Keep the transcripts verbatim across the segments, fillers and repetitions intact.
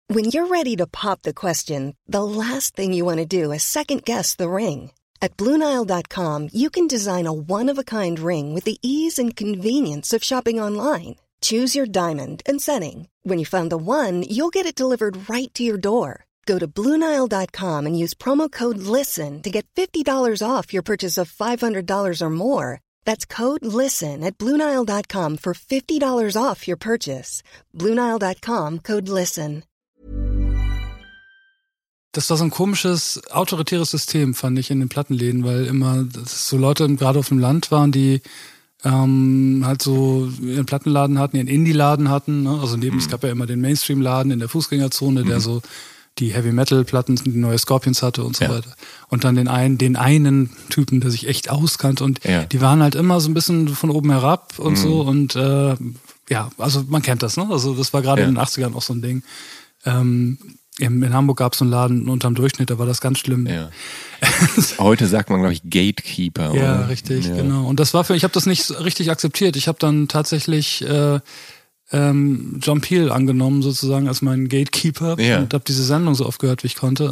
When you're ready to pop the question, the last thing you want to do is second-guess the ring. At Blue Nile dot com, you can design a one-of-a-kind ring with the ease and convenience of shopping online. Choose your diamond and setting. When you find the one, you'll get it delivered right to your door. Go to Blue Nile dot com and use promo code LISTEN to get fifty dollars off your purchase of five hundred dollars or more. That's code LISTEN at Blue Nile dot com for fifty dollars off your purchase. Blue Nile dot com, code LISTEN. Das war so ein komisches, autoritäres System, fand ich, in den Plattenläden, weil immer das so Leute gerade auf dem Land waren, die ähm, halt so ihren Plattenladen hatten, ihren Indie-Laden hatten. Ne? Also neben, mhm. es gab ja immer den Mainstream-Laden in der Fußgängerzone, mhm. der so die Heavy-Metal-Platten, die neue Scorpions hatte und so ja. weiter. Und dann den einen, den einen Typen, der sich echt auskannte. Und ja. die waren halt immer so ein bisschen von oben herab und mhm. so. Und äh, ja, also man kennt das, ne? Also das war gerade ja. in den achtzigern auch so ein Ding. Ähm, In Hamburg gab es so einen Laden unterm Durchschnitt, da war das ganz schlimm. Ja. Heute sagt man, glaube ich, Gatekeeper. Ja, oder? richtig, ja. genau. Und das war für, ich habe das nicht richtig akzeptiert. Ich habe dann tatsächlich äh, ähm, John Peel angenommen, sozusagen als meinen Gatekeeper ja. und habe diese Sendung so oft gehört, wie ich konnte.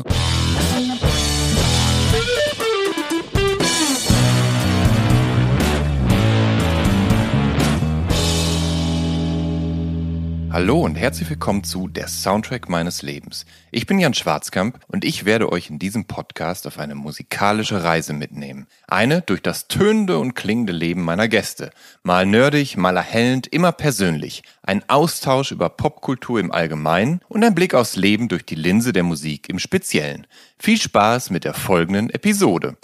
Hallo und herzlich willkommen zu Der Soundtrack meines Lebens. Ich bin Jan Schwarzkamp und ich werde euch in diesem Podcast auf eine musikalische Reise mitnehmen. Eine durch das tönende und klingende Leben meiner Gäste. Mal nerdig, mal erhellend, immer persönlich. Ein Austausch über Popkultur im Allgemeinen und ein Blick aufs Leben durch die Linse der Musik im Speziellen. Viel Spaß mit der folgenden Episode.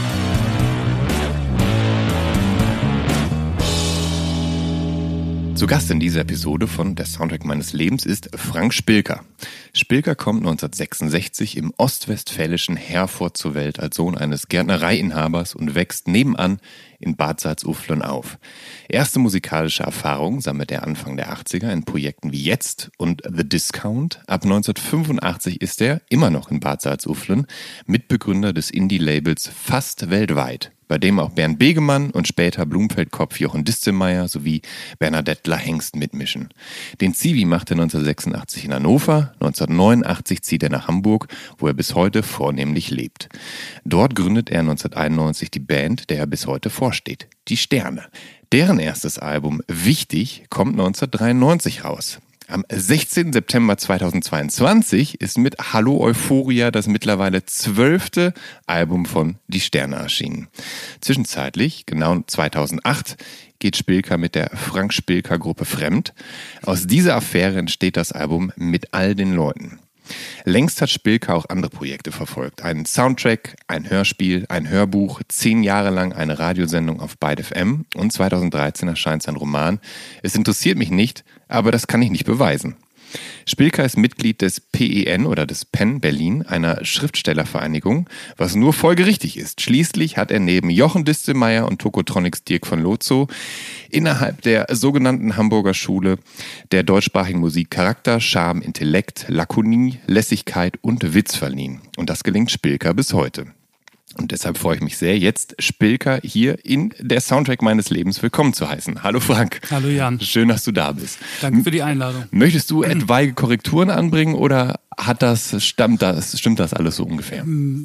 Zu Gast in dieser Episode von Der Soundtrack meines Lebens ist Frank Spilker. Spilker kommt neunzehnhundertsechsundsechzig im ostwestfälischen Herford zur Welt als Sohn eines Gärtnereiinhabers und wächst nebenan in Bad Salzuflen auf. Erste musikalische Erfahrung sammelt er Anfang der achtziger in Projekten wie Jetzt und The Discount. Ab neunzehnhundertfünfundachtzig ist er, immer noch in Bad Salzuflen, Mitbegründer des Indie-Labels Fast Weltweit, bei dem auch Bernd Begemann und später Blumfeldkopf Jochen Distelmeier sowie Bernadette Lahengst mitmischen. Den Zivi macht er neunzehnhundertsechsundachtzig in Hannover, neunzehnhundertneunundachtzig zieht er nach Hamburg, wo er bis heute vornehmlich lebt. Dort gründet er neunzehnhunderteinundneunzig die Band, der er bis heute vorsteht, die Sterne. Deren erstes Album Wichtig kommt neunzehnhundertdreiundneunzig raus. Am sechzehnten September zweitausendzweiundzwanzig ist mit Hallo Euphoria das mittlerweile zwölfte Album von Die Sterne erschienen. Zwischenzeitlich, genau zweitausendacht, geht Spilker mit der Frank Spilker Gruppe fremd. Aus dieser Affäre entsteht das Album Mit all den Leuten. Längst hat Spilker auch andere Projekte verfolgt. Einen Soundtrack, ein Hörspiel, ein Hörbuch, zehn Jahre lang eine Radiosendung auf Byte F M und zweitausenddreizehn erscheint sein Roman Es interessiert mich nicht, aber das kann ich nicht beweisen. Spilker ist Mitglied des P E N oder des Pen Berlin, einer Schriftstellervereinigung, was nur folgerichtig ist. Schließlich hat er neben Jochen Distelmeier und Tokotronics Dirk von Lozo innerhalb der sogenannten Hamburger Schule der deutschsprachigen Musik Charakter, Charme, Intellekt, Lakonie, Lässigkeit und Witz verliehen. Und das gelingt Spilker bis heute. Und deshalb freue ich mich sehr, jetzt Spilker hier in der Soundtrack meines Lebens willkommen zu heißen. Hallo Frank. Hallo Jan. Schön, dass du da bist. Danke für die Einladung. Möchtest du etwaige Korrekturen anbringen oder hat das, stammt das, stimmt das alles so ungefähr?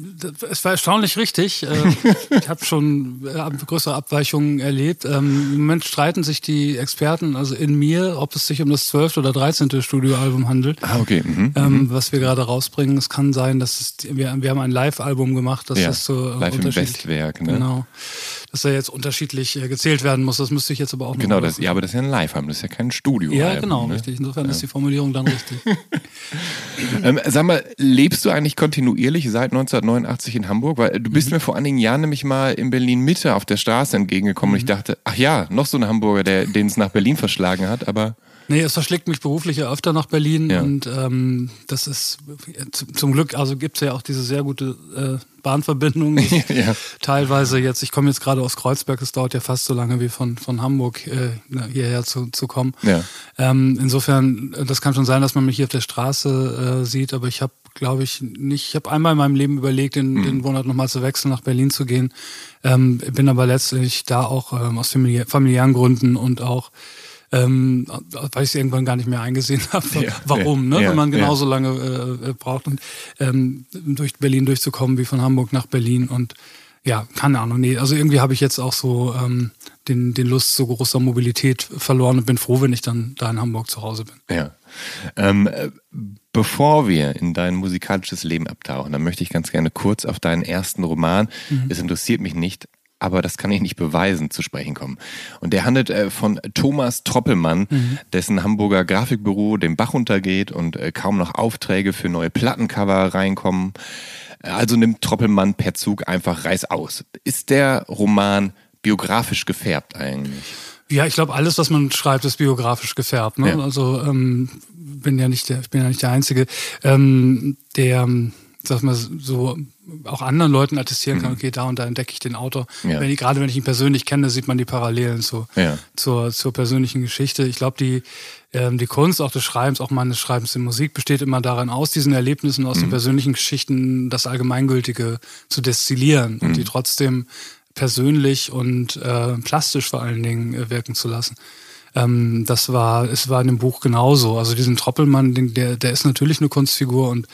Es war erstaunlich richtig. Ich habe schon größere Abweichungen erlebt. Im Moment streiten sich die Experten, also in mir, ob es sich um das zwölfte oder dreizehnte Studioalbum handelt. Ah, okay. Mhm. Ähm, was wir gerade rausbringen. Es kann sein, dass es, wir, wir haben ein Live-Album gemacht, das ja, ist so live im Bestwerk, ne? Genau. Dass er jetzt unterschiedlich äh, gezählt werden muss, das müsste ich jetzt aber auch noch Genau, das, ja, aber das ist ja ein Live-Album, das ist ja kein Studio. Ja, genau, ne? richtig. Insofern ja. ist die Formulierung dann richtig. ähm, sag mal, lebst du eigentlich kontinuierlich seit neunzehnhundertneunundachtzig in Hamburg? Weil du bist mhm. mir vor einigen Jahren nämlich mal in Berlin-Mitte auf der Straße entgegengekommen mhm. und ich dachte, ach ja, noch so ein Hamburger, der, den es nach Berlin verschlagen hat, aber... Nee, es verschlägt mich beruflich ja öfter nach Berlin ja. und ähm, das ist zum Glück, also gibt's ja auch diese sehr gute äh, Bahnverbindung. ja. Teilweise jetzt, ich komme jetzt gerade aus Kreuzberg, es dauert ja fast so lange wie von, von Hamburg äh, hierher zu, zu kommen. Ja. Ähm, insofern, das kann schon sein, dass man mich hier auf der Straße äh, sieht, aber ich habe, glaube ich, nicht, ich habe einmal in meinem Leben überlegt, den, mhm. den Wohnort nochmal zu wechseln, nach Berlin zu gehen, ähm, bin aber letztlich da auch ähm, aus familiä- familiären Gründen und auch ähm, weil ich es irgendwann gar nicht mehr eingesehen habe, ja, warum, ja, ne? Ja, wenn man genauso ja. lange äh, braucht, und, ähm, durch Berlin durchzukommen wie von Hamburg nach Berlin. Und ja, keine Ahnung, nee, also irgendwie habe ich jetzt auch so ähm, den, den Lust zu großer Mobilität verloren und bin froh, wenn ich dann da in Hamburg zu Hause bin. Ja. Ähm, bevor wir in dein musikalisches Leben abtauchen, dann möchte ich ganz gerne kurz auf deinen ersten Roman, mhm. es interessiert mich nicht, aber das kann ich nicht beweisen, zu sprechen kommen. Und der handelt äh, von Thomas Troppelmann, mhm. dessen Hamburger Grafikbüro den Bach runtergeht und äh, kaum noch Aufträge für neue Plattencover reinkommen. Also nimmt Troppelmann per Zug einfach reißaus. Ist der Roman biografisch gefärbt eigentlich? Ja, ich glaube, alles, was man schreibt, ist biografisch gefärbt. Ne? Ja. Also ähm, bin ja nicht der, ich bin ja nicht der Einzige, ähm, der, sag mal, so auch anderen Leuten attestieren kann, okay, da und da entdecke ich den Autor. Ja. Wenn ich, gerade wenn ich ihn persönlich kenne, sieht man die Parallelen zu, ja. zur, zur persönlichen Geschichte. Ich glaube, die, ähm, die Kunst auch des Schreibens, auch meines Schreibens in Musik, besteht immer darin, aus diesen Erlebnissen, aus mhm. den persönlichen Geschichten das Allgemeingültige zu destillieren und mhm. die trotzdem persönlich und äh, plastisch vor allen Dingen äh, wirken zu lassen. Ähm, das war, es war in dem Buch genauso. Also diesen Troppelmann, den, der, der ist natürlich eine Kunstfigur und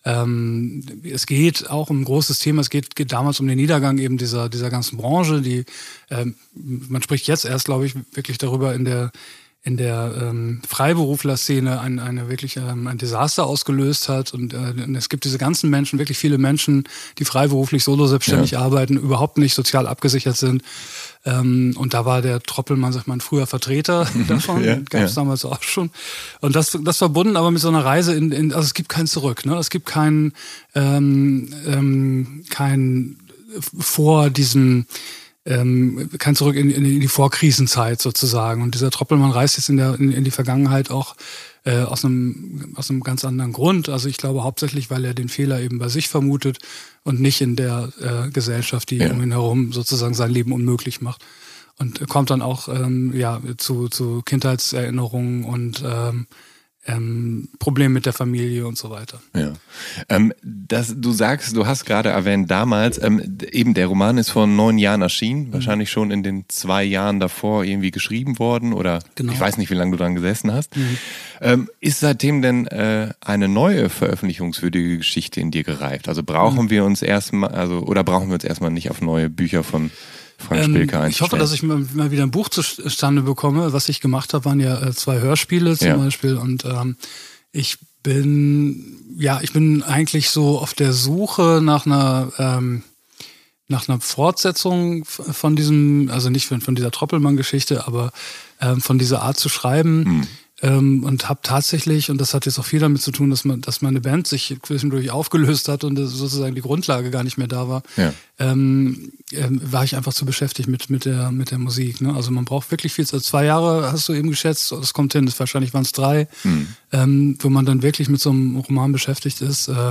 ähm, es geht auch um ein großes Thema. Es geht, geht damals um den Niedergang eben dieser, dieser ganzen Branche. Die, ähm, man spricht jetzt erst, glaube ich, wirklich darüber in der in der ähm, Freiberufler-Szene ein, eine wirklich ähm, ein Desaster ausgelöst hat. Und, äh, und es gibt diese ganzen Menschen, wirklich viele Menschen, die freiberuflich solo selbstständig ja. arbeiten, überhaupt nicht sozial abgesichert sind. Ähm, und da war der Troppelmann, sag ich mal, ein früher Vertreter davon. ja, Gab es ja. damals auch schon. Und das, das verbunden aber mit so einer Reise in, in also es gibt kein Zurück. Ne? Es gibt kein, ähm, ähm, kein vor diesem Ähm, kann zurück in, in die Vorkrisenzeit sozusagen. Und dieser Troppelmann reist jetzt in, der, in, in die Vergangenheit auch äh, aus, einem, aus einem ganz anderen Grund. Also ich glaube hauptsächlich, weil er den Fehler eben bei sich vermutet und nicht in der äh, Gesellschaft, die ja. um ihn herum sozusagen sein Leben unmöglich macht. Und kommt dann auch ähm, ja, zu, zu Kindheitserinnerungen und ähm, Ähm, Problem mit der Familie und so weiter. Ja. Ähm, das, du sagst, du hast gerade erwähnt, damals, ähm, eben der Roman ist vor neun Jahren erschienen, mhm. wahrscheinlich schon in den zwei Jahren davor irgendwie geschrieben worden oder genau. ich weiß nicht, wie lange du dran gesessen hast. Mhm. Ähm, ist seitdem denn äh, eine neue veröffentlichungswürdige Geschichte in dir gereift? Also brauchen mhm. wir uns erstmal, also oder brauchen wir uns erstmal nicht auf neue Bücher von Frank Spilker ähm, Ich hoffe, dass ich mal, mal wieder ein Buch zustande bekomme. Was ich gemacht habe, waren ja äh, zwei Hörspiele zum ja. Beispiel. Und ähm, ich bin, ja, ich bin eigentlich so auf der Suche nach einer, ähm, nach einer Fortsetzung von diesem, also nicht von, von dieser Troppelmann-Geschichte, aber ähm, von dieser Art zu schreiben. Mhm. Ähm, und habe tatsächlich, und das hat jetzt auch viel damit zu tun, dass man, dass meine Band sich zwischendurch aufgelöst hat und sozusagen die Grundlage gar nicht mehr da war, ja. ähm, ähm, war ich einfach zu beschäftigt mit, mit, der, mit der Musik. Ne? Also man braucht wirklich viel, also zwei Jahre hast du eben geschätzt, das kommt hin, das wahrscheinlich waren es drei, mhm. ähm, wo man dann wirklich mit so einem Roman beschäftigt ist. Äh,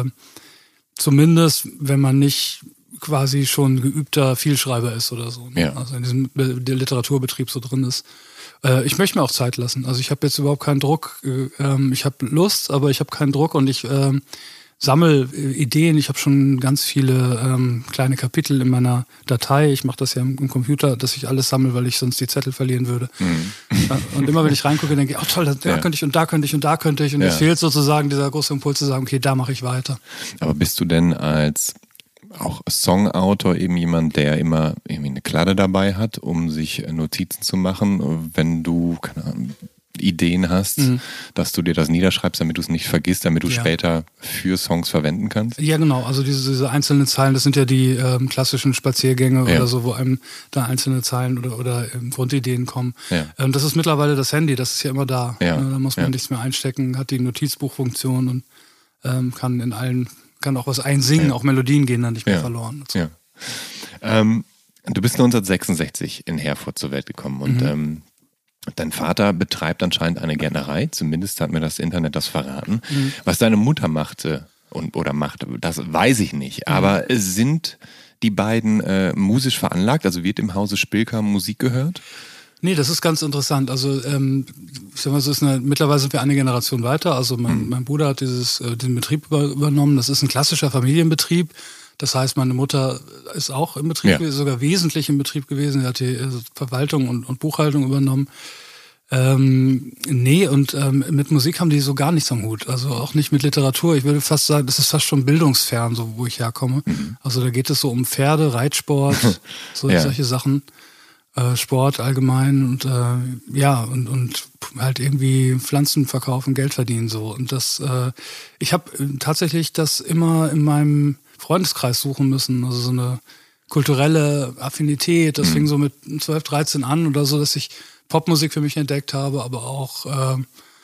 zumindest, wenn man nicht quasi schon geübter Vielschreiber ist oder so. Ne? Ja. Also in diesem der Literaturbetrieb so drin ist. Ich möchte mir auch Zeit lassen. Also ich habe jetzt überhaupt keinen Druck. Ich habe Lust, aber ich habe keinen Druck und ich ähm, sammle Ideen. Ich habe schon ganz viele ähm, kleine Kapitel in meiner Datei. Ich mache das ja im, im Computer, dass ich alles sammle, weil ich sonst die Zettel verlieren würde. Mhm. Und immer wenn ich reingucke, denke ich, oh toll, da, da ja. könnte ich und da könnte ich und da könnte ich. Und ja. es fehlt sozusagen dieser große Impuls zu sagen, okay, da mache ich weiter. Aber bist du denn als auch Songautor eben jemand, der immer irgendwie eine Kladde dabei hat, um sich Notizen zu machen, wenn du, keine Ahnung, Ideen hast, mhm. dass du dir das niederschreibst, damit du es nicht vergisst, damit du ja. später für Songs verwenden kannst? Ja, genau. Also diese, diese einzelnen Zeilen, das sind ja die ähm, klassischen Spaziergänge ja. oder so, wo einem da einzelne Zeilen oder, oder ähm, Grundideen kommen. Ja. Ähm, das ist mittlerweile das Handy, das ist ja immer da. Ja. Ne? Da muss man ja. nichts mehr einstecken, hat die Notizbuchfunktion und ähm, kann in allen kann auch was einsingen, ja. auch Melodien gehen dann nicht mehr ja. verloren. So. Ja. Ähm, du bist neunzehnhundertsechsundsechzig in Herford zur Welt gekommen und mhm. ähm, dein Vater betreibt anscheinend eine Gärtnerei, zumindest hat mir das Internet das verraten. Mhm. Was deine Mutter machte und oder macht, das weiß ich nicht, mhm. aber sind die beiden äh, musisch veranlagt, also wird im Hause Spilker Musik gehört? Nee, das ist ganz interessant. Also ähm, ich sag mal, so ist eine, mittlerweile sind wir eine Generation weiter. Also mein, mhm. mein Bruder hat dieses, äh, den Betrieb über, übernommen. Das ist ein klassischer Familienbetrieb. Das heißt, meine Mutter ist auch im Betrieb, ja. sogar wesentlich im Betrieb gewesen. Sie hat die äh, Verwaltung und, und Buchhaltung übernommen. Ähm, nee, und ähm, mit Musik haben die so gar nichts am Hut. Also auch nicht mit Literatur. Ich würde fast sagen, das ist fast schon bildungsfern, so wo ich herkomme. Mhm. Also da geht es so um Pferde, Reitsport, so ja. solche Sachen. Äh, Sport allgemein und äh, ja, und, und halt irgendwie Pflanzen verkaufen, Geld verdienen so. Und das, äh, ich habe tatsächlich das immer in meinem Freundeskreis suchen müssen. Also so eine kulturelle Affinität. Das mhm. fing so mit zwölf, dreizehn an oder so, dass ich Popmusik für mich entdeckt habe, aber auch äh,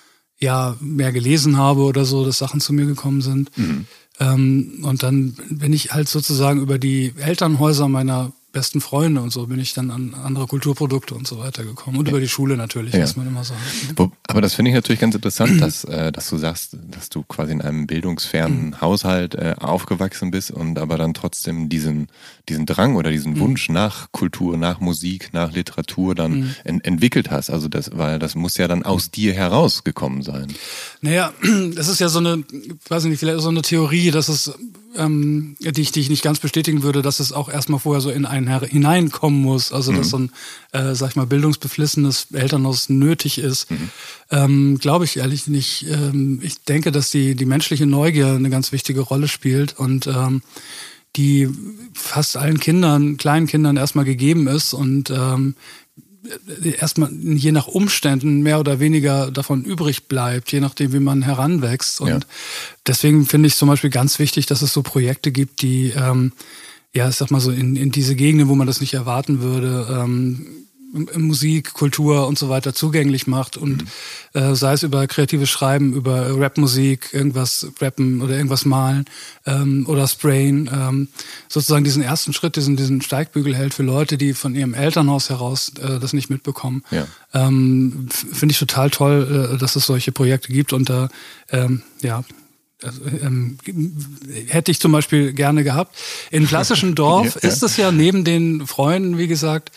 ja mehr gelesen habe oder so, dass Sachen zu mir gekommen sind. Mhm. Ähm, und dann bin ich halt sozusagen über die Elternhäuser meiner besten Freunde und so bin ich dann an andere Kulturprodukte und so weiter gekommen. Und ja. über die Schule natürlich, ja. muss man immer sagen. Wo, aber das finde ich natürlich ganz interessant, dass, äh, dass du sagst, dass du quasi in einem bildungsfernen mhm. Haushalt äh, aufgewachsen bist und aber dann trotzdem diesen, diesen Drang oder diesen mhm. Wunsch nach Kultur, nach Musik, nach Literatur dann mhm. en- entwickelt hast. Also das, weil das muss ja dann aus dir herausgekommen sein. Naja, das ist ja so eine, ich weiß nicht, vielleicht so eine Theorie, dass es Ähm, die, ich, die ich nicht ganz bestätigen würde, dass es auch erstmal vorher so in einen her- hineinkommen muss. Also, mhm. dass so ein, äh, sag ich mal, bildungsbeflissenes Elternhaus nötig ist. Mhm. Ähm, glaube ich ehrlich nicht. Ähm, ich denke, dass die, die menschliche Neugier eine ganz wichtige Rolle spielt und ähm, die fast allen Kindern, kleinen Kindern erstmal gegeben ist und ähm, erstmal je nach Umständen mehr oder weniger davon übrig bleibt, je nachdem, wie man heranwächst. Und ja. deswegen finde ich zum Beispiel ganz wichtig, dass es so Projekte gibt, die, ähm, ja, ich sag mal so, in, in diese Gegenden, wo man das nicht erwarten würde, ähm, Musik, Kultur und so weiter zugänglich macht und mhm. äh, sei es über kreatives Schreiben, über Rapmusik, irgendwas rappen oder irgendwas malen ähm, oder sprayen, ähm, sozusagen diesen ersten Schritt, diesen, diesen Steigbügel hält für Leute, die von ihrem Elternhaus heraus äh, das nicht mitbekommen. Ja. Ähm, finde ich total toll, äh, dass es solche Projekte gibt und da, ähm, ja, Also, ähm, hätte ich zum Beispiel gerne gehabt. Im klassischen Dorf ja, ist es ja neben den Freunden, wie gesagt,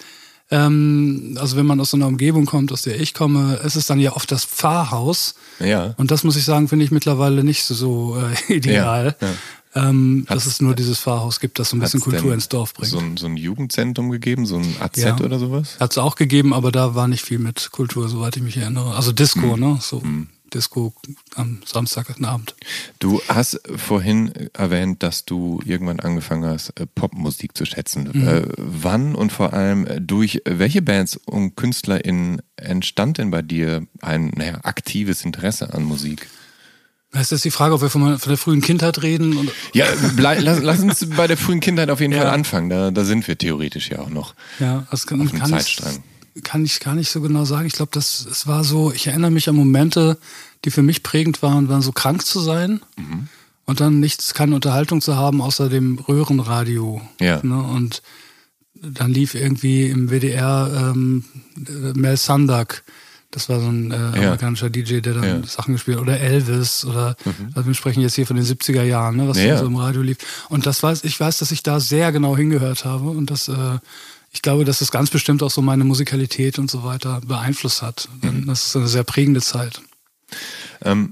ähm, also wenn man aus so einer Umgebung kommt, aus der ich komme, ist es dann ja oft das Pfarrhaus. Ja. Und das muss ich sagen, finde ich mittlerweile nicht so, so äh, ideal. Ja, ja. Ähm, dass es nur dieses Pfarrhaus gibt, das so ein bisschen Kultur ins Dorf bringt. So ein, so ein Jugendzentrum gegeben, so ein A Z ja. oder sowas? Hat es auch gegeben, aber da war nicht viel mit Kultur, soweit ich mich erinnere. Also Disco, hm. ne? So. Hm. Disco am Samstagabend. Du hast vorhin erwähnt, dass du irgendwann angefangen hast, Popmusik zu schätzen. Mhm. Äh, wann und vor allem durch welche Bands und KünstlerInnen entstand denn bei dir ein naja, aktives Interesse an Musik? Ist das die Frage, ob wir von, von der frühen Kindheit reden? Und ja, blei, lass, lass uns bei der frühen Kindheit auf jeden ja. Fall anfangen. Da, da sind wir theoretisch ja auch noch ja, das kann, auf dem kann Zeitstrang. Ich, kann ich gar nicht so genau sagen. Ich glaube, das es war so, ich erinnere mich an Momente, die für mich prägend waren, waren so krank zu sein mhm. und dann nichts, keine Unterhaltung zu haben, außer dem Röhrenradio. Ja. Ne? Und dann lief irgendwie im W D R ähm, Mel Sandak. Das war so ein äh, amerikanischer ja. D J, der dann ja. Sachen gespielt hat. Oder Elvis. Oder mhm. also wir sprechen jetzt hier von den siebziger Jahren, ne, was ja. so im Radio lief. Und das weiß, ich weiß, dass ich da sehr genau hingehört habe. Und das, äh, ich glaube, dass das ganz bestimmt auch so meine Musikalität und so weiter beeinflusst hat. Mhm. Das ist eine sehr prägende Zeit. Ähm,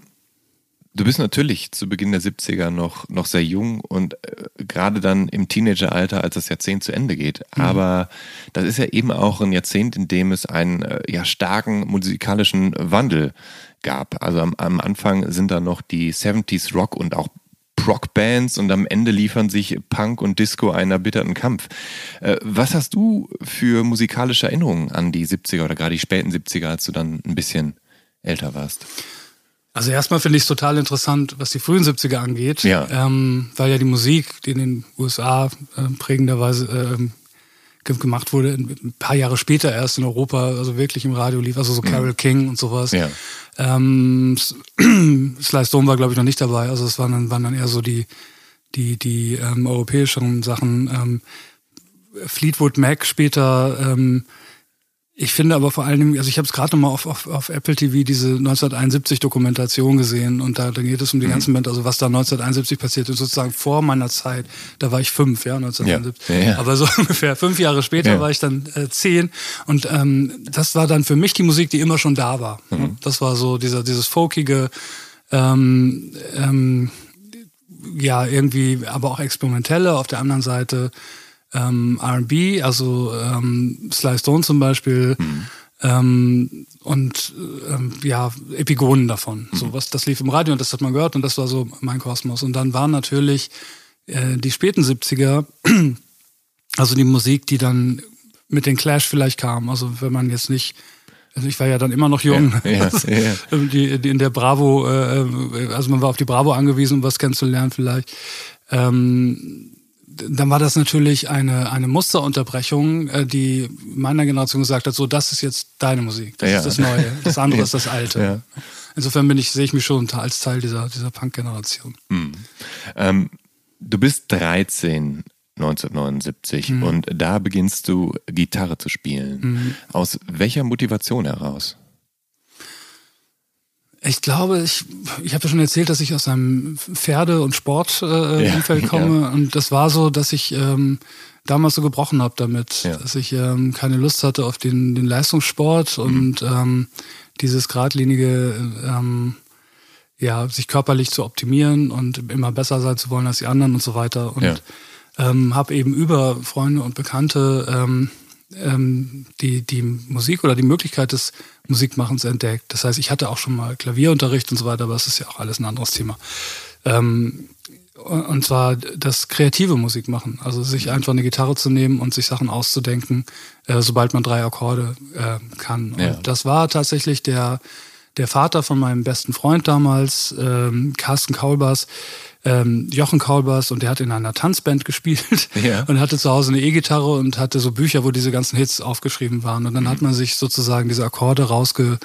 du bist natürlich zu Beginn der siebziger noch, noch sehr jung und äh, gerade dann im Teenageralter, als das Jahrzehnt zu Ende geht. Mhm. Aber das ist ja eben auch ein Jahrzehnt, in dem es einen äh, ja, starken musikalischen Wandel gab. Also am, am Anfang sind da noch die siebziger Rock und auch Prog-Bands und am Ende liefern sich Punk und Disco einen erbitterten Kampf. Äh, was hast du für musikalische Erinnerungen an die siebziger oder gerade die späten siebziger, als du dann ein bisschen älter warst? Also erstmal finde ich es total interessant, was die frühen siebziger angeht, ja. ähm, weil ja die Musik, die in den U S A äh, prägenderweise ähm, gemacht wurde, ein paar Jahre später erst in Europa, also wirklich im Radio lief, also so Carole mhm. King und sowas. Ja. Ähm, Sly Stone war, glaube ich, noch nicht dabei, also es waren dann, waren dann eher so die, die, die ähm, europäischeren Sachen. Ähm, Fleetwood Mac später. Ähm, ich finde aber vor allen Dingen, also ich habe es gerade nochmal auf, auf, auf Apple T V diese neunzehnhunderteinundsiebzig Dokumentation gesehen und da, da geht es um die mhm. ganzen Band, also was da neunzehnhunderteinundsiebzig passiert ist, sozusagen vor meiner Zeit, da war ich fünf, ja, neunzehnhunderteinundsiebzig, ja. Ja, ja. Aber so ungefähr fünf Jahre später ja. war ich dann äh, zehn und ähm, das war dann für mich die Musik, die immer schon da war. Mhm. Das war so dieser dieses folkige, ähm, ähm, ja, irgendwie, aber auch experimentelle, auf der anderen Seite Ähm, R and B, also ähm, Sly Stone zum Beispiel, mhm. Ähm, und ähm, ja, Epigonen davon. Mhm. So was, das lief im Radio und das hat man gehört und das war so mein Kosmos. Und dann waren natürlich äh, die späten siebziger, also die Musik, die dann mit den Clash vielleicht kam. Also wenn man jetzt nicht, also ich war ja dann immer noch jung, ja, ja, ja. die, die in der Bravo, äh, also man war auf die Bravo angewiesen, um was kennenzulernen vielleicht. Ähm, dann war das natürlich eine, eine Musterunterbrechung, die meiner Generation gesagt hat, so, das ist jetzt deine Musik, das ja. ist das Neue, das andere ja. ist das Alte. Ja. Insofern bin ich, sehe ich mich schon als Teil dieser, dieser Punk-Generation. Mhm. Ähm, du bist dreizehn neunzehnhundertneunundsiebzig mhm. und da beginnst du Gitarre zu spielen. Mhm. Aus welcher Motivation heraus? Ich glaube, ich, ich habe ja schon erzählt, dass ich aus einem Pferde- und Sportumfeld äh, ja, komme. Ja. Und das war so, dass ich ähm, damals so gebrochen habe damit. Ja. Dass ich ähm, keine Lust hatte auf den, den Leistungssport mhm. und ähm, dieses geradlinige, ähm, ja, sich körperlich zu optimieren und immer besser sein zu wollen als die anderen und so weiter. Und ja. ähm, habe eben über Freunde und Bekannte ähm, ähm, die, die Musik oder die Möglichkeit des Musikmachens entdeckt. Das heißt, ich hatte auch schon mal Klavierunterricht und so weiter, aber das ist ja auch alles ein anderes Thema. Ähm, und zwar das kreative Musikmachen, also sich einfach eine Gitarre zu nehmen und sich Sachen auszudenken, äh, sobald man drei Akkorde äh, kann. Ja. Und das war tatsächlich der, der Vater von meinem besten Freund damals, ähm, Carsten Kaulbers, ähm, Jochen Kaulbers, und der hat in einer Tanzband gespielt ja. und hatte zu Hause eine E-Gitarre und hatte so Bücher, wo diese ganzen Hits aufgeschrieben waren. Und dann mhm. hat man sich sozusagen diese Akkorde rausgesucht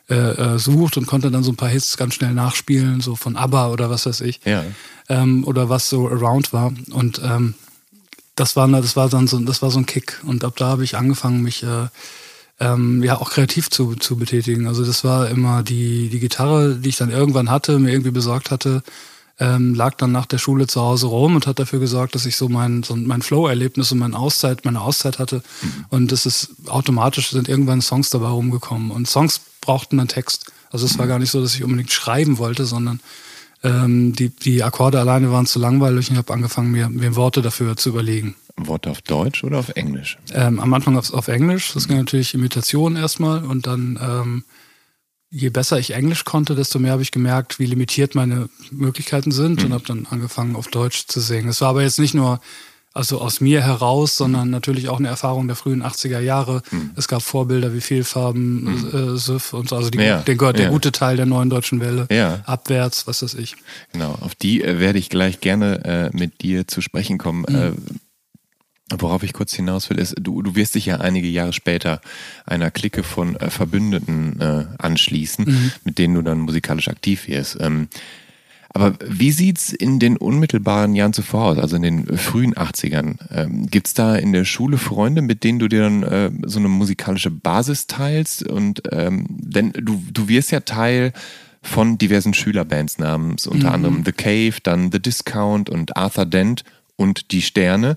äh, und konnte dann so ein paar Hits ganz schnell nachspielen, so von ABBA oder was weiß ich. Ja. Ähm, oder was so around war. Und ähm, das war, das war dann so, das war so ein Kick. Und ab da habe ich angefangen, mich äh, ähm, ja auch kreativ zu, zu betätigen. Also das war immer die, die Gitarre, die ich dann irgendwann hatte, mir irgendwie besorgt hatte, ähm, lag dann nach der Schule zu Hause rum und hat dafür gesorgt, dass ich so mein, so mein Flow-Erlebnis und meine Auszeit, meine Auszeit hatte. Mhm. Und es ist automatisch, sind irgendwann Songs dabei rumgekommen. Und Songs brauchten einen Text. Also es war gar nicht so, dass ich unbedingt schreiben wollte, sondern ähm, die, die Akkorde alleine waren zu langweilig und ich habe angefangen, mir, mir Worte dafür zu überlegen. Worte auf Deutsch oder auf Englisch? Ähm, am Anfang auf, auf Englisch. Das ging natürlich Imitation erstmal und dann ähm, je besser ich Englisch konnte, desto mehr habe ich gemerkt, wie limitiert meine Möglichkeiten sind mhm. und habe dann angefangen, auf Deutsch zu singen. Es war aber jetzt nicht nur also aus mir heraus, sondern natürlich auch eine Erfahrung der frühen achtziger Jahre. Mhm. Es gab Vorbilder wie Vielfarben, mhm. äh, Süff und so. Also die, ja, den gehört ja. der gute Teil der neuen deutschen Welle. Ja. Abwärts, was weiß ich. Genau, auf die äh, werde ich gleich gerne äh, mit dir zu sprechen kommen. Mhm. Äh, Worauf ich kurz hinaus will, ist, du, du wirst dich ja einige Jahre später einer Clique von äh, Verbündeten äh, anschließen, mhm. mit denen du dann musikalisch aktiv wirst. Ähm, aber wie sieht's in den unmittelbaren Jahren zuvor aus, also in den frühen achtzigern? Ähm, gibt's da in der Schule Freunde, mit denen du dir dann äh, so eine musikalische Basis teilst? Und ähm, denn du, du wirst ja Teil von diversen Schülerbands namens unter mhm. anderem The Cave, dann The Discount und Arthur Dent und die Sterne.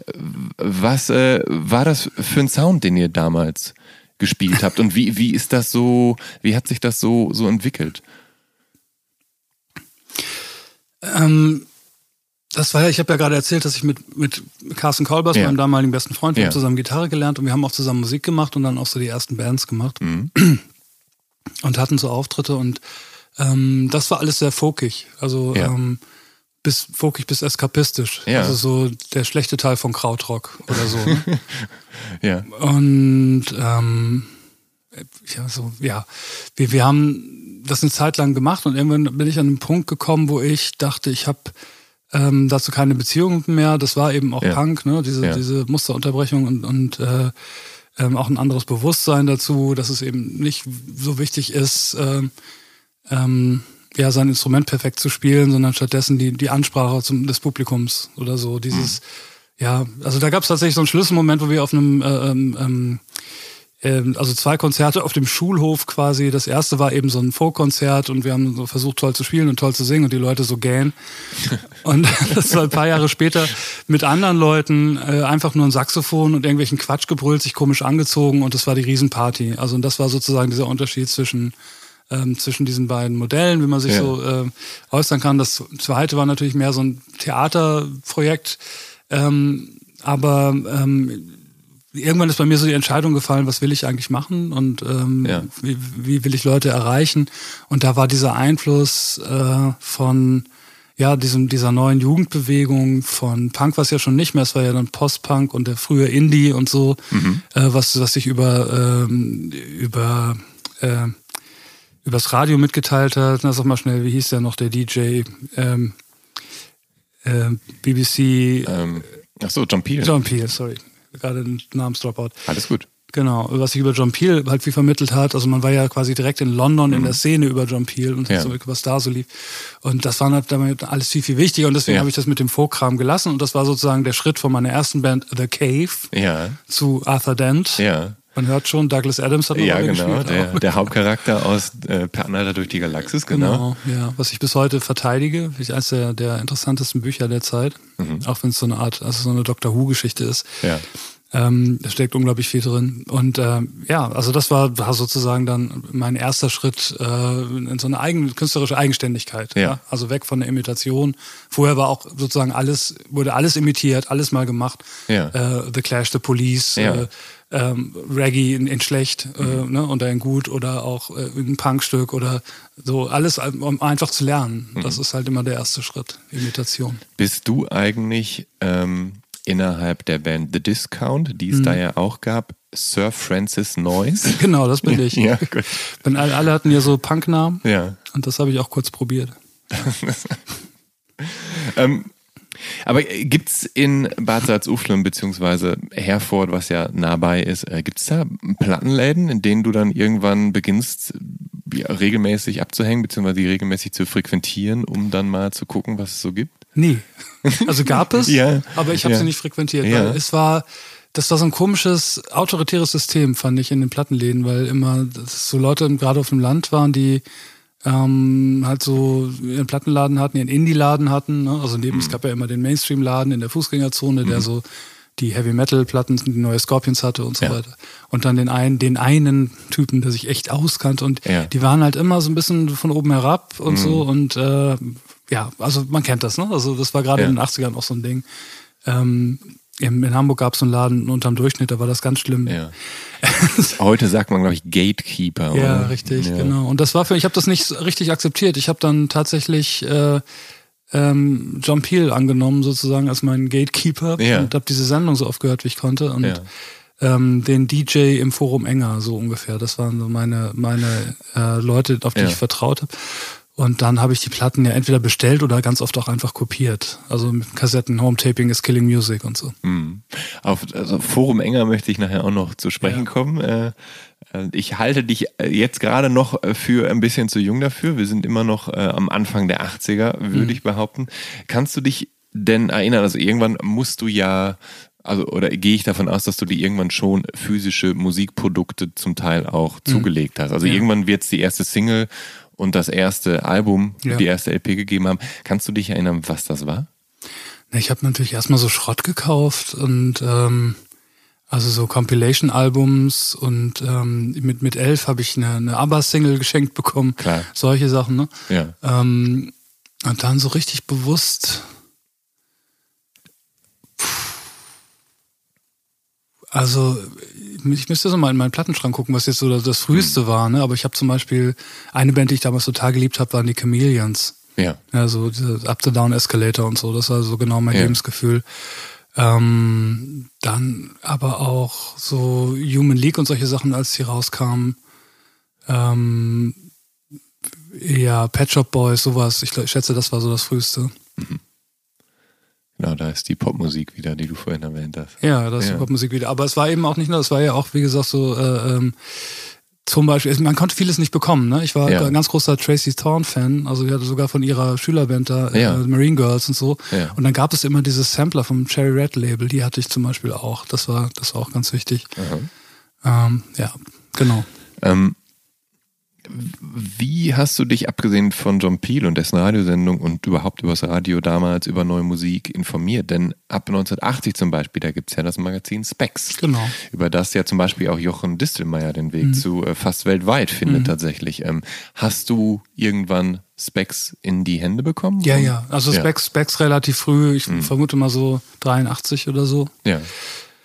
Was äh, war das für ein Sound, den ihr damals gespielt habt? Und wie, wie ist das so, wie hat sich das so, so entwickelt? Ähm, das war ja, ich habe ja gerade erzählt, dass ich mit, mit Carsten Kaulbers, ja. meinem damaligen besten Freund, wir ja. haben zusammen Gitarre gelernt und wir haben auch zusammen Musik gemacht und dann auch so die ersten Bands gemacht mhm. und hatten so Auftritte und ähm, das war alles sehr folkig. Also ja. ähm, bis folkig bis eskapistisch. Ja. Also so der schlechte Teil von Krautrock oder so. Ne? ja. Und ähm, ja, so, ja. Wir, wir haben das eine Zeit lang gemacht und irgendwann bin ich an einen Punkt gekommen, wo ich dachte, ich habe ähm, dazu keine Beziehung mehr. Das war eben auch ja. Punk, ne? Diese, ja. diese Musterunterbrechung und, und äh, ähm, auch ein anderes Bewusstsein dazu, dass es eben nicht so wichtig ist, ähm, ähm, ja, sein Instrument perfekt zu spielen, sondern stattdessen die, die Ansprache zum, des Publikums oder so. Dieses, mhm. ja, also da gab es tatsächlich so einen Schlüsselmoment, wo wir auf einem, äh, ähm, äh, also zwei Konzerte auf dem Schulhof quasi. Das erste war eben so ein Folkkonzert und wir haben so versucht, toll zu spielen und toll zu singen und die Leute so gähnen. Und das war ein paar Jahre später mit anderen Leuten äh, einfach nur ein Saxophon und irgendwelchen Quatsch gebrüllt, sich komisch angezogen und das war die Riesenparty. Also und das war sozusagen dieser Unterschied zwischen Ähm, zwischen diesen beiden Modellen, wie man sich ja. so äh, äußern kann. Das zweite war natürlich mehr so ein Theaterprojekt, ähm, aber ähm, irgendwann ist bei mir so die Entscheidung gefallen, was will ich eigentlich machen und ähm, Ja. wie, wie will ich Leute erreichen. Und da war dieser Einfluss äh, von ja diesem dieser neuen Jugendbewegung, von Punk, was ja schon nicht mehr, es war ja dann Post-Punk und der frühe Indie und so, mhm. äh, was was sich über ähm, über äh, übers Radio mitgeteilt hat. Na, sag mal schnell, wie hieß der noch, der D J? Ähm, äh, B B C. Ähm, ach so, John Peel. John Peel, sorry. Gerade ein Namensdropout. Alles gut. Genau, was sich über John Peel halt viel vermittelt hat. Also man war ja quasi direkt in London mhm. in der Szene über John Peel und ja. so, was da so lief. Und das war halt damit alles viel, viel wichtiger. Und deswegen ja. habe ich das mit dem Folk-Kram gelassen. Und das war sozusagen der Schritt von meiner ersten Band The Cave ja. zu Arthur Dent. Ja. Man hört schon, Douglas Adams hat noch ja, genau, gespielt. Ja, genau, der Hauptcharakter aus äh, Per Anhalter durch die Galaxis, genau. Genau, ja, was ich bis heute verteidige, ist eines der, der interessantesten Bücher der Zeit, mhm. auch wenn es so eine Art, also so eine Doctor Who-Geschichte ist. Ja. Ähm, da steckt unglaublich viel drin. Und ähm, ja, also das war, war sozusagen dann mein erster Schritt äh, in so eine eigene künstlerische Eigenständigkeit. Ja. Ja? Also weg von der Imitation. Vorher war auch sozusagen alles, wurde alles imitiert, alles mal gemacht. Ja. Äh, The Clash, The Police, ja. äh, ähm, Reggae in, in schlecht mhm. äh, ne? oder in gut oder auch äh, ein Punkstück oder so. Alles, um einfach zu lernen. Mhm. Das ist halt immer der erste Schritt, Imitation. Bist du eigentlich ähm innerhalb der Band The Discount, die es mhm. da ja auch gab, Sir Francis Noyes? Genau, das bin ich. Ja, gut. Bin, alle hatten ja so Punknamen ja. und das habe ich auch kurz probiert. ähm, aber gibt's in Bad Salzuflen beziehungsweise Herford, was ja nah bei ist, äh, gibt's da Plattenläden, in denen du dann irgendwann beginnst, ja, regelmäßig abzuhängen, beziehungsweise die regelmäßig zu frequentieren, um dann mal zu gucken, was es so gibt? Nee. Also gab es, ja. aber ich habe ja. sie nicht frequentiert, ja. weil es war, das war so ein komisches, autoritäres System, fand ich, in den Plattenläden, weil immer das so Leute gerade auf dem Land waren, die ähm, halt so ihren Plattenladen hatten, ihren Indie-Laden hatten, ne? Also neben, mhm. es gab ja immer den Mainstream-Laden in der Fußgängerzone, mhm. der so die Heavy-Metal-Platten, die neue Scorpions hatte und so ja. weiter. Und dann den einen, den einen Typen, der sich echt auskannte und ja. die waren halt immer so ein bisschen von oben herab und mhm. so und äh, ja, also man kennt das, ne? Also das war gerade ja. in den achtzigern auch so ein Ding. Ähm, in, in Hamburg gab es so einen Laden unterm Durchschnitt, da war das ganz schlimm. Ja. Heute sagt man, glaube ich, Gatekeeper. Ja, oder? richtig, ja. genau. Und das war für, ich habe das nicht richtig akzeptiert. Ich habe dann tatsächlich äh, ähm, John Peel angenommen, sozusagen als meinen Gatekeeper ja. und habe diese Sendung so oft gehört, wie ich konnte. Und ja. ähm, den D J im Forum Enger, so ungefähr. Das waren so meine, meine äh, Leute, auf die ja. ich vertraut habe. Und dann habe ich die Platten ja entweder bestellt oder ganz oft auch einfach kopiert. Also mit Kassetten, Home-Taping is Killing Music und so. Mhm. Auf also Forum Enger möchte ich nachher auch noch zu sprechen ja. kommen. Äh, ich halte dich jetzt gerade noch für ein bisschen zu jung dafür. Wir sind immer noch äh, am Anfang der achtziger, würde mhm. ich behaupten. Kannst du dich denn erinnern, also irgendwann musst du ja, also oder gehe ich davon aus, dass du dir irgendwann schon physische Musikprodukte zum Teil auch mhm. zugelegt hast. Also ja. irgendwann wird es die erste Single und das erste Album, ja. die erste L P gegeben haben. Kannst du dich erinnern, was das war? Ich habe natürlich erstmal so Schrott gekauft und ähm, also so Compilation-Albums und ähm, mit mit elf habe ich eine, eine ABBA-Single geschenkt bekommen. Klar. Solche Sachen, ne? Ja. Ähm, und dann so richtig bewusst. Also ich müsste so mal in meinen Plattenschrank gucken, was jetzt so das, das Früheste mhm. war, ne? Aber ich habe zum Beispiel eine Band, die ich damals total geliebt habe, waren die Chameleons. Ja. Ja, so diese Up the Down Escalator und so. Das war so genau mein ja. Lebensgefühl. Ähm, dann aber auch so Human League und solche Sachen, als die rauskamen. Ähm, ja, Pet Shop Boys, sowas. Ich, ich schätze, das war so das Früheste. Mhm. Genau, da ist die Popmusik wieder, die du vorhin erwähnt hast. Ja, da ist ja. die Popmusik wieder. Aber es war eben auch nicht nur, es war ja auch, wie gesagt, so äh, ähm, zum Beispiel, man konnte vieles nicht bekommen. Ne? Ich war ja. ein ganz großer Tracy Thorn-Fan, also die hatte sogar von ihrer Schülerband da, ja. äh, Marine Girls und so. Ja. Und dann gab es immer diese Sampler vom Cherry Red Label, die hatte ich zum Beispiel auch. Das war, das war auch ganz wichtig. Ähm, ja, genau. Ähm, wie hast du dich, abgesehen von John Peel und dessen Radiosendung und überhaupt übers Radio damals über neue Musik informiert? Denn ab neunzehnhundertachtzig zum Beispiel, da gibt es ja das Magazin Spex. Genau. Über das ja zum Beispiel auch Jochen Distelmeier den Weg mhm. zu äh, fast weltweit findet mhm. tatsächlich. Ähm, hast du irgendwann Spex in die Hände bekommen? Ja, ja. Also Spex, ja. Spex relativ früh, ich mhm. vermute mal so dreiundachtzig oder so. Ja.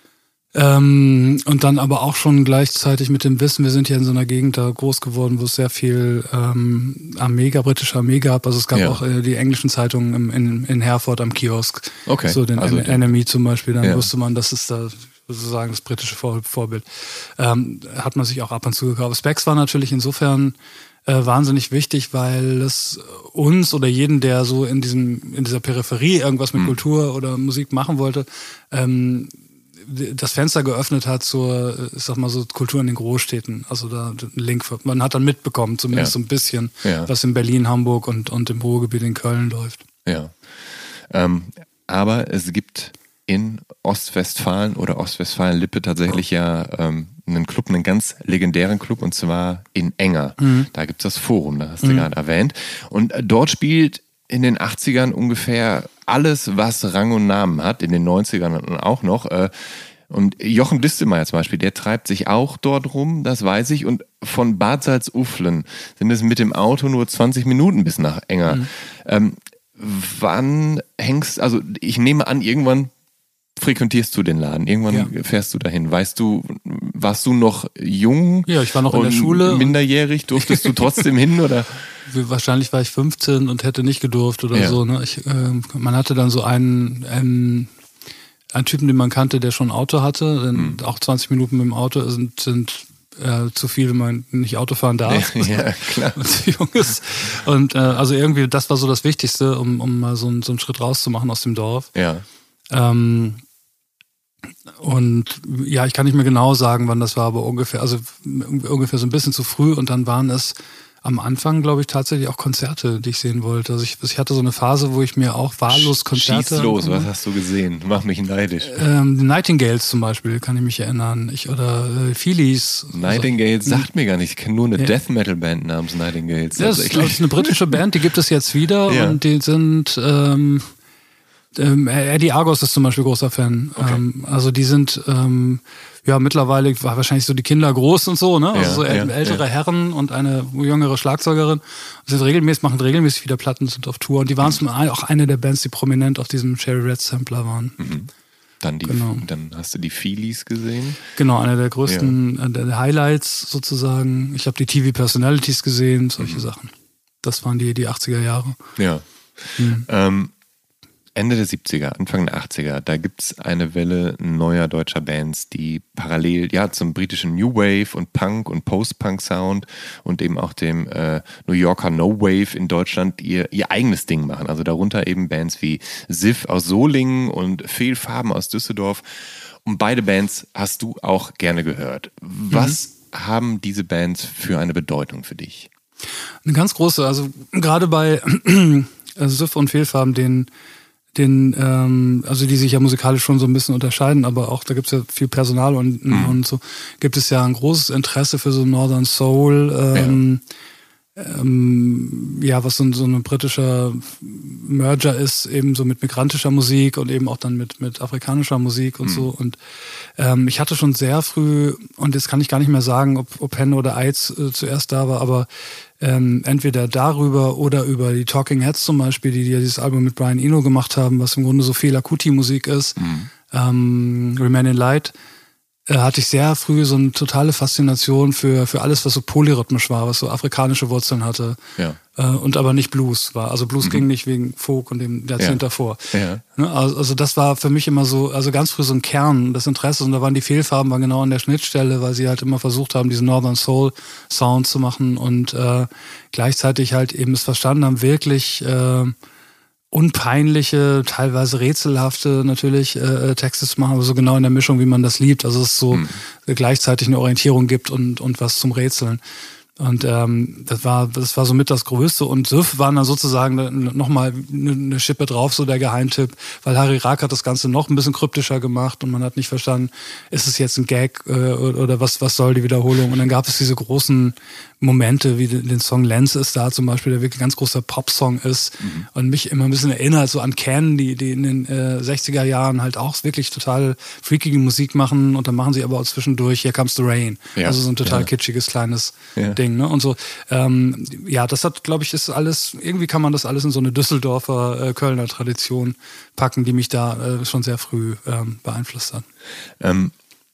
Ähm, und dann aber auch schon gleichzeitig mit dem Wissen, wir sind ja in so einer Gegend da groß geworden, wo es sehr viel ähm, Armee gab, britische Armee gab. Also es gab ja. auch äh, die englischen Zeitungen im, in, in Herford am Kiosk. Okay. So den also en- Enemy zum Beispiel. Dann ja. wusste man, das ist da sozusagen das britische Vor- Vorbild. Ähm, hat man sich auch ab und zu gekauft. Specs war natürlich insofern äh, wahnsinnig wichtig, weil es uns oder jeden, der so in diesem in dieser Peripherie irgendwas mit mhm. Kultur oder Musik machen wollte, ähm, das Fenster geöffnet hat zur, ich sag mal so, Kultur in den Großstädten. Also da ein Link, man hat dann mitbekommen, zumindest ja. so ein bisschen, ja. was in Berlin, Hamburg und, und im Ruhrgebiet in Köln läuft. Ja. Ähm, aber es gibt in Ostwestfalen oder Ostwestfalen-Lippe tatsächlich ja ähm, einen Club, einen ganz legendären Club, und zwar in Enger. Mhm. Da gibt es das Forum, da hast du mhm. gerade erwähnt. Und dort spielt in den achtzigern ungefähr alles, was Rang und Namen hat, in den neunzigern auch noch. Und Jochen Distelmeier zum Beispiel, der treibt sich auch dort rum, das weiß ich. Und von Bad Salzuflen sind es mit dem Auto nur zwanzig Minuten bis nach Enger. Mhm. Ähm, wann hängst, also ich nehme an, irgendwann frequentierst du den Laden, irgendwann ja. fährst du dahin. Weißt du, warst du noch jung? Ja, ich war noch in der Schule. Minderjährig, durftest du trotzdem hin, oder? Wahrscheinlich war ich fünfzehn und hätte nicht gedurft oder ja. so. Ne? Ich, äh, man hatte dann so einen, einen, einen Typen, den man kannte, der schon ein Auto hatte. Denn mhm. auch zwanzig Minuten mit dem Auto sind, sind äh, zu viel, wenn man nicht Auto fahren darf. Ja, klar. Und zu jung ist. Und äh, also irgendwie, das war so das Wichtigste, um, um mal so, ein, so einen Schritt rauszumachen aus dem Dorf. Ja. Ähm, und ja, ich kann nicht mehr genau sagen, wann das war, aber ungefähr, also ungefähr so ein bisschen zu früh. Und dann waren es am Anfang, glaube ich, tatsächlich auch Konzerte, die ich sehen wollte. Also ich, ich hatte so eine Phase, wo ich mir auch wahllos Konzerte... Schieß los, was hast du gesehen? Mach mich neidisch. Ähm, die Nightingales zum Beispiel, kann ich mich erinnern. Ich, oder äh, Phillies. Nightingales also, sagt mir gar nicht. Ich kenne nur eine ja. Death-Metal-Band namens Nightingales. Ja, das, ist, das ist eine britische Band, die gibt es jetzt wieder. Ja. Und die sind... Ähm, ähm, Eddie Argos ist zum Beispiel großer Fan. Okay. Ähm, also die sind... Ähm, ja, mittlerweile war wahrscheinlich so die Kinder groß und so, ne? Also ja, so ja, ältere ja. Herren und eine jüngere Schlagzeugerin. Sind regelmäßig, machen regelmäßig wieder Platten, sind auf Tour. Und die waren zum einen auch eine der Bands, die prominent auf diesem Cherry Red Sampler waren. Mhm. Dann, die, genau. dann hast du die Phillies gesehen? Genau, eine der größten ja. der Highlights sozusagen. Ich habe die T V-Personalities gesehen, solche mhm. Sachen. Das waren die, die achtziger Jahre. Ja. Mhm. Ähm, Ende der siebziger, Anfang der achtziger, da gibt es eine Welle neuer deutscher Bands, die parallel ja zum britischen New Wave und Punk und Post-Punk-Sound und eben auch dem äh, New Yorker No Wave in Deutschland ihr, ihr eigenes Ding machen. Also darunter eben Bands wie Siff aus Solingen und Fehlfarben aus Düsseldorf. Und beide Bands hast du auch gerne gehört. Was mhm. haben diese Bands für eine Bedeutung für dich? Eine ganz große, also gerade bei Siff und Fehlfarben, den Den, ähm, also die sich ja musikalisch schon so ein bisschen unterscheiden, aber auch da gibt es ja viel Personal und, mhm. und so gibt es ja ein großes Interesse für so Northern Soul, ähm, ja. Ähm, ja, was so, so ein britischer Merger ist, eben so mit migrantischer Musik und eben auch dann mit, mit afrikanischer Musik und mhm. so. Und ähm, ich hatte schon sehr früh, und jetzt kann ich gar nicht mehr sagen, ob, ob Henne oder Eiz äh, zuerst da war, aber Ähm, entweder darüber oder über die Talking Heads zum Beispiel, die, die ja dieses Album mit Brian Eno gemacht haben, was im Grunde so Fela Kuti-Musik ist, mhm. ähm, Remain in Light, äh, hatte ich sehr früh so eine totale Faszination für, für alles, was so polyrhythmisch war, was so afrikanische Wurzeln hatte. Ja. Äh, und aber nicht Blues war. Also Blues mhm. ging nicht wegen Folk und dem Jahrzehnt ja. davor. Ja. Ne? Also, also das war für mich immer so, also ganz früh so ein Kern des Interesses, und da waren die Fehlfarben waren genau an der Schnittstelle, weil sie halt immer versucht haben, diesen Northern Soul Sound zu machen und äh, gleichzeitig halt eben es verstanden haben, wirklich äh, unpeinliche, teilweise rätselhafte natürlich äh, Texte zu machen, aber so genau in der Mischung, wie man das liebt. Also es so hm. gleichzeitig eine Orientierung gibt und, und was zum Rätseln. Und ähm, das war das war somit das Größte. Und Siff waren dann sozusagen nochmal eine Schippe drauf, so der Geheimtipp, weil Harry Rack hat das Ganze noch ein bisschen kryptischer gemacht und man hat nicht verstanden, ist es jetzt ein Gag äh, oder was was soll die Wiederholung? Und dann gab es diese großen Momente, wie den Song Lens ist da zum Beispiel, der wirklich ein ganz großer Pop-Song ist mhm. und mich immer ein bisschen erinnert so an Can, die, die in den äh, sechziger Jahren halt auch wirklich total freakige Musik machen, und dann machen sie aber auch zwischendurch Here Comes the Rain. Ja. Also so ein total ja. kitschiges, kleines ja. Ding. Ne? Und so, ähm, ja, das hat, glaube ich, ist alles, irgendwie kann man das alles in so eine Düsseldorfer, äh, Kölner Tradition packen, die mich da äh, schon sehr früh ähm, beeinflusst hat. Ähm,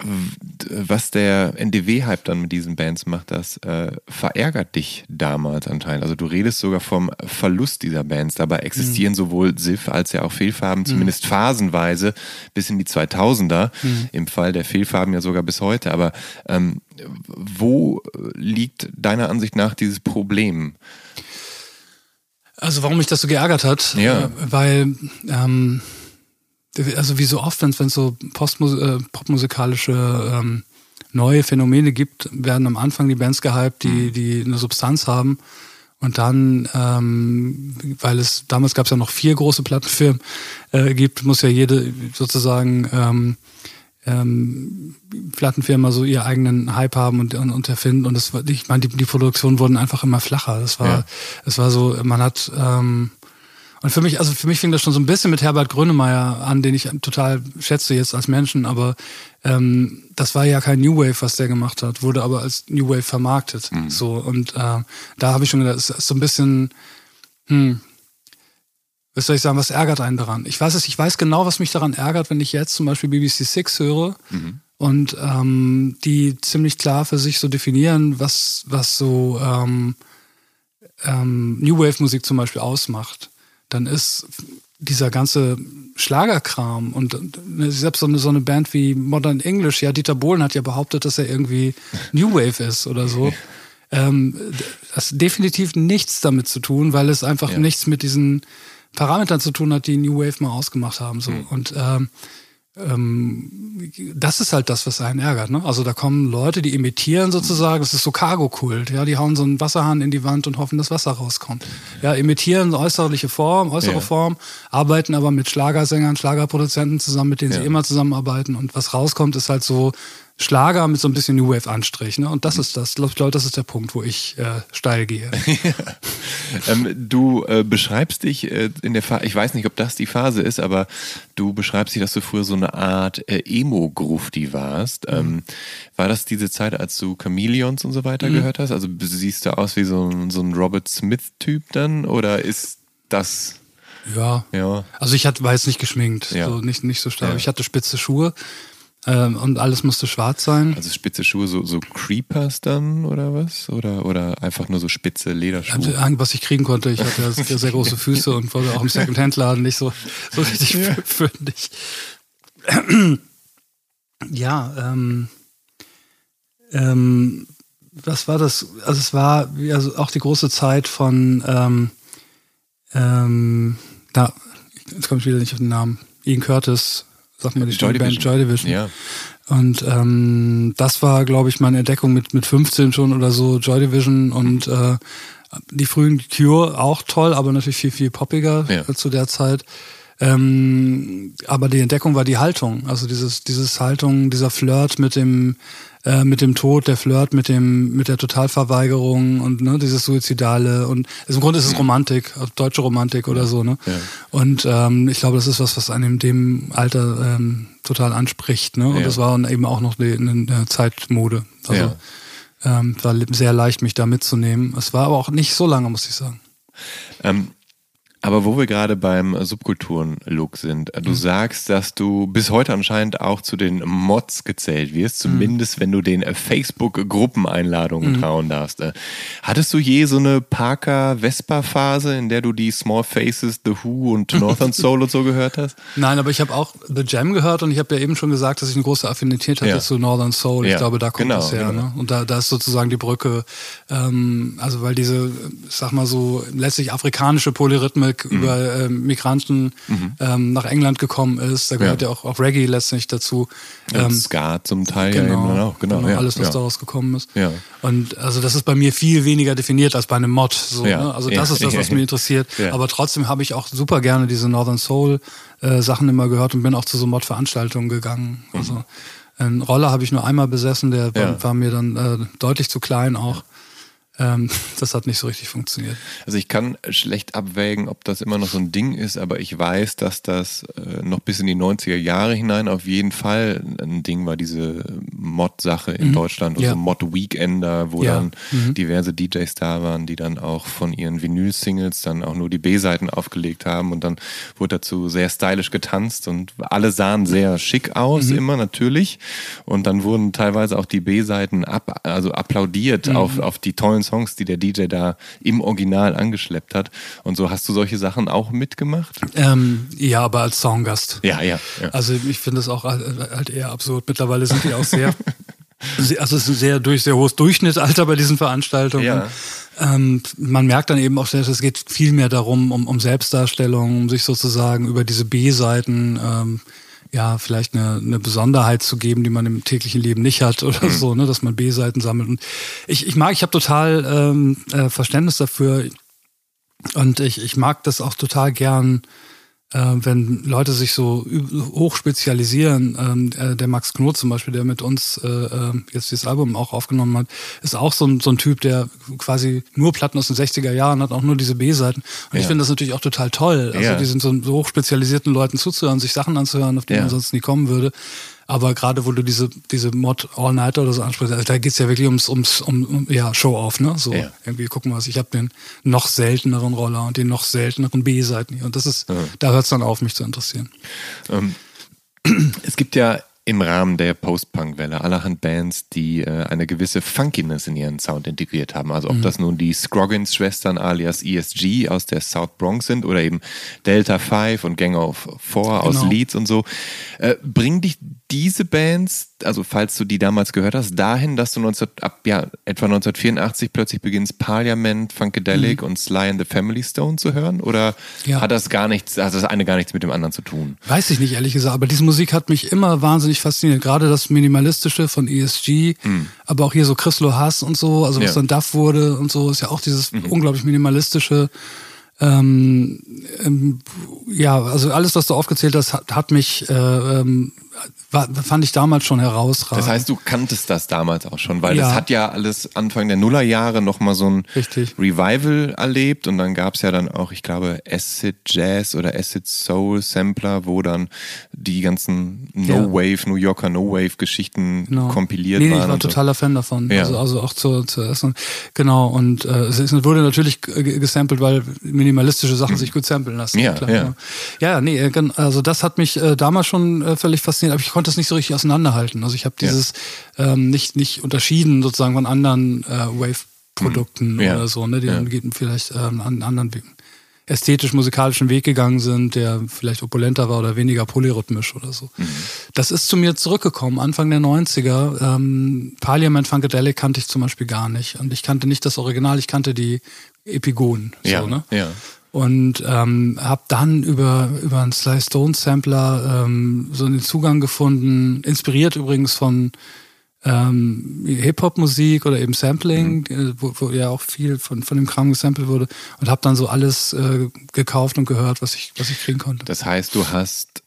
was der N D W-Hype dann mit diesen Bands macht, das äh, verärgert dich damals anscheinend. Also du redest sogar vom Verlust dieser Bands. Dabei existieren mhm. sowohl S I F als ja auch Fehlfarben, mhm. zumindest phasenweise bis in die zweitausender. Mhm. Im Fall der Fehlfarben ja sogar bis heute. Aber ähm, wo liegt deiner Ansicht nach dieses Problem? Also warum mich das so geärgert hat, ja. äh, weil ähm, also wie so oft, wenn es so Postmus- äh, popmusikalische ähm, neue Phänomene gibt, werden am Anfang die Bands gehypt, die, die eine Substanz haben. Und dann, ähm, weil es damals gab es ja noch vier große Plattenfirmen äh, gibt, muss ja jede sozusagen ähm, ähm, Plattenfirma so ihren eigenen Hype haben und, und, und erfinden. Und das war, ich meine, die, die Produktionen wurden einfach immer flacher. Das war, ja. es war so, man hat ähm, Und für mich, also für mich fing das schon so ein bisschen mit Herbert Grönemeyer an, den ich total schätze jetzt als Menschen, aber ähm, das war ja kein New Wave, was der gemacht hat, wurde aber als New Wave vermarktet. Mhm. So, und äh, da habe ich schon gedacht, es ist so ein bisschen, hm, was soll ich sagen, was ärgert einen daran? Ich weiß es, ich weiß genau, was mich daran ärgert, wenn ich jetzt zum Beispiel B B C Six höre mhm. und ähm, die ziemlich klar für sich so definieren, was, was so ähm, ähm, New Wave Musik zum Beispiel ausmacht. Dann ist dieser ganze Schlagerkram und selbst so eine, so eine Band wie Modern English, ja, Dieter Bohlen hat ja behauptet, dass er irgendwie New Wave ist oder so. Ähm, das hat definitiv nichts damit zu tun, weil es einfach ja. nichts mit diesen Parametern zu tun hat, die New Wave mal ausgemacht haben. So. Mhm. Und ähm, ähm, das ist halt das, was einen ärgert. Ne? Also da kommen Leute, die imitieren sozusagen, das ist so Cargo-Kult. Ja? Die hauen so einen Wasserhahn in die Wand und hoffen, dass Wasser rauskommt. Ja, imitieren äußerliche Form, äußere ja. Form, arbeiten aber mit Schlagersängern, Schlagerproduzenten zusammen, mit denen ja. sie immer zusammenarbeiten. Und was rauskommt, ist halt so Schlager mit so ein bisschen New Wave-Anstrich. Ne? Und das ist das, ich glaube, das ist der Punkt, wo ich äh, steil gehe. ja. ähm, du äh, beschreibst dich äh, in der Phase, ich weiß nicht, ob das die Phase ist, aber du beschreibst dich, dass du früher so eine Art äh, Emo-Grufti warst. Mhm. Ähm, war das diese Zeit, als du Chameleons und so weiter mhm. gehört hast? Also siehst du aus wie so ein, so ein Robert Smith-Typ dann? Oder ist das... Ja, ja. Also ich hatte, war jetzt nicht geschminkt, ja. so nicht, nicht so stark. Ja. Ich hatte spitze Schuhe. Ähm, und alles musste schwarz sein. Also spitze Schuhe, so, so Creepers dann oder was? Oder, oder einfach nur so spitze Lederschuhe? Also, was ich kriegen konnte. Ich hatte ja sehr, sehr große Füße und wurde auch im Second-Hand-Laden nicht so, so richtig ja. fündig. Ja, ähm, ähm, was war das? Also es war also auch die große Zeit von ähm, ähm, da, jetzt komme ich wieder nicht auf den Namen, Ian Curtis, sag mal die Joy Band Division. Joy Division. Ja. Und ähm, das war, glaube ich, meine Entdeckung mit mit fünfzehn schon oder so, Joy Division und äh, die frühen Cure auch toll, aber natürlich viel, viel poppiger ja. zu der Zeit. Ähm, aber die Entdeckung war die Haltung, also dieses dieses Haltung, dieser Flirt mit dem äh, mit dem Tod, der Flirt mit dem mit der Totalverweigerung und ne, dieses Suizidale und also im Grunde ist es Romantik, deutsche Romantik oder so, ne? Ja. Und ähm, ich glaube, das ist was, was einen in dem Alter ähm, total anspricht, ne? Und ja. das war eben auch noch eine, eine Zeitmode. Also ja. ähm, war sehr leicht, mich da mitzunehmen. Es war aber auch nicht so lange, muss ich sagen. Ähm Aber wo wir gerade beim Subkulturen-Look sind, du mhm. sagst, dass du bis heute anscheinend auch zu den Mods gezählt wirst, zumindest mhm. wenn du den Facebook-Gruppeneinladungen mhm. trauen darfst. Hattest du je so eine Parker-Vespa-Phase, in der du die Small Faces, The Who und Northern Soul und so gehört hast? Nein, aber ich habe auch The Jam gehört und ich habe ja eben schon gesagt, dass ich eine große Affinität hatte ja. zu Northern Soul. Ich ja. glaube, da kommt genau, das her. Genau. Ne? Und da, da ist sozusagen die Brücke, ähm, also weil diese, ich sag mal so, letztlich afrikanische Polyrhythmik mhm. über äh, Migranten mhm. ähm, nach England gekommen ist. Da gehört ja, ja auch, auch Reggae letztlich dazu. Ja, ähm, Ska zum Teil genau, ja eben auch. Genau, genau ja, alles, was ja. daraus gekommen ist. Ja. Und also das ist bei mir viel weniger definiert als bei einem Mod. So, ja. ne? Also das ja. ist das, was mich interessiert. Ja. Aber trotzdem habe ich auch super gerne diese Northern Soul äh, Sachen immer gehört und bin auch zu so Mod-Veranstaltungen gegangen. Mhm. Also einen Roller habe ich nur einmal besessen, der ja. war, war mir dann äh, deutlich zu klein auch. ähm, das hat nicht so richtig funktioniert. Also ich kann schlecht abwägen, ob das immer noch so ein Ding ist, aber ich weiß, dass das äh, noch bis in die neunziger Jahre hinein auf jeden Fall ein Ding war, diese Mod-Sache in mhm. Deutschland und ja. so Mod-Weekender, wo ja. dann mhm. diverse D Js da waren, die dann auch von ihren Vinyl-Singles dann auch nur die B-Seiten aufgelegt haben und dann wurde dazu sehr stylisch getanzt und alle sahen sehr schick aus, mhm. immer natürlich, und dann wurden teilweise auch die B-Seiten ab, also applaudiert mhm. auf, auf die tollen Songs, die der D J da im Original angeschleppt hat. Und so, hast du solche Sachen auch mitgemacht? Ähm, ja, aber als Songgast. Ja, ja. ja. Also ich finde es auch halt eher absurd. Mittlerweile sind die auch sehr, also es ist ein sehr, durch, sehr hohes Durchschnittsalter bei diesen Veranstaltungen. Ja. Ähm, man merkt dann eben auch, es geht viel mehr darum, um, um Selbstdarstellung, um sich sozusagen über diese B-Seiten ähm, ja, vielleicht eine, eine Besonderheit zu geben, die man im täglichen Leben nicht hat oder mhm. so, ne, dass man B-Seiten sammelt. Und ich, ich mag, ich habe total ähm, äh, Verständnis dafür und ich, ich mag das auch total gern, äh, wenn Leute sich so hoch spezialisieren. Ähm, äh, der Max Knoth zum Beispiel, der mit uns äh, jetzt dieses Album auch aufgenommen hat, ist auch so ein, so ein Typ, der quasi nur Platten aus den sechziger Jahren hat, auch nur diese B-Seiten. Und ja. ich finde das natürlich auch total toll. Also ja. die sind so, so hoch spezialisierten Leuten zuzuhören, sich Sachen anzuhören, auf die ja. man sonst nie kommen würde. Aber gerade wo du diese diese Mod All-Nighter oder so ansprichst, also da geht's ja wirklich ums ums um, um ja Show-off, ne? So ja. irgendwie gucken wir was. Ich habe den noch selteneren Roller und den noch selteneren B-Seiten hier. Und das ist, ja. da hört's dann auf, mich zu interessieren. Ähm, es gibt ja im Rahmen der Post-Punk-Welle allerhand Bands, die äh, eine gewisse Funkiness in ihren Sound integriert haben. Also ob mhm. das nun die Scroggins-Schwestern alias E S G aus der South Bronx sind oder eben Delta Five und Gang of Four aus Genau. Leeds und so. Äh, bringen dich diese Bands, also falls du die damals gehört hast, dahin, dass du neunzehn, ab ja, etwa neunzehnhundertvierundachtzig plötzlich beginnst, Parliament, Funkadelic mhm. und Sly and the Family Stone zu hören? Oder ja. hat das gar nichts, hat das eine gar nichts mit dem anderen zu tun? Weiß ich nicht, ehrlich gesagt, aber diese Musik hat mich immer wahnsinnig fasziniert. Gerade das Minimalistische von E S G, mhm. aber auch hier so Chris Lohass und so, also was Ja. dann Duff wurde und so, ist ja auch dieses Mhm. unglaublich minimalistische. Ähm, ähm, ja, also alles, was du aufgezählt hast, hat, hat mich, äh, ähm, war, fand ich damals schon herausragend. Das heißt, du kanntest das damals auch schon, weil Ja. das hat ja alles Anfang der Nullerjahre nochmal so ein Richtig. Revival erlebt und dann gab's ja dann auch, ich glaube, Acid Jazz oder Acid Soul Sampler, wo dann die ganzen No-Wave, New Yorker No-Wave-Geschichten Genau. kompiliert nee, nee, waren. ich war und so. totaler Fan davon. Ja. Also, also auch zu, zu essen. Genau, und äh, es ist, wurde natürlich g- gesampelt, weil minimalistische Sachen sich gut samplen lassen. Ja, klar, ja. ja, nee, äh, also das hat mich äh, damals schon äh, völlig fasziniert, aber ich konnte es nicht so richtig auseinanderhalten. Also ich habe dieses ähm, nicht nicht unterschieden sozusagen von anderen äh, Wave-Produkten Ja. oder so, ne, die Ja. dann geht vielleicht ähm, einen anderen Weg, ästhetisch-musikalischen Weg gegangen sind, der vielleicht opulenter war oder weniger polyrhythmisch oder so. Mhm. Das ist zu mir zurückgekommen, Anfang der neunziger. Ähm, Parliament Funkadelic kannte ich zum Beispiel gar nicht. Und ich kannte nicht das Original, ich kannte die Epigonen. Ja, so, ne? ja. Und ähm, habe dann über über einen Sly Stone Sampler ähm, so einen Zugang gefunden, inspiriert übrigens von ähm, Hip-Hop-Musik oder eben Sampling, mhm. wo, wo ja auch viel von von dem Kram gesampelt wurde, und habe dann so alles äh, gekauft und gehört, was ich was ich kriegen konnte. Das heißt, du hast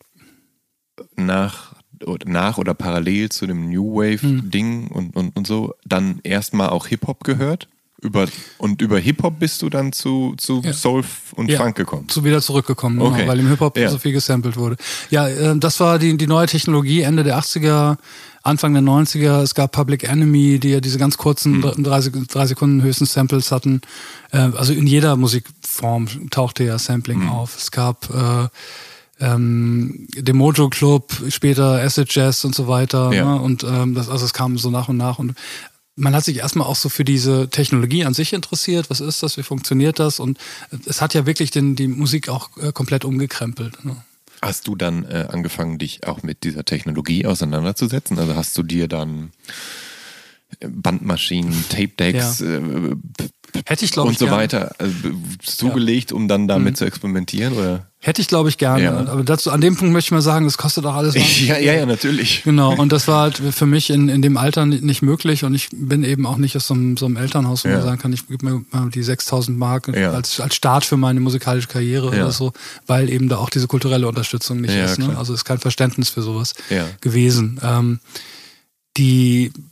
nach oder, nach oder parallel zu dem New Wave-Ding und, und, und so dann erstmal auch Hip-Hop gehört? Über, und über Hip-Hop bist du dann zu, zu Ja. Soul und Ja. Funk gekommen? So wieder zurückgekommen, Okay. genau, weil im Hip-Hop Ja. so viel gesampelt wurde. Ja, äh, das war die, die neue Technologie, Ende der achtziger, Anfang der neunziger. Es gab Public Enemy, die ja diese ganz kurzen, Mhm. drei, drei Sekunden höchsten Samples hatten. Äh, also in jeder Musikform tauchte ja Sampling Mhm. auf. Es gab äh, ähm, den Mojo Club, später Acid Jazz und so weiter. Ja. Ne? Und ähm, das, also es kam so nach und nach, und man hat sich erstmal auch so für diese Technologie an sich interessiert. Was ist das? Wie funktioniert das? Und es hat ja wirklich den, die Musik auch äh, komplett umgekrempelt. Ne? Hast du dann äh, angefangen, dich auch mit dieser Technologie auseinanderzusetzen? Also hast du dir dann Bandmaschinen, Tape-Decks Ja. äh, Hätte ich, glaube und ich, so gern. weiter äh, zugelegt, um dann damit Mhm. zu experimentieren? Oder? Hätte ich, glaube ich, gerne. Ja. Aber dazu, an dem Punkt möchte ich mal sagen, das kostet auch alles wahnsinnig Ja, viel. ja, ja, natürlich. Genau, und das war halt für mich in, in dem Alter nicht, nicht möglich, und ich bin eben auch nicht aus so einem, so einem Elternhaus, wo Ja. man sagen kann, ich gebe mir mal die sechstausend Mark Ja. als, als Start für meine musikalische Karriere Ja. oder so, weil eben da auch diese kulturelle Unterstützung nicht Ja, ist. Ne? klar. Also ist kein Verständnis für sowas Ja. gewesen. Ähm, die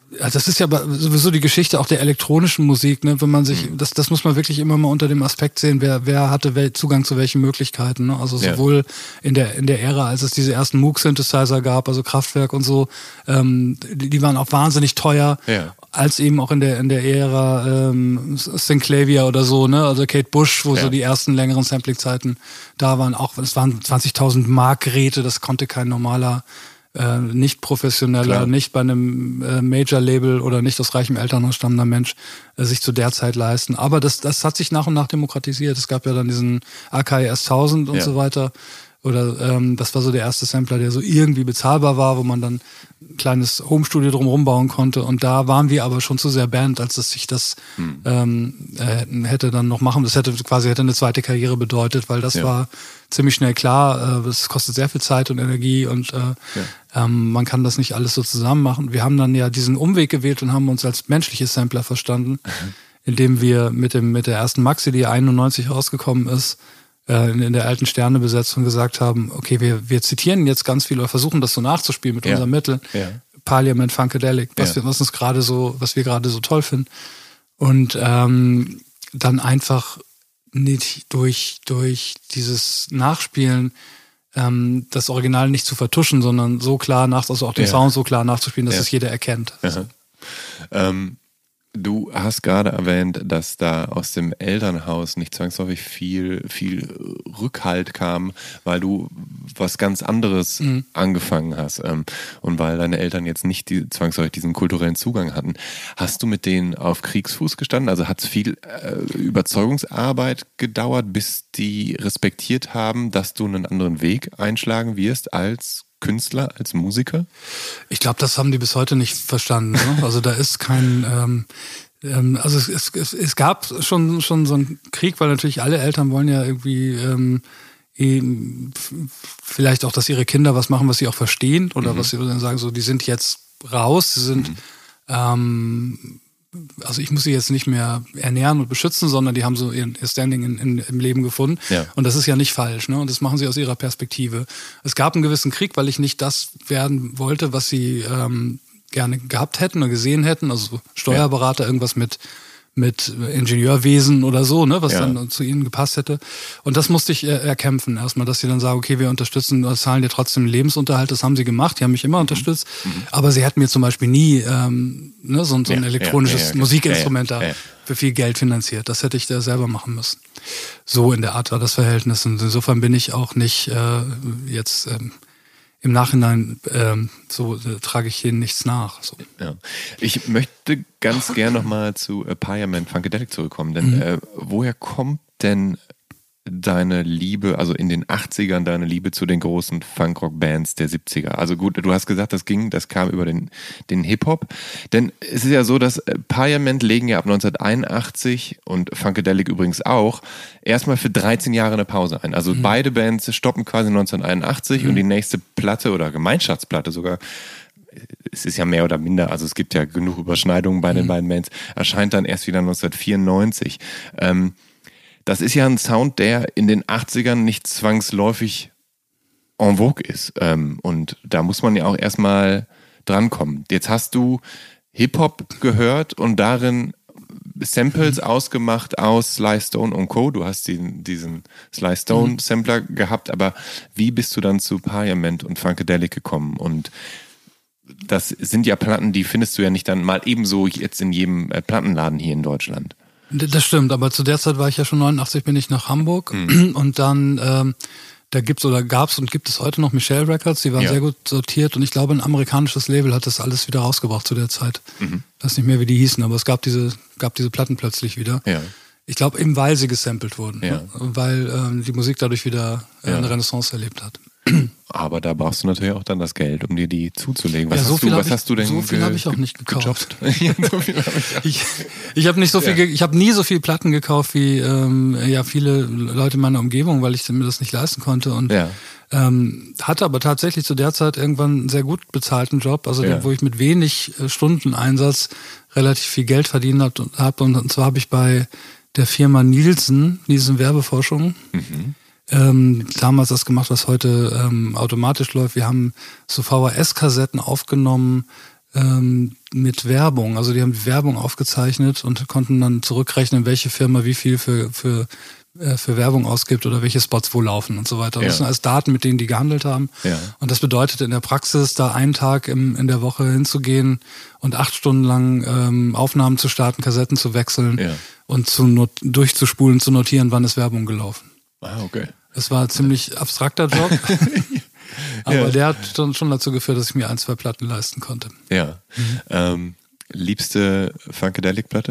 Ja, das ist ja sowieso die Geschichte auch der elektronischen Musik, ne? Wenn man sich, das, das muss man wirklich immer mal unter dem Aspekt sehen, wer, wer hatte wel, Zugang zu welchen Möglichkeiten, ne? Also sowohl ja. in der, in der Ära, als es diese ersten Moog-Synthesizer gab, also Kraftwerk und so, ähm, die, die waren auch wahnsinnig teuer, ja. als eben auch in der, in der Ära, ähm, Synclavier oder so, ne? Also Kate Bush, wo ja. so die ersten längeren Sampling-Zeiten da waren, auch, es waren zwanzigtausend Mark Geräte, das konnte kein normaler Äh, nicht professioneller, Klar. nicht bei einem äh, Major-Label oder nicht aus reichem Elternhaus stammender Mensch äh, sich zu der Zeit leisten. Aber das, das hat sich nach und nach demokratisiert. Es gab ja dann diesen A K S tausend und ja. so weiter. Oder ähm, das war so der erste Sampler, der so irgendwie bezahlbar war, wo man dann ein kleines Homestudio drumherum bauen konnte. Und da waren wir aber schon zu sehr Band, als dass sich das hm. ähm, äh, hätte dann noch machen. Das hätte quasi hätte eine zweite Karriere bedeutet, weil das ja. war ziemlich schnell klar. Es äh, kostet sehr viel Zeit und Energie und äh, ja. ähm, man kann das nicht alles so zusammen machen. Wir haben dann ja diesen Umweg gewählt und haben uns als menschliche Sampler verstanden, mhm. indem wir mit dem mit der ersten Maxi, die einundneunzig rausgekommen ist, in, in der alten Sternebesetzung gesagt haben, okay, wir, wir zitieren jetzt ganz viel oder versuchen das so nachzuspielen mit ja. unseren Mitteln. Ja. Parliament Funkadelic, was, ja. wir, was uns gerade so, was wir gerade so toll finden. Und ähm, dann einfach nicht durch, durch dieses Nachspielen ähm, das Original nicht zu vertuschen, sondern so klar nach, also auch den ja. Sound so klar nachzuspielen, dass ja. es jeder erkennt. Also. Ähm, du hast gerade erwähnt, dass da aus dem Elternhaus nicht zwangsläufig viel, viel Rückhalt kam, weil du was ganz anderes mhm. angefangen hast ähm, und weil deine Eltern jetzt nicht die, zwangsläufig diesen kulturellen Zugang hatten. Hast du mit denen auf Kriegsfuß gestanden? Also hat es viel äh, Überzeugungsarbeit gedauert, bis die respektiert haben, dass du einen anderen Weg einschlagen wirst als Künstler, als Musiker? Ich glaube, das haben die bis heute nicht verstanden. Ne? Also da ist kein, ähm, ähm, also es, es, es, es gab schon, schon so einen Krieg, weil natürlich alle Eltern wollen ja irgendwie ähm, eben, vielleicht auch, dass ihre Kinder was machen, was sie auch verstehen oder mhm. was sie dann sagen, so die sind jetzt raus, sie sind mhm. ähm, also ich muss sie jetzt nicht mehr ernähren und beschützen, sondern die haben so ihr Standing in, in, im Leben gefunden. Ja. Und das ist ja nicht falsch, ne? Und das machen sie aus ihrer Perspektive. Es gab einen gewissen Krieg, weil ich nicht das werden wollte, was sie ähm, gerne gehabt hätten oder gesehen hätten. Also Steuerberater, ja. irgendwas mit mit Ingenieurwesen oder so, ne, was ja. dann zu ihnen gepasst hätte. Und das musste ich äh, erkämpfen. Erstmal, dass sie dann sagen, okay, wir unterstützen, wir zahlen dir trotzdem einen Lebensunterhalt. Das haben sie gemacht, die haben mich immer mhm. unterstützt. Mhm. Aber sie hätten mir zum Beispiel nie ähm, ne, so, so ein ja, elektronisches ja, ja, Musikinstrument ja, ja, ja. da für viel Geld finanziert. Das hätte ich da selber machen müssen. So in der Art war das Verhältnis. Und insofern bin ich auch nicht äh, jetzt ähm, im Nachhinein ähm, so äh, trage ich denen nichts nach. So. Ja. Ich möchte ganz gern nochmal zu äh, Parliament Funkadelic zurückkommen, denn mhm. äh, woher kommt denn deine Liebe, also in den achtzigern deine Liebe zu den großen Punkrock-Bands der siebziger? Also gut, du hast gesagt, das ging, das kam über den, den Hip-Hop, denn es ist ja so, dass äh, Parliament legen ja ab neunzehnhunderteinundachtzig und Funkadelic übrigens auch erstmal für dreizehn Jahre eine Pause ein. Also mhm. beide Bands stoppen quasi neunzehnhunderteinundachtzig mhm. und die nächste Platte oder Gemeinschaftsplatte sogar, es ist ja mehr oder minder, also es gibt ja genug Überschneidungen bei mhm. den beiden Bands, erscheint dann erst wieder neunzehnhundertvierundneunzig. Ähm, Das ist ja ein Sound, der in den achtzigern nicht zwangsläufig en vogue ist. Und da muss man ja auch erstmal drankommen. Jetzt hast du Hip-Hop gehört und darin Samples mhm. ausgemacht aus Sly Stone und Co. Du hast diesen, diesen Sly Stone Sampler mhm. gehabt, aber wie bist du dann zu Parliament und Funkadelic gekommen? Und das sind ja Platten, die findest du ja nicht dann mal ebenso jetzt in jedem Plattenladen hier in Deutschland. Das stimmt, aber zu der Zeit war ich ja schon neunundachtzig, bin ich nach Hamburg mhm. und dann, ähm, da gibt's oder gab's und gibt es heute noch Michelle Records, die waren ja. sehr gut sortiert und ich glaube, ein amerikanisches Label hat das alles wieder rausgebracht zu der Zeit. Mhm. Ich weiß nicht mehr, wie die hießen, aber es gab diese, gab diese Platten plötzlich wieder. Ja. Ich glaube, eben weil sie gesampelt wurden, ja. ne? Weil ähm, die Musik dadurch wieder äh, ja. eine Renaissance erlebt hat. Aber da brauchst du natürlich auch dann das Geld, um dir die zuzulegen. Was, ja, so hast, du, was ich, hast du denn So viel habe ich auch nicht gekauft. ja, so viel hab ich ich ich habe nicht so viel, ja. ich habe nie so viel Platten gekauft wie ähm, ja viele Leute in meiner Umgebung, weil ich mir das nicht leisten konnte und ja. ähm, hatte aber tatsächlich zu der Zeit irgendwann einen sehr gut bezahlten Job, also ja. wo ich mit wenig Stunden Einsatz relativ viel Geld verdient habe und, hab, und, und zwar habe ich bei der Firma Nielsen, Nielsen Werbeforschung, mhm. Ähm, damals das gemacht, was heute ähm, automatisch läuft. Wir haben so V H S-Kassetten aufgenommen ähm, mit Werbung. Also die haben die Werbung aufgezeichnet und konnten dann zurückrechnen, welche Firma wie viel für, für, äh, für Werbung ausgibt oder welche Spots wo laufen und so weiter. Ja. Das sind alles Daten, mit denen die gehandelt haben. Ja. Und das bedeutet in der Praxis, da einen Tag im, in der Woche hinzugehen und acht Stunden lang ähm, Aufnahmen zu starten, Kassetten zu wechseln Ja. und zu not- durchzuspulen, zu notieren, wann ist Werbung gelaufen. Ah, okay. Es war ein ziemlich abstrakter Job, aber Ja. der hat dann schon dazu geführt, dass ich mir ein, zwei Platten leisten konnte. Ja. Mhm. Ähm, liebste Funkadelic-Platte?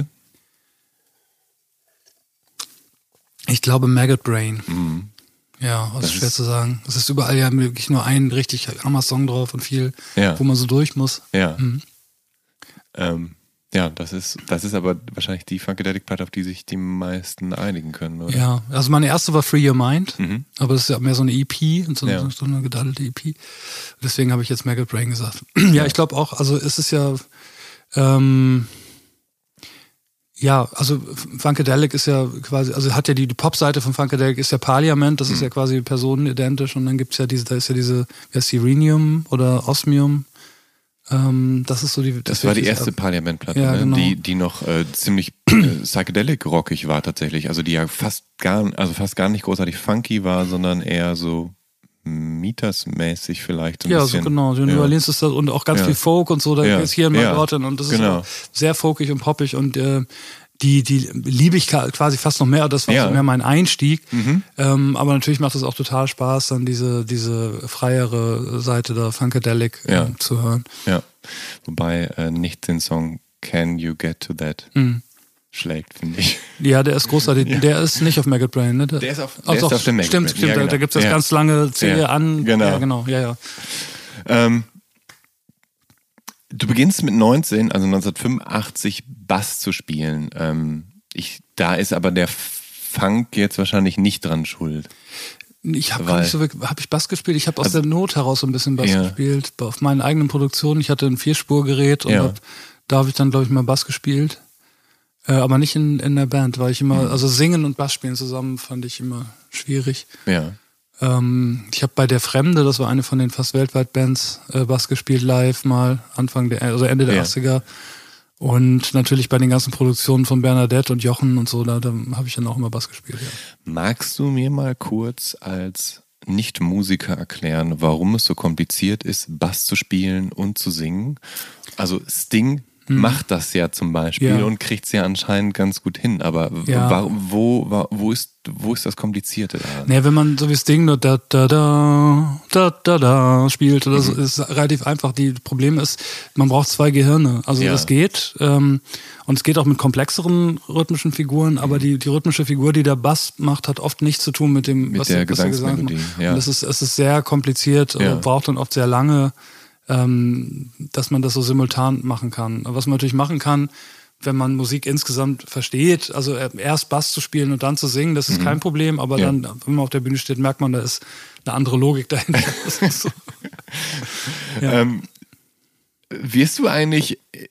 Ich glaube Maggot Brain. Mhm. Ja, das, Das ist schwer ist- zu sagen. Es ist überall ja wirklich nur ein richtig armer Song drauf und viel, Ja. wo man so durch muss. Ja. Mhm. Ähm, ja, das ist, das ist aber wahrscheinlich die Funkadelic-Platte, auf die sich die meisten einigen können, oder? Ja, also meine erste war Free Your Mind, Mhm. aber das ist ja mehr so eine E P und so, Ja. so eine gedaddelte E P. Deswegen habe ich jetzt Maggot Brain gesagt. Ja, ich glaube auch, also es ist ja, ähm, ja, also Funkadelic ist ja quasi, also hat ja die, die Pop-Seite von Funkadelic ist ja Parliament, das ist ja quasi personenidentisch und dann gibt's ja diese, da ist ja diese, wie heißt die, Rhenium oder Osmium. Ähm, das ist so die. Das war die wirklich- erste Parliament-Platte, Ja, ne? genau. die, die noch äh, ziemlich äh, psychedelic-rockig war tatsächlich. Also die ja fast gar, also fast gar nicht großartig funky war, sondern eher so Mieters-mäßig vielleicht. So ein Ja, bisschen. so genau. In Ja. New Orleans ist das und auch ganz Ja. viel Folk und so. Da Ja. ist hier in Ja. Margotten und das ist Genau. auch sehr folkig und poppig und äh, die, die liebe ich ka- quasi fast noch mehr. Das war Ja. so mehr mein Einstieg. Mhm. Ähm, aber natürlich macht es auch total Spaß, dann diese, diese freiere Seite der Funkadelic äh, Ja. zu hören. Ja. Wobei äh, nicht den Song Can You Get to That Mhm. schlägt, finde ich. Ja, der ist großartig. Der ist nicht auf Maggot Brain, ne? Der ist auf- Ach der ist doch, auf dem Maggot Stimmt, Brain. stimmt. Ja, Da, genau. da gibt es das Ja. ganz lange C Ja. an. Genau. Ja, genau. Ja, ja. Ähm, du beginnst mit neunzehn, also neunzehnhundertfünfundachtzig, Bass zu spielen. Ähm, ich, da ist aber der Funk jetzt wahrscheinlich nicht dran schuld. Ich habe Weil- gar nicht so wirklich, habe ich Bass gespielt? Ich habe aus Also- der Not heraus so ein bisschen Bass Ja. gespielt. Auf meinen eigenen Produktionen. Ich hatte ein Vierspurgerät und Ja. hab, da habe ich dann, glaube ich, mal Bass gespielt. Äh, aber nicht in, in der Band, weil ich immer, Mhm. also singen und Bass spielen zusammen fand ich immer schwierig. Ja. Ähm, ich habe bei Der Fremde, das war eine von den fast weltweit Bands, äh, Bass gespielt live mal Anfang der, also Ende der Ja. achtziger. Und natürlich bei den ganzen Produktionen von Bernadette und Jochen und so, da, da habe ich dann auch immer Bass gespielt, ja. Magst du mir mal kurz als Nicht-Musiker erklären, warum es so kompliziert ist, Bass zu spielen und zu singen? Also Sting macht das ja zum Beispiel Ja. und kriegt es ja anscheinend ganz gut hin, aber w- Ja. wa- wo, wa- wo, ist, wo ist das Komplizierte daran? Nee, wenn man so wie das Ding nur da, da, da, da, da, da spielt, oder so, Mhm. ist relativ einfach. Die Problem ist, man braucht zwei Gehirne. Also Ja. das geht. Ähm, und es geht auch mit komplexeren rhythmischen Figuren, aber die, die rhythmische Figur, die der Bass macht, hat oft nichts zu tun mit dem, Mit was der was Gesang Gesangsmelodie, macht. ja. Und es ist, es ist sehr kompliziert Ja. und braucht dann oft sehr lange, ähm, dass man das so simultan machen kann. Was man natürlich machen kann, wenn man Musik insgesamt versteht, also erst Bass zu spielen und dann zu singen, das ist kein Problem, aber Ja. dann, wenn man auf der Bühne steht, merkt man, da ist eine andere Logik dahinter. Das ist so. Ja. Ähm, wirst du eigentlich äh,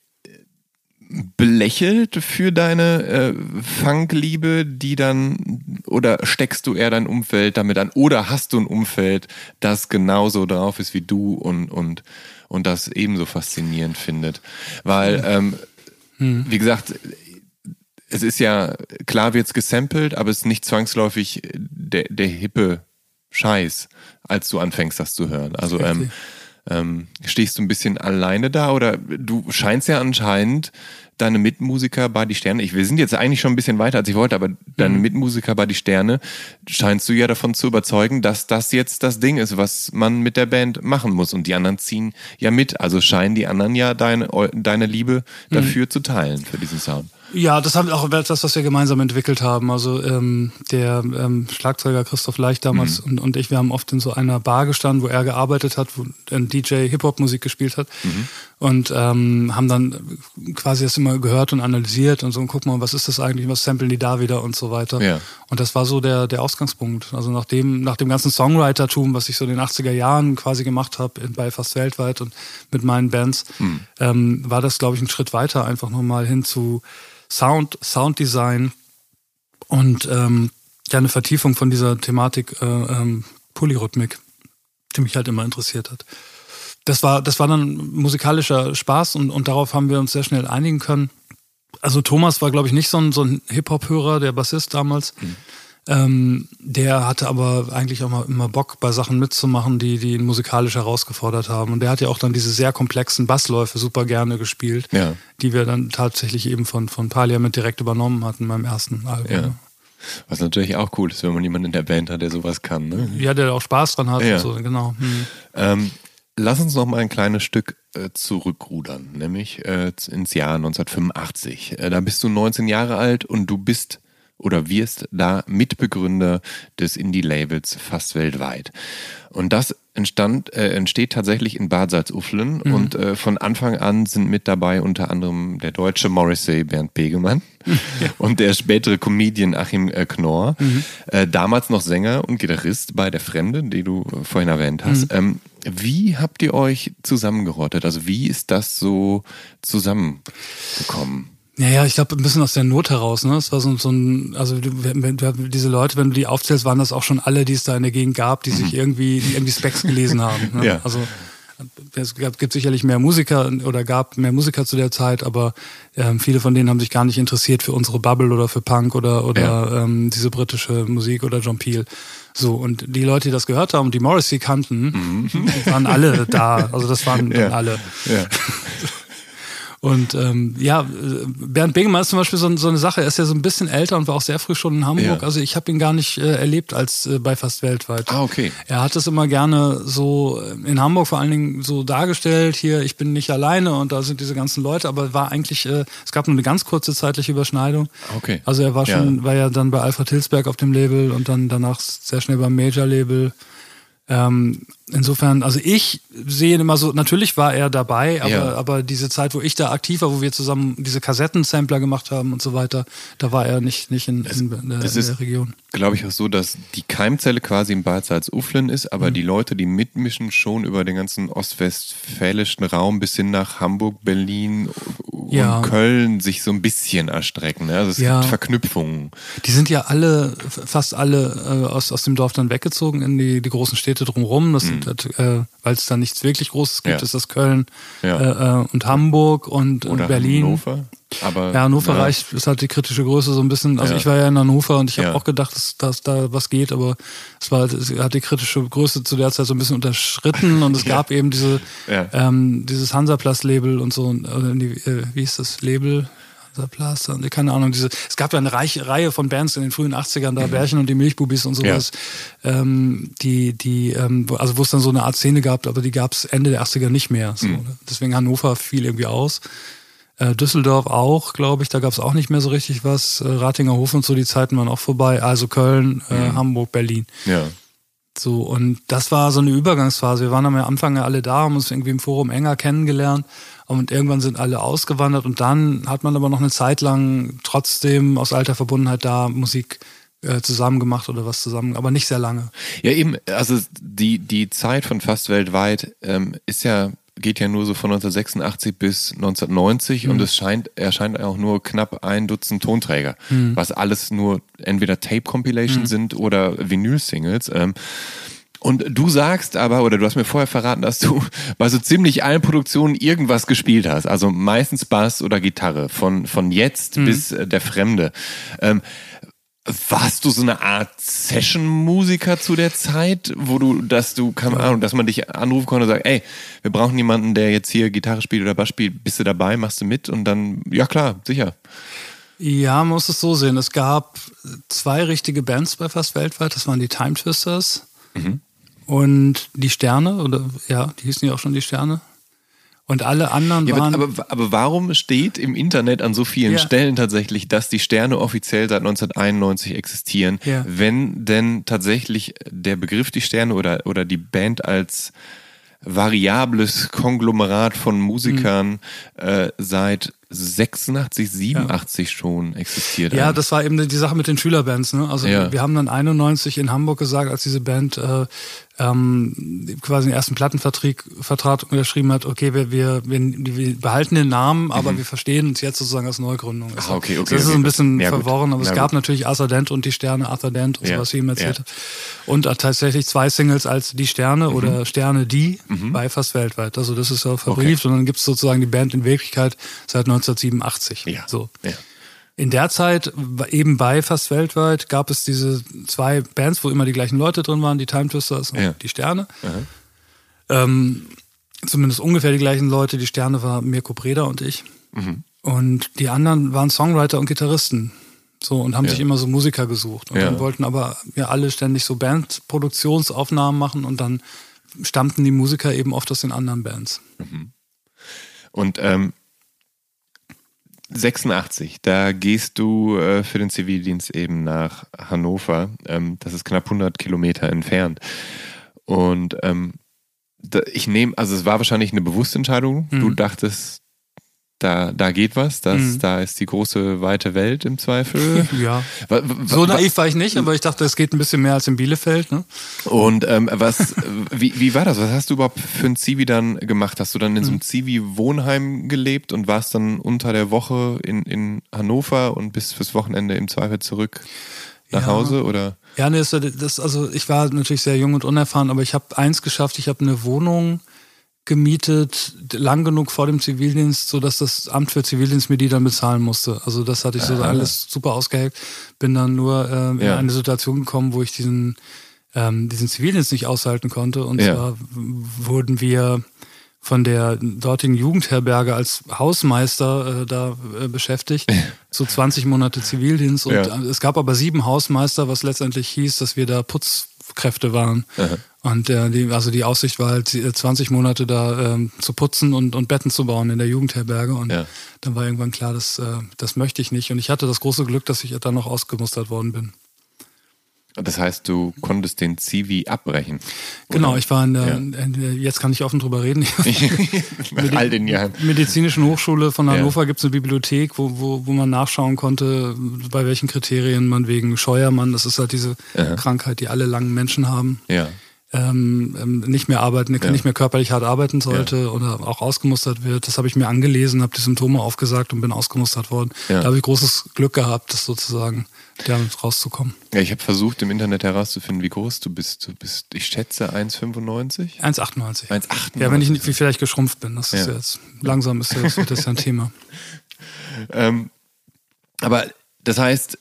belächelt für deine äh, Funkliebe, die dann, oder steckst du eher dein Umfeld damit an, oder hast du ein Umfeld, das genauso drauf ist wie du und, und, und das ebenso faszinierend findet? Weil, ähm, wie gesagt, es ist ja, klar wird's gesampelt, aber es ist nicht zwangsläufig der, der hippe Scheiß, als du anfängst, das zu hören. Also ähm, Richtig. ähm, stehst du ein bisschen alleine da oder du scheinst ja anscheinend deine Mitmusiker bei die Sterne, ich, wir sind jetzt eigentlich schon ein bisschen weiter, als ich wollte, aber deine Mitmusiker bei die Sterne scheinst du ja davon zu überzeugen, dass das jetzt das Ding ist, was man mit der Band machen muss und die anderen ziehen ja mit, also scheinen die anderen ja deine, deine Liebe dafür zu teilen, für diesen Sound. Ja, das haben auch etwas, was wir gemeinsam entwickelt haben. Also ähm, der ähm, Schlagzeuger Christoph Leicht damals Mhm. und, und ich, wir haben oft in so einer Bar gestanden, wo er gearbeitet hat, wo ein D J Hip-Hop-Musik gespielt hat Mhm. und ähm, haben dann quasi das immer gehört und analysiert und so und guck mal, was ist das eigentlich, was samplen die da wieder und so weiter. Ja. Und das war so der der Ausgangspunkt. Also nach dem, nach dem ganzen Songwritertum, was ich so in den achtziger Jahren quasi gemacht habe, bei fast weltweit und mit meinen Bands, Mhm. ähm, war das, glaube ich, ein Schritt weiter, einfach nochmal hin zu Sound, Sounddesign und ähm, ja, eine Vertiefung von dieser Thematik äh, ähm, Polyrhythmik, die mich halt immer interessiert hat. das war, das war dann musikalischer Spaß und, und darauf haben wir uns sehr schnell einigen können. Also Thomas war, glaube ich, nicht so ein, so ein Hip-Hop-Hörer, der Bassist damals. Mhm. Ähm, der hatte aber eigentlich auch mal immer Bock, bei Sachen mitzumachen, die, die ihn musikalisch herausgefordert haben. Und der hat ja auch dann diese sehr komplexen Bassläufe super gerne gespielt, ja. die wir dann tatsächlich eben von, von Parliament direkt übernommen hatten beim ersten Album. Ja. Was natürlich auch cool ist, wenn man jemanden in der Band hat, der sowas kann. Ne? Ja, der auch Spaß dran hat. Ja. Und so, genau. Hm. Ähm, lass uns noch mal ein kleines Stück äh, zurückrudern, nämlich äh, ins Jahr neunzehnhundertfünfundachtzig. Äh, da bist du neunzehn Jahre alt und du bist oder wirst da Mitbegründer des Indie-Labels Fast Weltweit. Und das entstand, äh, entsteht tatsächlich in Bad Salzuflen mhm. und äh, von Anfang an sind mit dabei unter anderem der deutsche Morrissey Bernd Begemann ja. und der spätere Comedian Achim äh, Knorr, mhm. äh, damals noch Sänger und Gitarrist bei Der Fremde, die du vorhin erwähnt hast. Mhm. Ähm, wie habt ihr euch zusammengerottet? Also wie ist das so zusammengekommen? Ja, ja, ich glaube ein bisschen aus der Not heraus, ne? Es war so, so ein, also wenn, wenn, diese Leute, wenn du die aufzählst, waren das auch schon alle, die es da in der Gegend gab, die sich irgendwie, die irgendwie Specs gelesen haben. Ne? Ja. Also es gab, gibt sicherlich mehr Musiker oder gab mehr Musiker zu der Zeit, aber ähm, viele von denen haben sich gar nicht interessiert für unsere Bubble oder für Punk oder oder ja. ähm, diese britische Musik oder John Peel. So, und die Leute, die das gehört haben und die Morrissey kannten, mhm. die waren alle da. Also das waren dann ja. alle. Ja. Und ähm, ja, Bernd Begemann ist zum Beispiel so, so eine Sache, er ist ja so ein bisschen älter und war auch sehr früh schon in Hamburg. Ja. Also ich habe ihn gar nicht äh, erlebt als äh, bei Fast Weltweit. Ah, okay. Er hat es immer gerne so in Hamburg vor allen Dingen so dargestellt, hier, ich bin nicht alleine und da sind diese ganzen Leute, aber war eigentlich, äh, es gab nur eine ganz kurze zeitliche Überschneidung. Okay. Also er war schon, ja. war ja dann bei Alfred Hilsberg auf dem Label und dann danach sehr schnell beim Major-Label. Ähm, insofern, also ich sehe immer so, natürlich war er dabei, aber, ja. aber diese Zeit, wo ich da aktiv war, wo wir zusammen diese Kassettensampler gemacht haben und so weiter, da war er nicht, nicht in, es, in, in, der, es in ist, der Region. Glaube ich auch so, dass die Keimzelle quasi in Bad Salzuflen ist, aber mhm. die Leute, die mitmischen, schon über den ganzen ostwestfälischen Raum bis hin nach Hamburg, Berlin und ja. Köln sich so ein bisschen erstrecken. Ne? Also es ja. gibt Verknüpfungen. Die sind ja alle, fast alle äh, aus, aus dem Dorf dann weggezogen in die, die großen Städte drumherum. Das mhm. sind, äh, weil es da nichts wirklich Großes gibt, ja. ist das Köln ja. äh, und Hamburg und äh, Oder Berlin. Hannover. Aber, ja, Hannover ja. reicht, ist halt die kritische Größe so ein bisschen. Also ja. ich war ja in Hannover und ich habe ja. auch gedacht, dass, dass da was geht, aber es war, es hat die kritische Größe zu der Zeit so ein bisschen unterschritten und es ja. gab eben diese ja. ähm, dieses Hansaplast-Label und so, oder die, äh, wie hieß das Label? Hansaplast, keine Ahnung. Diese, es gab ja eine Reihe, Reihe von Bands in den frühen achtzigern, da mhm. Bärchen und die Milchbubis und sowas, ja. ähm, die, die, ähm, also wo es dann so eine Art Szene gab, aber die gab es Ende der achtziger nicht mehr. So, mhm. Deswegen Hannover fiel irgendwie aus. Düsseldorf auch, glaube ich, da gab es auch nicht mehr so richtig was. Ratinger Hof und so, die Zeiten waren auch vorbei. Also Köln, mhm. äh, Hamburg, Berlin. Ja. So, und das war so eine Übergangsphase. Wir waren am Anfang ja alle da, haben uns irgendwie im Forum enger kennengelernt und irgendwann sind alle ausgewandert und dann hat man aber noch eine Zeit lang trotzdem aus alter Verbundenheit da Musik äh, zusammen gemacht oder was zusammen, aber nicht sehr lange. Ja, eben, also die, die Zeit von Fast Weltweit ähm, ist ja geht ja nur so von neunzehnhundertsechsundachtzig bis neunzehnhundertneunzig mhm. und es scheint, erscheint auch nur knapp ein Dutzend Tonträger, mhm. was alles nur entweder Tape-Compilations mhm. sind oder Vinyl-Singles. Ähm, und du sagst aber, oder du hast mir vorher verraten, dass du bei so ziemlich allen Produktionen irgendwas gespielt hast, also meistens Bass oder Gitarre, von, von jetzt mhm. bis äh, Der Fremde. Ähm, Warst du so eine Art Session-Musiker zu der Zeit, wo du, dass du, keine Ahnung, dass man dich anrufen konnte und sagt, ey, wir brauchen jemanden, der jetzt hier Gitarre spielt oder Bass spielt, bist du dabei, machst du mit? Und dann, ja klar, sicher. Ja, man muss es so sehen. Es gab zwei richtige Bands bei Fast Weltweit, das waren die Time Twisters mhm. und die Sterne, oder ja, die hießen ja auch schon die Sterne. Und alle anderen ja, waren... Aber, aber, aber warum steht im Internet an so vielen ja. Stellen tatsächlich, dass die Sterne offiziell seit neunzehnhunderteinundneunzig existieren, ja. wenn denn tatsächlich der Begriff die Sterne oder, oder die Band als variables Konglomerat von Musikern mhm. äh, seit sechsundachtzig, siebenundachtzig ja. schon existiert. Ja, das war eben die Sache mit den Schülerbands. Ne? Also ja. wir haben dann einundneunzig in Hamburg gesagt, als diese Band äh, ähm, quasi den ersten Plattenvertrag Vertrag unterschrieben hat, okay, wir, wir, wir, wir behalten den Namen, aber mhm. wir verstehen uns jetzt sozusagen als Neugründung. Ah, okay, okay, das ist okay. ein bisschen ja, verworren, aber ja, es gab gut. natürlich Arthur Dent und die Sterne, Arthur Dent und ja. sowas, wie ich ihm erzählt ja. habe. Und tatsächlich zwei Singles als Die Sterne mhm. oder Sterne die mhm. bei fast weltweit. Also das ist ja verbrieft okay. und dann gibt es sozusagen die Band in Wirklichkeit seit neunzehnhundertsiebenundachtzig. Ja. So. Ja. In der Zeit, eben bei fast weltweit, gab es diese zwei Bands, wo immer die gleichen Leute drin waren, die Time Twisters und ja. die Sterne. Ähm, zumindest ungefähr die gleichen Leute. Die Sterne war Mirko Breda und ich. Mhm. Und die anderen waren Songwriter und Gitarristen. So, und haben ja. sich immer so Musiker gesucht. Und ja. dann wollten aber ja alle ständig so Bandproduktionsaufnahmen machen und dann stammten die Musiker eben oft aus den anderen Bands. Mhm. Und ähm, sechsundachtzig, da gehst du äh, für den Zivildienst eben nach Hannover. Ähm, das ist knapp hundert Kilometer entfernt. Und ähm, da, ich nehme, also es war wahrscheinlich eine bewusste Entscheidung. Mhm. Du dachtest, da, da geht was, das, mhm. da ist die große, weite Welt im Zweifel. Ja, so naiv war ich nicht, aber ich dachte, es geht ein bisschen mehr als in Bielefeld. Ne? Und ähm, was, wie, wie war das? Was hast du überhaupt für ein Zivi dann gemacht? Hast du dann in so einem Zivi-Wohnheim gelebt und warst dann unter der Woche in, in Hannover und bist fürs Wochenende im Zweifel zurück nach ja. Hause? Oder? Ja, nee, das, das, also ich war natürlich sehr jung und unerfahren, aber ich habe eins geschafft, ich habe eine Wohnung gemietet, lang genug vor dem Zivildienst, sodass das Amt für Zivildienst mir die dann bezahlen musste. Also das hatte ich so Aha. alles super ausgeheckt. Bin dann nur äh, in ja. eine Situation gekommen, wo ich diesen, ähm, diesen Zivildienst nicht aushalten konnte. Und ja. zwar wurden wir von der dortigen Jugendherberge als Hausmeister äh, da äh, beschäftigt. So zwanzig Monate Zivildienst. Und ja. es gab aber sieben Hausmeister, was letztendlich hieß, dass wir da Putzkräfte waren. Aha. Und äh, die, also die Aussicht war halt, zwanzig Monate da ähm, zu putzen und, und Betten zu bauen in der Jugendherberge. Und ja. dann war irgendwann klar, das, äh, das möchte ich nicht. Und ich hatte das große Glück, dass ich dann noch ausgemustert worden bin. Das heißt, du konntest den Zivi abbrechen? Oder? Genau, ich war in der, ja. in der, jetzt kann ich offen drüber reden. Nach all den Jahren. Medizinischen Hochschule von Hannover ja. gibt es eine Bibliothek, wo, wo, wo man nachschauen konnte, bei welchen Kriterien man wegen Scheuermann, das ist halt diese Aha. Krankheit, die alle langen Menschen haben, ja. ähm, nicht mehr arbeiten, ja. nicht mehr körperlich hart arbeiten sollte ja. oder auch ausgemustert wird. Das habe ich mir angelesen, habe die Symptome aufgesagt und bin ausgemustert worden. Ja. Da habe ich großes Glück gehabt, das sozusagen damit rauszukommen. Ja, ich habe versucht im Internet herauszufinden, wie groß du bist. Du bist, ich schätze, eins Komma fünfundneunzig? eins Komma achtundneunzig. eins Komma achtundneunzig. Ja, wenn ich nicht, wie vielleicht geschrumpft bin. Das ist ja. jetzt, langsam ist das, wird das ja ein Thema. ähm, aber das heißt,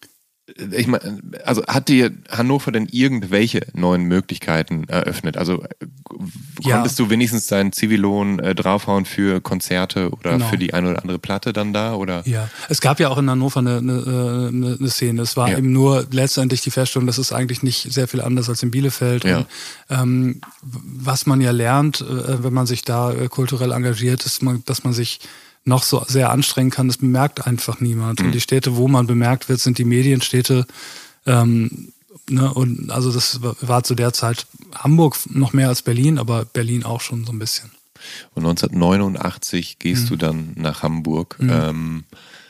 ich meine, also hat dir Hannover denn irgendwelche neuen Möglichkeiten eröffnet? Also ja. konntest du wenigstens deinen Zivillohn äh, draufhauen für Konzerte oder genau. für die eine oder andere Platte dann da? Oder? Ja, es gab ja auch in Hannover eine, eine, eine Szene. Es war ja. eben nur letztendlich die Feststellung, das ist eigentlich nicht sehr viel anders als in Bielefeld. Ja. Und, ähm, was man ja lernt, äh, wenn man sich da äh, kulturell engagiert, ist, man, dass man sich noch so sehr anstrengen kann, das bemerkt einfach niemand. Mhm. Und die Städte, wo man bemerkt wird, sind die Medienstädte. Ähm, ne? Und also das war zu der Zeit Hamburg noch mehr als Berlin, aber Berlin auch schon so ein bisschen. Und neunzehnhundertneunundachtzig gehst mhm. du dann nach Hamburg. Mhm. Ähm,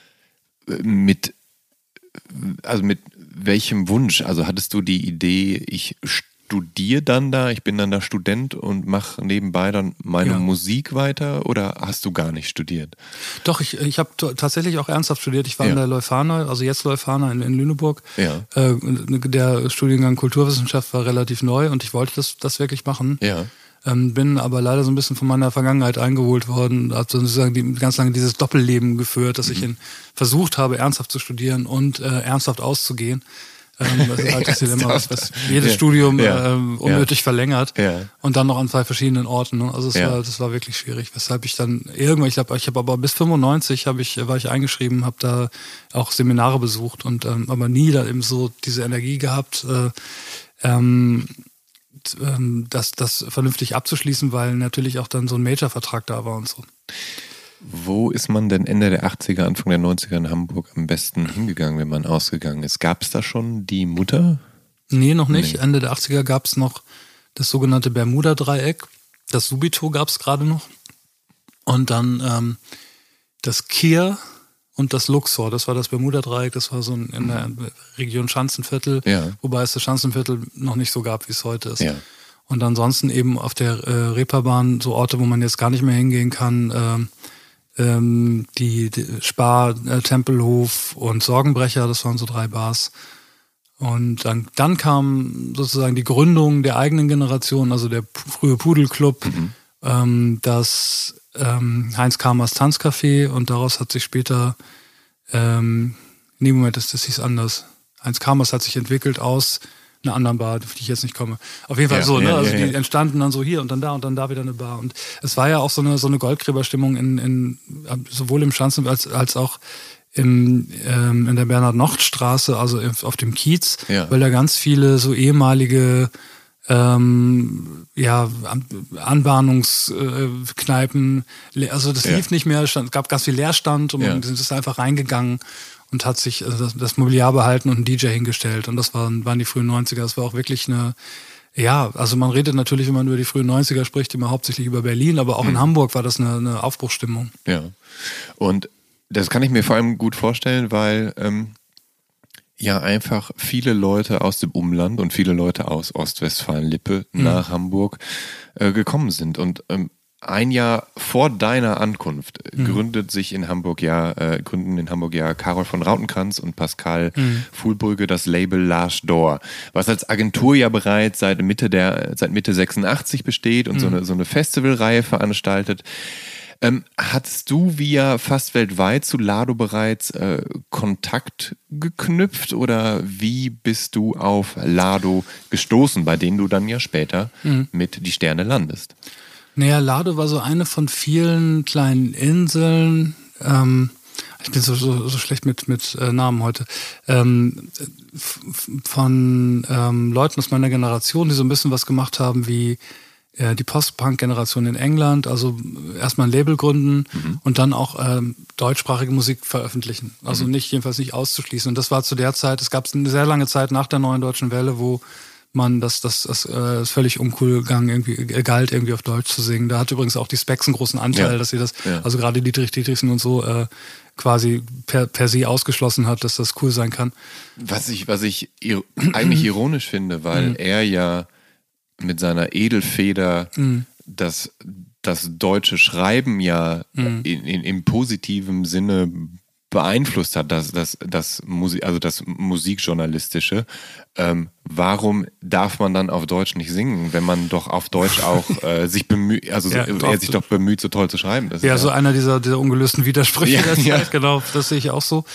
mit, also mit welchem Wunsch? Also hattest du die Idee, ich studiere dann da, ich bin dann da Student und mache nebenbei dann meine ja. Musik weiter, oder hast du gar nicht studiert? Doch, ich, ich habe t- tatsächlich auch ernsthaft studiert. Ich war ja. in der Leuphana, also jetzt Leuphana in, in Lüneburg. Ja. Äh, der Studiengang Kulturwissenschaft war relativ neu und ich wollte das, das wirklich machen. Ja. Ähm, bin aber leider so ein bisschen von meiner Vergangenheit eingeholt worden, habe sozusagen die, ganz lange dieses Doppelleben geführt, dass mhm. ich in, versucht habe, ernsthaft zu studieren und äh, ernsthaft auszugehen. Ähm, das ist halt das Dilemma, was, was jedes ja. Studium ja. ähm, unnötig ja. verlängert ja. und dann noch an zwei verschiedenen Orten. Ne? Also es ja. war, das war wirklich schwierig, weshalb ich dann irgendwann, ich glaube, ich habe aber bis fünfundneunzig habe ich, war ich eingeschrieben, habe da auch Seminare besucht und ähm, aber nie da eben so diese Energie gehabt, äh, ähm, ähm, das, das vernünftig abzuschließen, weil natürlich auch dann so ein Major-Vertrag da war und so. Wo ist man denn Ende der achtziger, Anfang der neunziger in Hamburg am besten hingegangen, wenn man ausgegangen ist? Gab es da schon die Mutter? Nee, noch nicht. Nee. Ende der achtziger gab es noch das sogenannte Bermuda-Dreieck. Das Subito gab es gerade noch. Und dann ähm, das Kier und das Luxor. Das war das Bermuda-Dreieck, das war so in der Region Schanzenviertel, ja. wobei es das Schanzenviertel noch nicht so gab, wie es heute ist. Ja. Und ansonsten eben auf der äh, Reeperbahn so Orte, wo man jetzt gar nicht mehr hingehen kann, ähm, ähm, die, die Spar, äh, Tempelhof und Sorgenbrecher, das waren so drei Bars. Und dann, dann kam sozusagen die Gründung der eigenen Generation, also der p- frühe Pudelclub, mhm. ähm, das ähm, Heinz Kamers Tanzcafé, und daraus hat sich später, ähm, nee, Moment, das, das hieß anders. Heinz Kamers hat sich entwickelt aus einer anderen Bar, auf die ich jetzt nicht komme. Auf jeden Fall ja, so, ja, ne? Also ja, die ja. entstanden dann so hier und dann da und dann da wieder eine Bar. Und es war ja auch so eine so eine Goldgräberstimmung in, in sowohl im Schanzen als als auch im, ähm, in der Bernhard-Nocht-Straße, also im, auf dem Kiez, ja. weil da ganz viele so ehemalige ähm, ja, Anbahnungskneipen, also das ja. lief nicht mehr, es gab ganz viel Leerstand und ja. man ist einfach reingegangen und hat sich also das, das Mobiliar behalten und einen D J hingestellt. Und das waren, waren die frühen neunziger. Das war auch wirklich eine, ja, also man redet natürlich, wenn man über die frühen neunziger spricht, immer hauptsächlich über Berlin, aber auch mhm. in Hamburg war das eine, eine Aufbruchsstimmung. Ja, und das kann ich mir vor allem gut vorstellen, weil ähm, ja einfach viele Leute aus dem Umland und viele Leute aus Ostwestfalen-Lippe mhm. nach Hamburg äh, gekommen sind. Und ähm, ein Jahr vor deiner Ankunft mhm. gründet sich in Hamburg ja, äh, gründen in Hamburg ja Karol von Rautenkranz und Pascal mhm. Fuhlbrügge das Label L'Arche d'Or, was als Agentur ja bereits seit Mitte der, seit Mitte sechsundachtzig besteht und mhm. so eine, so eine Festivalreihe veranstaltet. Ähm, hattest du wie ja fast weltweit zu Lado bereits äh, Kontakt geknüpft oder wie bist du auf Lado gestoßen, bei denen du dann ja später mhm. mit Die Sterne landest? Naja, Lado war so eine von vielen kleinen Inseln. Ähm, ich bin so, so, so schlecht mit, mit äh, Namen heute. Ähm, f- von ähm, Leuten aus meiner Generation, die so ein bisschen was gemacht haben wie äh, die Post-Punk-Generation in England. Also erstmal ein Label gründen mhm. und dann auch ähm, deutschsprachige Musik veröffentlichen. Also mhm. nicht, jedenfalls nicht auszuschließen. Und das war zu der Zeit, es gab eine sehr lange Zeit nach der Neuen Deutschen Welle, wo man das, das, das, das äh, völlig uncool gang irgendwie galt, irgendwie auf Deutsch zu singen. Da hat übrigens auch die Specs einen großen Anteil, ja. dass sie das, ja. also gerade Dietrich Dietrichsen und so, äh, quasi per, per se ausgeschlossen hat, dass das cool sein kann. Was ich, was ich ir- eigentlich ironisch finde, weil er ja mit seiner Edelfeder das, das deutsche Schreiben ja in, in, im positiven Sinne beeinflusst hat, das, das, das Musik, also das Musikjournalistische. Ähm, warum darf man dann auf Deutsch nicht singen, wenn man doch auf Deutsch auch äh, sich bemüht, also ja, so, er sich doch bemüht, so toll zu schreiben? Das ja, ist so ja einer dieser, dieser ungelösten Widersprüche ja, der Zeit, ja. genau, das sehe ich auch so.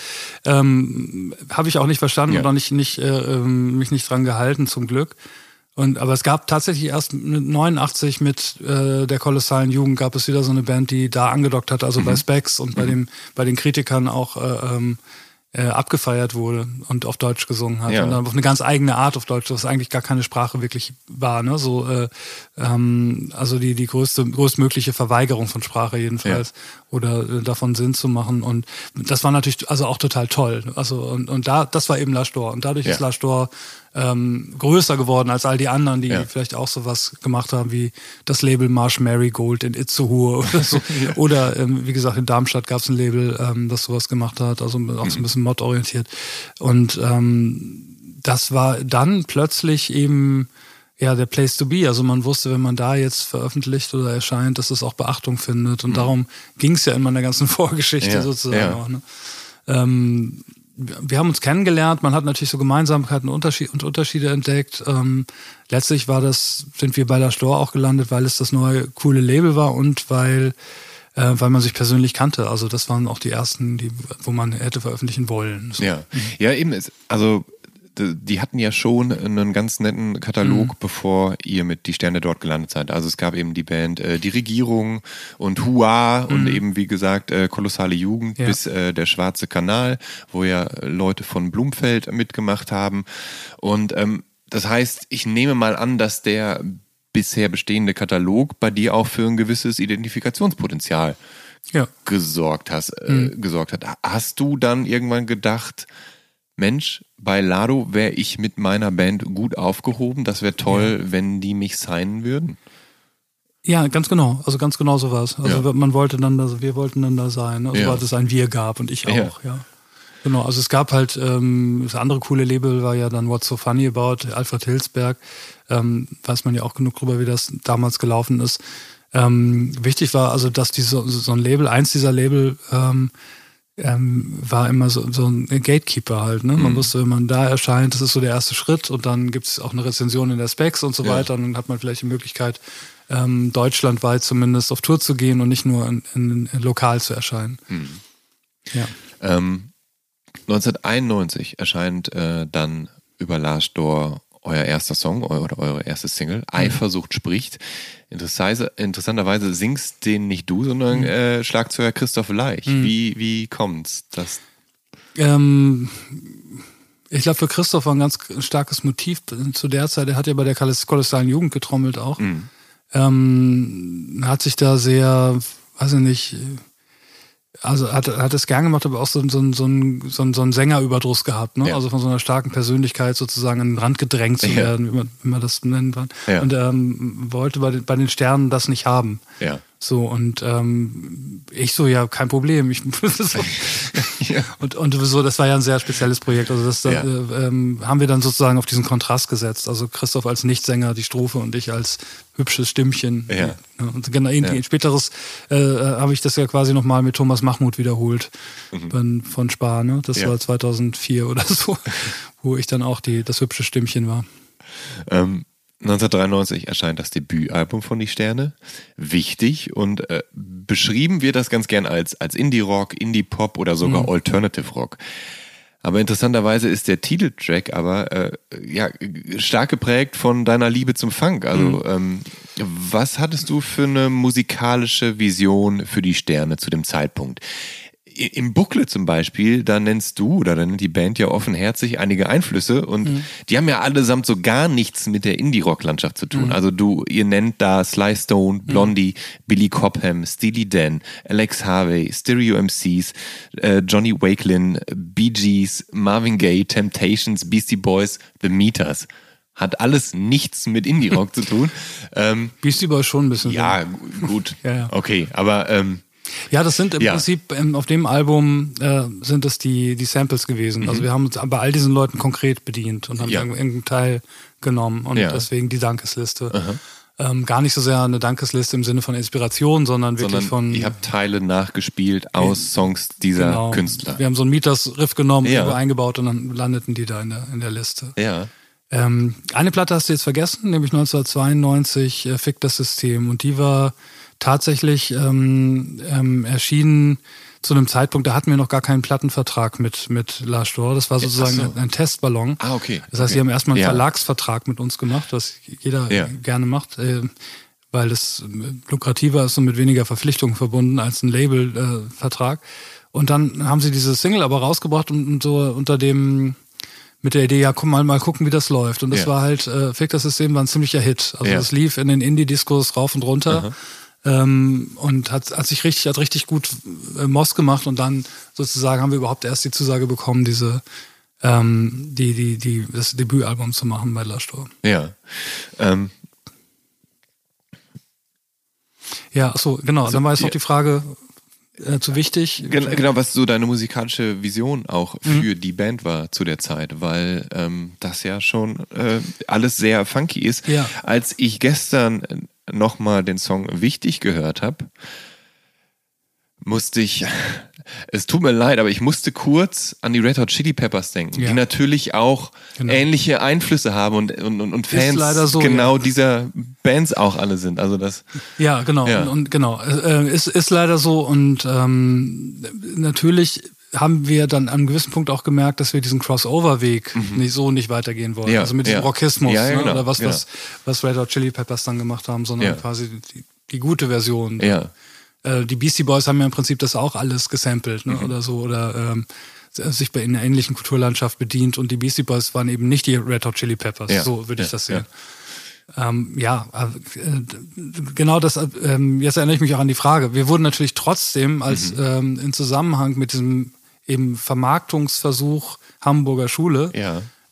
Ähm, Habe ich auch nicht verstanden ja. und auch nicht, nicht, äh, mich nicht dran gehalten, zum Glück. Und, aber es gab tatsächlich erst neunundachtzig mit äh, der kolossalen Jugend gab es wieder so eine Band, die da angedockt hat, also mhm. bei Specs und mhm. bei dem bei den Kritikern auch äh, ähm, äh, abgefeiert wurde und auf Deutsch gesungen hat. Ja. Und dann auf eine ganz eigene Art auf Deutsch, was eigentlich gar keine Sprache wirklich war. Ne? So, äh, ähm, also die, die größte, größtmögliche Verweigerung von Sprache jedenfalls. Ja. Oder äh, davon Sinn zu machen. Und das war natürlich also auch total toll. Also und, und da, das war eben L'Arche d'Or. Und dadurch ja. ist L'Arche d'Or ähm, größer geworden als all die anderen, die ja. vielleicht auch sowas gemacht haben wie das Label Marsh Marigold in Itzehoe oder so. ja. Oder ähm, wie gesagt, in Darmstadt gab es ein Label, ähm, das sowas gemacht hat, also auch so ein bisschen mod-orientiert. Und ähm, das war dann plötzlich eben ja der Place to be. Also man wusste, wenn man da jetzt veröffentlicht oder erscheint, dass es auch Beachtung findet. Und mhm. darum ging es ja in meiner ganzen Vorgeschichte ja. sozusagen ja. auch. Ne? Ähm, wir haben uns kennengelernt, man hat natürlich so Gemeinsamkeiten und Unterschiede, und Unterschiede entdeckt. Ähm, letztlich war das, sind wir bei L'Arche d'Or auch gelandet, weil es das neue coole Label war und weil, äh, weil man sich persönlich kannte. Also das waren auch die ersten, die, wo man hätte veröffentlichen wollen. So. Ja, ja eben, ist, also die hatten ja schon einen ganz netten Katalog, mhm. bevor ihr mit Die Sterne dort gelandet seid. Also es gab eben die Band äh, Die Regierung und Hua mhm. und eben, wie gesagt, äh, Kolossale Jugend ja. bis äh, Der Schwarze Kanal, wo ja Leute von Blumfeld mitgemacht haben. Und ähm, das heißt, ich nehme mal an, dass der bisher bestehende Katalog bei dir auch für ein gewisses Identifikationspotenzial ja. gesorgt hast, äh, mhm. gesorgt hat. Hast du dann irgendwann gedacht, Mensch, bei Lado wäre ich mit meiner Band gut aufgehoben. Das wäre toll, ja. wenn die mich signen würden. Ja, ganz genau. Also ganz genau so war es. Also Ja. man wollte dann da, wir wollten dann da sein. Also Ja. weil es ein Wir gab und ich auch, Ja. ja. Genau, also es gab halt, ähm, das andere coole Label war ja dann What's So Funny About, Alfred Hilsberg. Ähm, weiß man ja auch genug drüber, wie das damals gelaufen ist. Ähm, wichtig war also, dass diese, so ein Label, eins dieser Label, ähm, ähm, war immer so, so ein Gatekeeper halt. Ne? Man Mhm. wusste, wenn man da erscheint, das ist so der erste Schritt und dann gibt es auch eine Rezension in der Specs und so Ja. weiter und dann hat man vielleicht die Möglichkeit, ähm, deutschlandweit zumindest auf Tour zu gehen und nicht nur in, in, in lokal zu erscheinen. Mhm. Ja. Ähm, neunzehnhunderteinundneunzig erscheint äh, dann über Lars Dohr euer erster Song eu- oder eure erste Single, Eifersucht spricht. Interessanterweise, interessanterweise singst den nicht du, sondern äh, Schlagzeuger Christoph Leich. Wie, wie kommt's? Das Ähm, ich glaube, für Christoph war ein ganz starkes Motiv zu der Zeit. Er hat ja bei der kolossalen Jugend getrommelt auch. Mhm. Ähm, hat sich da sehr, weiß ich nicht, also hat, hat es gern gemacht, aber auch so, so, so, ein, so, ein, so einen Sängerüberdruss gehabt, ne? Ja. Also von so einer starken Persönlichkeit sozusagen an den Rand gedrängt zu Ja. werden, wie man, wie man das nennen kann. Ja. Und ähm, wollte bei den, bei den Sternen das nicht haben. Ja. So, und ähm, ich so, ja, kein Problem. Ich, so, Ja. und, und so, das war ja ein sehr spezielles Projekt. Also das Ja. äh, ähm, haben wir dann sozusagen auf diesen Kontrast gesetzt. Also Christoph als Nichtsänger, die Strophe und ich als hübsches Stimmchen. Ja. Und genau, in, Ja. in späteres äh, habe ich das ja quasi nochmal mit Thomas Mahmoud wiederholt Mhm. von, von Spar. Ne? Das Ja. war zweitausendvier oder so, wo ich dann auch die, das hübsche Stimmchen war. Ähm, neunzehnhundertdreiundneunzig erscheint das Debütalbum von Die Sterne. Wichtig und äh, beschrieben wird das ganz gern als, als Indie-Rock, Indie-Pop oder sogar Mhm. Alternative-Rock. Aber interessanterweise ist der Titeltrack aber äh, ja, stark geprägt von deiner Liebe zum Funk. Also Mhm. ähm, was hattest du für eine musikalische Vision für Die Sterne zu dem Zeitpunkt? I- Im Booklet zum Beispiel, da nennst du oder dann nennt die Band ja offenherzig einige Einflüsse und Mhm. die haben ja allesamt so gar nichts mit der Indie-Rock-Landschaft zu tun. Mhm. Also du, ihr nennt da Sly Stone, Blondie, Billy Cobham, Steely Dan, Alex Harvey, Stereo M Cs, äh, Johnny Wakelin, Bee Gees, Marvin Gaye, Temptations, Beastie Boys, The Meters. Hat alles nichts mit Indie-Rock zu tun. Ähm, Beastie Boys schon ein bisschen. ja, gu- gut. Ja, ja. Okay, aber ähm, Ja, das sind im Ja. Prinzip ähm, auf dem Album äh, sind das die, die Samples gewesen. Also wir haben uns bei all diesen Leuten konkret bedient und haben Mhm. Ja. irgendeinen irgendeinen Teil genommen und Ja. deswegen die Dankesliste. Ähm, gar nicht so sehr eine Dankesliste im Sinne von Inspiration, sondern wirklich sondern von ihr habt Teile nachgespielt aus Songs dieser genau. Künstler. Wir haben so einen Mieters-Riff genommen, Ja. irgendwo eingebaut und dann landeten die da in der, in der Liste. Ja. Ähm, eine Platte hast du jetzt vergessen, nämlich neunzehnhundertzweiundneunzig, äh, Fick das System. Und die war tatsächlich ähm, ähm, erschienen zu einem Zeitpunkt, da hatten wir noch gar keinen Plattenvertrag mit, mit Lars Dohr. Das war sozusagen Ach so. ein, ein Testballon. Ah, okay. Das heißt, okay. sie haben erstmal einen Ja. Verlagsvertrag mit uns gemacht, was jeder Ja. gerne macht, äh, weil es äh, lukrativer ist und mit weniger Verpflichtungen verbunden als ein Labelvertrag. Und dann haben sie diese Single aber rausgebracht und, und so unter dem mit der Idee, ja, komm mal, mal gucken, wie das läuft. Und das Ja. war halt, äh, Fick das System war ein ziemlicher Hit. Also Ja. das lief in den Indie-Discos rauf und runter. Ähm, und hat, hat sich richtig, hat richtig gut äh, Moss gemacht und dann sozusagen haben wir überhaupt erst die Zusage bekommen, diese ähm, die, die, die, das Debütalbum zu machen bei Lars Dohr. Ja. Ähm, Ja, ach so, genau. Dann war jetzt ja. noch die Frage, äh, zu wichtig. Gen genau, was so deine musikalische Vision auch für die Band war zu der Zeit, weil ähm, das ja schon äh, alles sehr funky ist. Ja. Als ich gestern nochmal den Song Wichtig gehört habe, musste ich, es tut mir leid, aber ich musste kurz an die Red Hot Chili Peppers denken, Ja. die natürlich auch Genau. ähnliche Einflüsse haben und, und, und Fans leider so, genau ja. dieser Bands auch alle sind. Also das, Ja, genau. Ja. Und, und genau. Äh, ist, ist leider so. Und ähm, natürlich haben wir dann an einem gewissen Punkt auch gemerkt, dass wir diesen Crossover-Weg nicht so nicht weitergehen wollen. Ja, Also mit diesem ja. Rockismus, Ja, ja, ne? genau, Oder was, genau. was, was Red Hot Chili Peppers dann gemacht haben, sondern Ja. quasi die, die gute Version. ja. Äh, die Beastie Boys haben ja im Prinzip das auch alles gesampelt, ne? Oder so. Oder ähm, sich bei einer ähnlichen Kulturlandschaft bedient. Und die Beastie Boys waren eben nicht die Red Hot Chili Peppers. Ja. So würde ich Ja, das sehen. Ähm, ja, äh, genau das, ähm, jetzt erinnere ich mich auch an die Frage. Wir wurden natürlich trotzdem als Mhm. ähm, in Zusammenhang mit diesem eben Vermarktungsversuch Hamburger Schule Ja.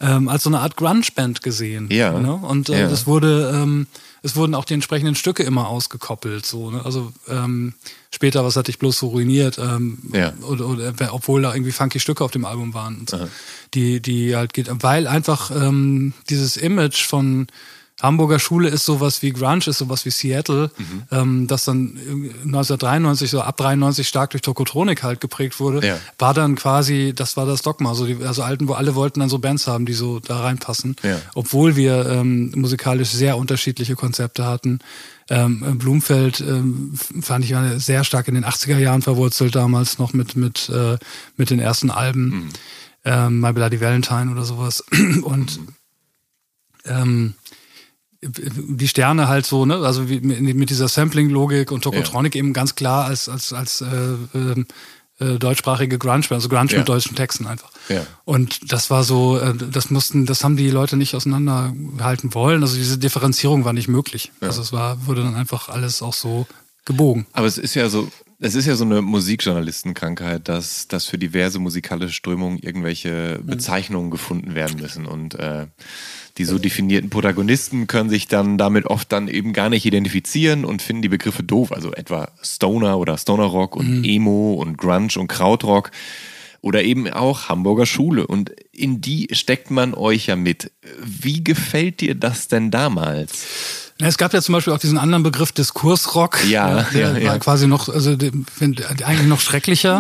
ähm, als so eine Art Grunge-Band gesehen. Ja. Ne? Und äh, ja. das wurde, ähm, es wurden auch die entsprechenden Stücke immer ausgekoppelt. So, ne? Also ähm, später, was hat dich bloß so ruiniert? Ähm, ja. oder, oder, obwohl da irgendwie funky Stücke auf dem Album waren. Und so. Die, die halt geht, weil einfach ähm, dieses Image von Hamburger Schule ist sowas wie Grunge, ist sowas wie Seattle, mhm. ähm, das dann neunzehnhundertdreiundneunzig, so ab dreiundneunzig stark durch Tokotronik halt geprägt wurde, ja. war dann quasi, das war das Dogma, so die, also alten, wo alle wollten dann so Bands haben, die so da reinpassen, ja. obwohl wir ähm, musikalisch sehr unterschiedliche Konzepte hatten. Ähm, Blumfeld ähm, fand ich war sehr stark in den achtziger Jahren verwurzelt, damals noch mit, mit, äh, mit den ersten Alben, mhm. ähm, My Bloody Valentine oder sowas und mhm. ähm, die Sterne halt so, ne, also wie, mit dieser Sampling-Logik und Tokotronic ja. eben ganz klar als als als äh, äh, deutschsprachige Grunge, also Grunge ja. mit deutschen Texten einfach. Ja. Und das war so, äh, das mussten, das haben die Leute nicht auseinanderhalten wollen. Also diese Differenzierung war nicht möglich. Ja. Also es war, wurde dann einfach alles auch so gebogen. Aber es ist ja so, es ist ja so eine Musikjournalistenkrankheit, dass, dass für diverse musikalische Strömungen irgendwelche Bezeichnungen gefunden werden müssen und äh, die so definierten Protagonisten können sich dann damit oft dann eben gar nicht identifizieren und finden die Begriffe doof. Also etwa Stoner oder Stonerrock und mhm. Emo und Grunge und Krautrock oder eben auch Hamburger Schule. Und in die steckt man euch ja mit. Wie gefällt dir das denn damals? Es gab ja zum Beispiel auch diesen anderen Begriff Diskursrock. Ja, der ja, war ja. quasi noch, also eigentlich noch schrecklicher.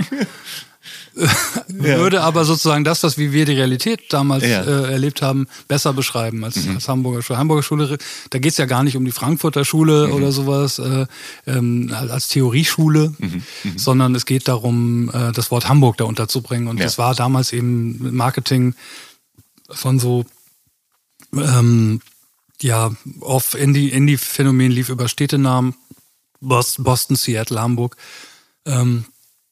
Würde ja. aber sozusagen das, was wie wir die Realität damals ja. äh, erlebt haben, besser beschreiben als, mhm. als Hamburger Schule. Hamburger Schule, da geht's ja gar nicht um die Frankfurter Schule mhm. oder sowas, äh, ähm, als Theorieschule, mhm. Mhm. sondern es geht darum, äh, das Wort Hamburg da unterzubringen. Und ja. das war damals eben Marketing von so, ähm, ja, off Indie, Indie-Phänomen lief über Städtenamen, Boston, Seattle, Hamburg, ähm,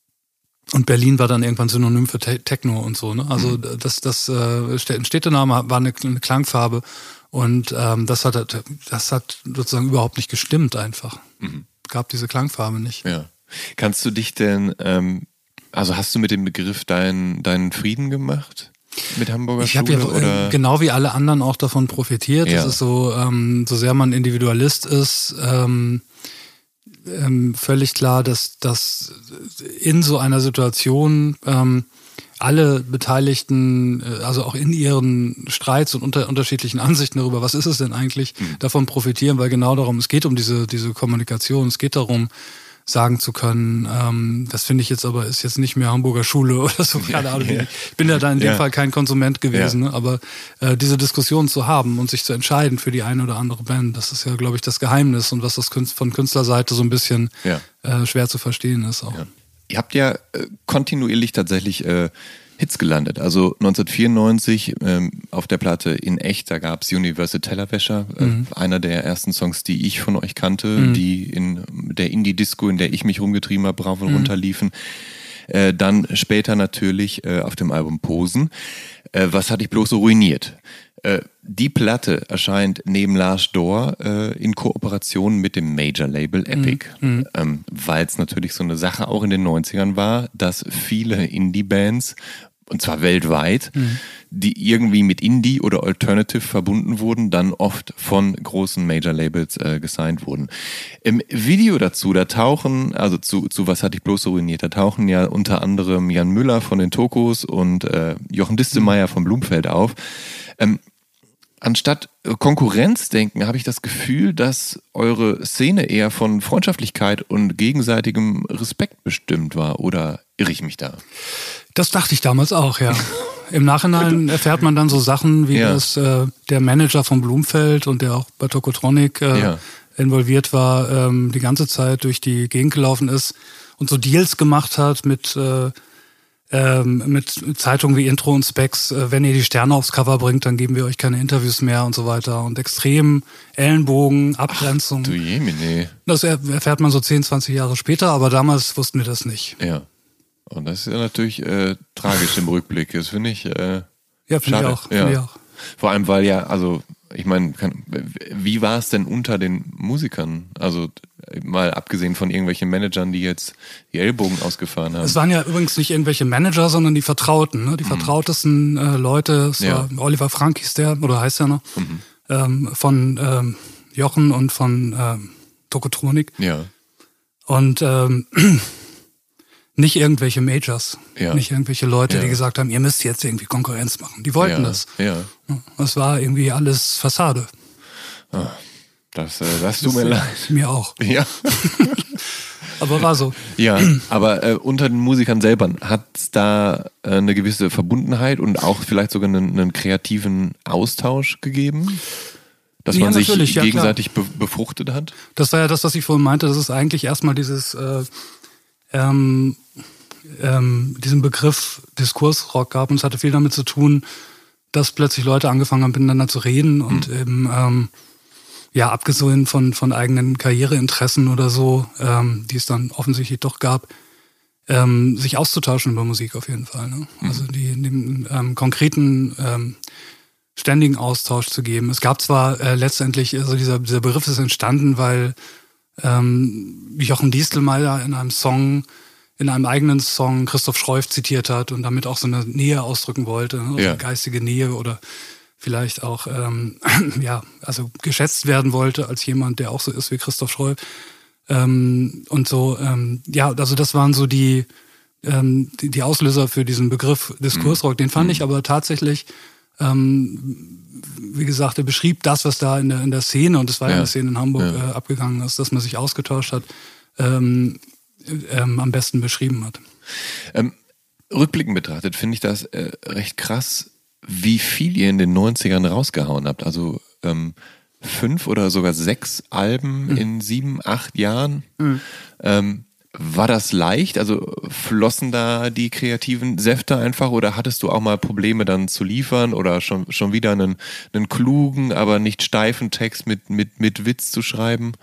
und Berlin war dann irgendwann Synonym für Te- Techno und so. Ne? Also mhm. das, das äh, Städtename war eine, eine Klangfarbe und ähm, das hat das hat sozusagen überhaupt nicht gestimmt einfach. Mhm. Gab diese Klangfarbe nicht. Ja. Kannst du dich denn, ähm, also hast du mit dem Begriff deinen deinen Frieden gemacht? Mit Hamburger ich Schule? Ich habe ja äh, genau wie alle anderen auch davon profitiert. Ja. Das ist so, ähm, so sehr man Individualist ist, ähm, Ähm, völlig klar, dass, dass in so einer Situation ähm, alle Beteiligten, äh, also auch in ihren Streits und unter, unterschiedlichen Ansichten darüber, was ist es denn eigentlich, mhm. davon profitieren, weil genau darum, es geht um diese, diese Kommunikation, es geht darum, sagen zu können, ähm, das finde ich jetzt aber, ist jetzt nicht mehr Hamburger Schule oder so, keine Ahnung. Ja, ja. Ich bin ja da in dem ja. Fall kein Konsument gewesen, ja. ne? aber äh, diese Diskussion zu haben und sich zu entscheiden für die eine oder andere Band, das ist ja, glaube ich, das Geheimnis und was das Künst- von Künstlerseite so ein bisschen ja. äh, schwer zu verstehen ist auch. Ja. Ihr habt ja äh, kontinuierlich tatsächlich äh, Hits gelandet. Also neunzehnhundertvierundneunzig ähm, auf der Platte In Echt, da gab's Universal Tellerwäscher, äh, mhm. einer der ersten Songs, die ich von euch kannte, mhm. die in der Indie-Disco, in der ich mich rumgetrieben habe, rauf und mhm. runter liefen. Äh, dann später natürlich äh, auf dem Album Posen. Äh, was hat dich bloß so ruiniert? Äh, die Platte erscheint neben Lars Dohr äh, in Kooperation mit dem Major-Label Epic, mhm. ähm, weil es natürlich so eine Sache auch in den neunzigern war, dass viele Indie-Bands, und zwar weltweit, mhm. die irgendwie mit Indie oder Alternative verbunden wurden, dann oft von großen Major-Labels äh, gesigned wurden. Im Video dazu, da tauchen, also zu, zu Was hat dich bloß so ruiniert, da tauchen ja unter anderem Jan Müller von den Tokos und äh, Jochen Distelmeier von Blumfeld auf. Ähm, Anstatt Konkurrenzdenken habe ich das Gefühl, dass eure Szene eher von Freundschaftlichkeit und gegenseitigem Respekt bestimmt war. Oder irre ich mich da? Das dachte ich damals auch, ja. Im Nachhinein erfährt man dann so Sachen, wie ja. das äh, der Manager von Blumfeld und der auch bei Tokotronic äh, ja. involviert war, ähm, die ganze Zeit durch die Gegend gelaufen ist und so Deals gemacht hat mit äh, Ähm, mit Zeitungen wie Intro und Specs, äh, wenn ihr die Sterne aufs Cover bringt, dann geben wir euch keine Interviews mehr und so weiter. Und extrem Ellenbogen, Abgrenzung. Ach, du Jemine. Das erfährt man so zehn, zwanzig Jahre später, aber damals wussten wir das nicht. Ja. Und das ist ja natürlich äh, tragisch im Rückblick. Das finde ich äh, Ja, finde ich auch. Ja. Find ich auch. Vor allem, weil ja, also ich meine, wie war es denn unter den Musikern? Also mal abgesehen von irgendwelchen Managern, die jetzt die Ellbogen ausgefahren haben. Es waren ja übrigens nicht irgendwelche Manager, sondern die Vertrauten, ne? Die mhm. vertrautesten äh, Leute. Es ja. war Oliver Frank hieß der, oder heißt er noch, mhm. ähm, von ähm, Jochen und von ähm, Tokotronik. Ja. Und ähm, nicht irgendwelche Majors, ja. nicht irgendwelche Leute, ja. die gesagt haben, ihr müsst jetzt irgendwie Konkurrenz machen. Die wollten ja. das. Ja. Das war irgendwie alles Fassade. Ah, das, äh, das tut mir leid. Mir auch. Ja. Aber war so. Ja, aber äh, unter den Musikern selber hat es da äh, eine gewisse Verbundenheit und auch vielleicht sogar einen, einen kreativen Austausch gegeben? Dass ja, man sich ja, gegenseitig be- befruchtet hat? Das war ja das, was ich vorhin meinte. Das ist eigentlich erstmal dieses, äh, ähm, ähm, diesen Begriff Diskursrock gab. Und es hatte viel damit zu tun, dass plötzlich Leute angefangen haben, miteinander zu reden und mhm. eben, ähm, ja, abgesehen von, von eigenen Karriereinteressen oder so, ähm, die es dann offensichtlich doch gab, ähm, sich auszutauschen über Musik auf jeden Fall. Ne? Mhm. Also die, den ähm, konkreten ähm, ständigen Austausch zu geben. Es gab zwar äh, letztendlich, also dieser, dieser Begriff ist entstanden, weil ähm, Jochen Diestelmeier in einem Song, in einem eigenen Song Christoph Schroif zitiert hat und damit auch so eine Nähe ausdrücken wollte, ne? Also ja. eine geistige Nähe oder vielleicht auch ähm, ja, also geschätzt werden wollte als jemand, der auch so ist wie Christoph Schroif. Ähm, und so, ähm, ja, also das waren so die, ähm, die, die Auslöser für diesen Begriff Diskursrock. Den fand mhm. ich aber tatsächlich Ähm, wie gesagt, er beschrieb das, was da in der, in der Szene, und es war ja eine Szene in Hamburg ja. äh, abgegangen ist, dass man sich ausgetauscht hat, ähm, ähm, am besten beschrieben hat. Ähm, rückblickend betrachtet finde ich das äh, recht krass, wie viel ihr in den neunzigern rausgehauen habt. Also ähm, fünf oder sogar sechs Alben mhm. in sieben, acht Jahren. Mhm. Ähm, War das leicht? Also flossen da die kreativen Säfte einfach oder hattest du auch mal Probleme dann zu liefern oder schon, schon wieder einen, einen klugen, aber nicht steifen Text mit, mit, mit Witz zu schreiben?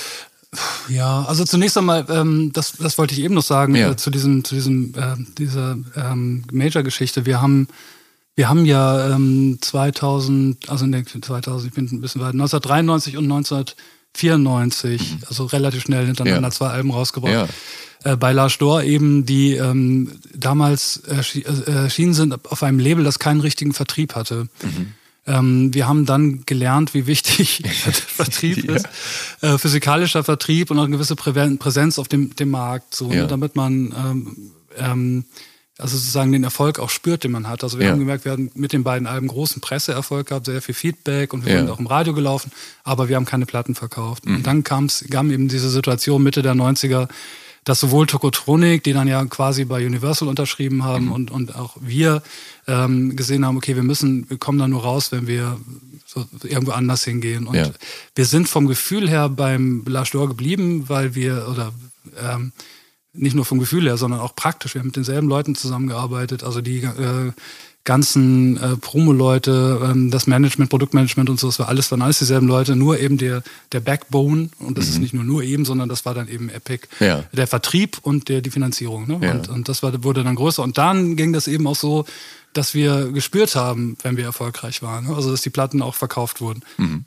Ja, also zunächst einmal, ähm, das, das wollte ich eben noch sagen, ja. äh, zu diesem, zu diesem, äh, dieser ähm, Major-Geschichte. Wir haben, wir haben ja ähm, zweitausend, also ne, zweitausend, ich bin ein bisschen weit, neunzehnhundertdreiundneunzig und neunzehnhundertvierundneunzig, mhm. also relativ schnell hintereinander ja. zwei Alben rausgebracht. Ja. Äh, bei Lars Dor eben, die ähm, damals erschi- äh, erschienen sind auf einem Label, das keinen richtigen Vertrieb hatte. Mhm. Ähm, wir haben dann gelernt, wie wichtig Vertrieb ja. ist, äh, physikalischer Vertrieb und auch eine gewisse Prä- Präsenz auf dem, dem Markt, so, ja. ne, damit man ähm, ähm, also sozusagen den Erfolg auch spürt, den man hat. Also wir ja. haben gemerkt, wir hatten mit den beiden Alben großen Presseerfolg gehabt, sehr viel Feedback und wir ja. sind auch im Radio gelaufen, aber wir haben keine Platten verkauft. Mhm. Und dann kam's, kam eben diese Situation Mitte der neunziger, dass sowohl Tokotronik, die dann ja quasi bei Universal unterschrieben haben, mhm. und, und auch wir ähm, gesehen haben, okay, wir müssen, wir kommen da nur raus, wenn wir so irgendwo anders hingehen. Und ja. wir sind vom Gefühl her beim Lars Dor geblieben, weil wir, oder ähm, nicht nur vom Gefühl her, sondern auch praktisch. Wir haben mit denselben Leuten zusammengearbeitet, also die äh, ganzen äh, Promo-Leute, ähm, das Management, Produktmanagement und so, das war alles, waren alles dieselben Leute, nur eben der, der Backbone, und das mhm. ist nicht nur nur eben, sondern das war dann eben Epic, ja. der Vertrieb und der, die Finanzierung. Ne? Ja. Und, und das war, wurde dann größer. Und dann ging das eben auch so, dass wir gespürt haben, wenn wir erfolgreich waren. Ne? Also dass die Platten auch verkauft wurden. Mhm.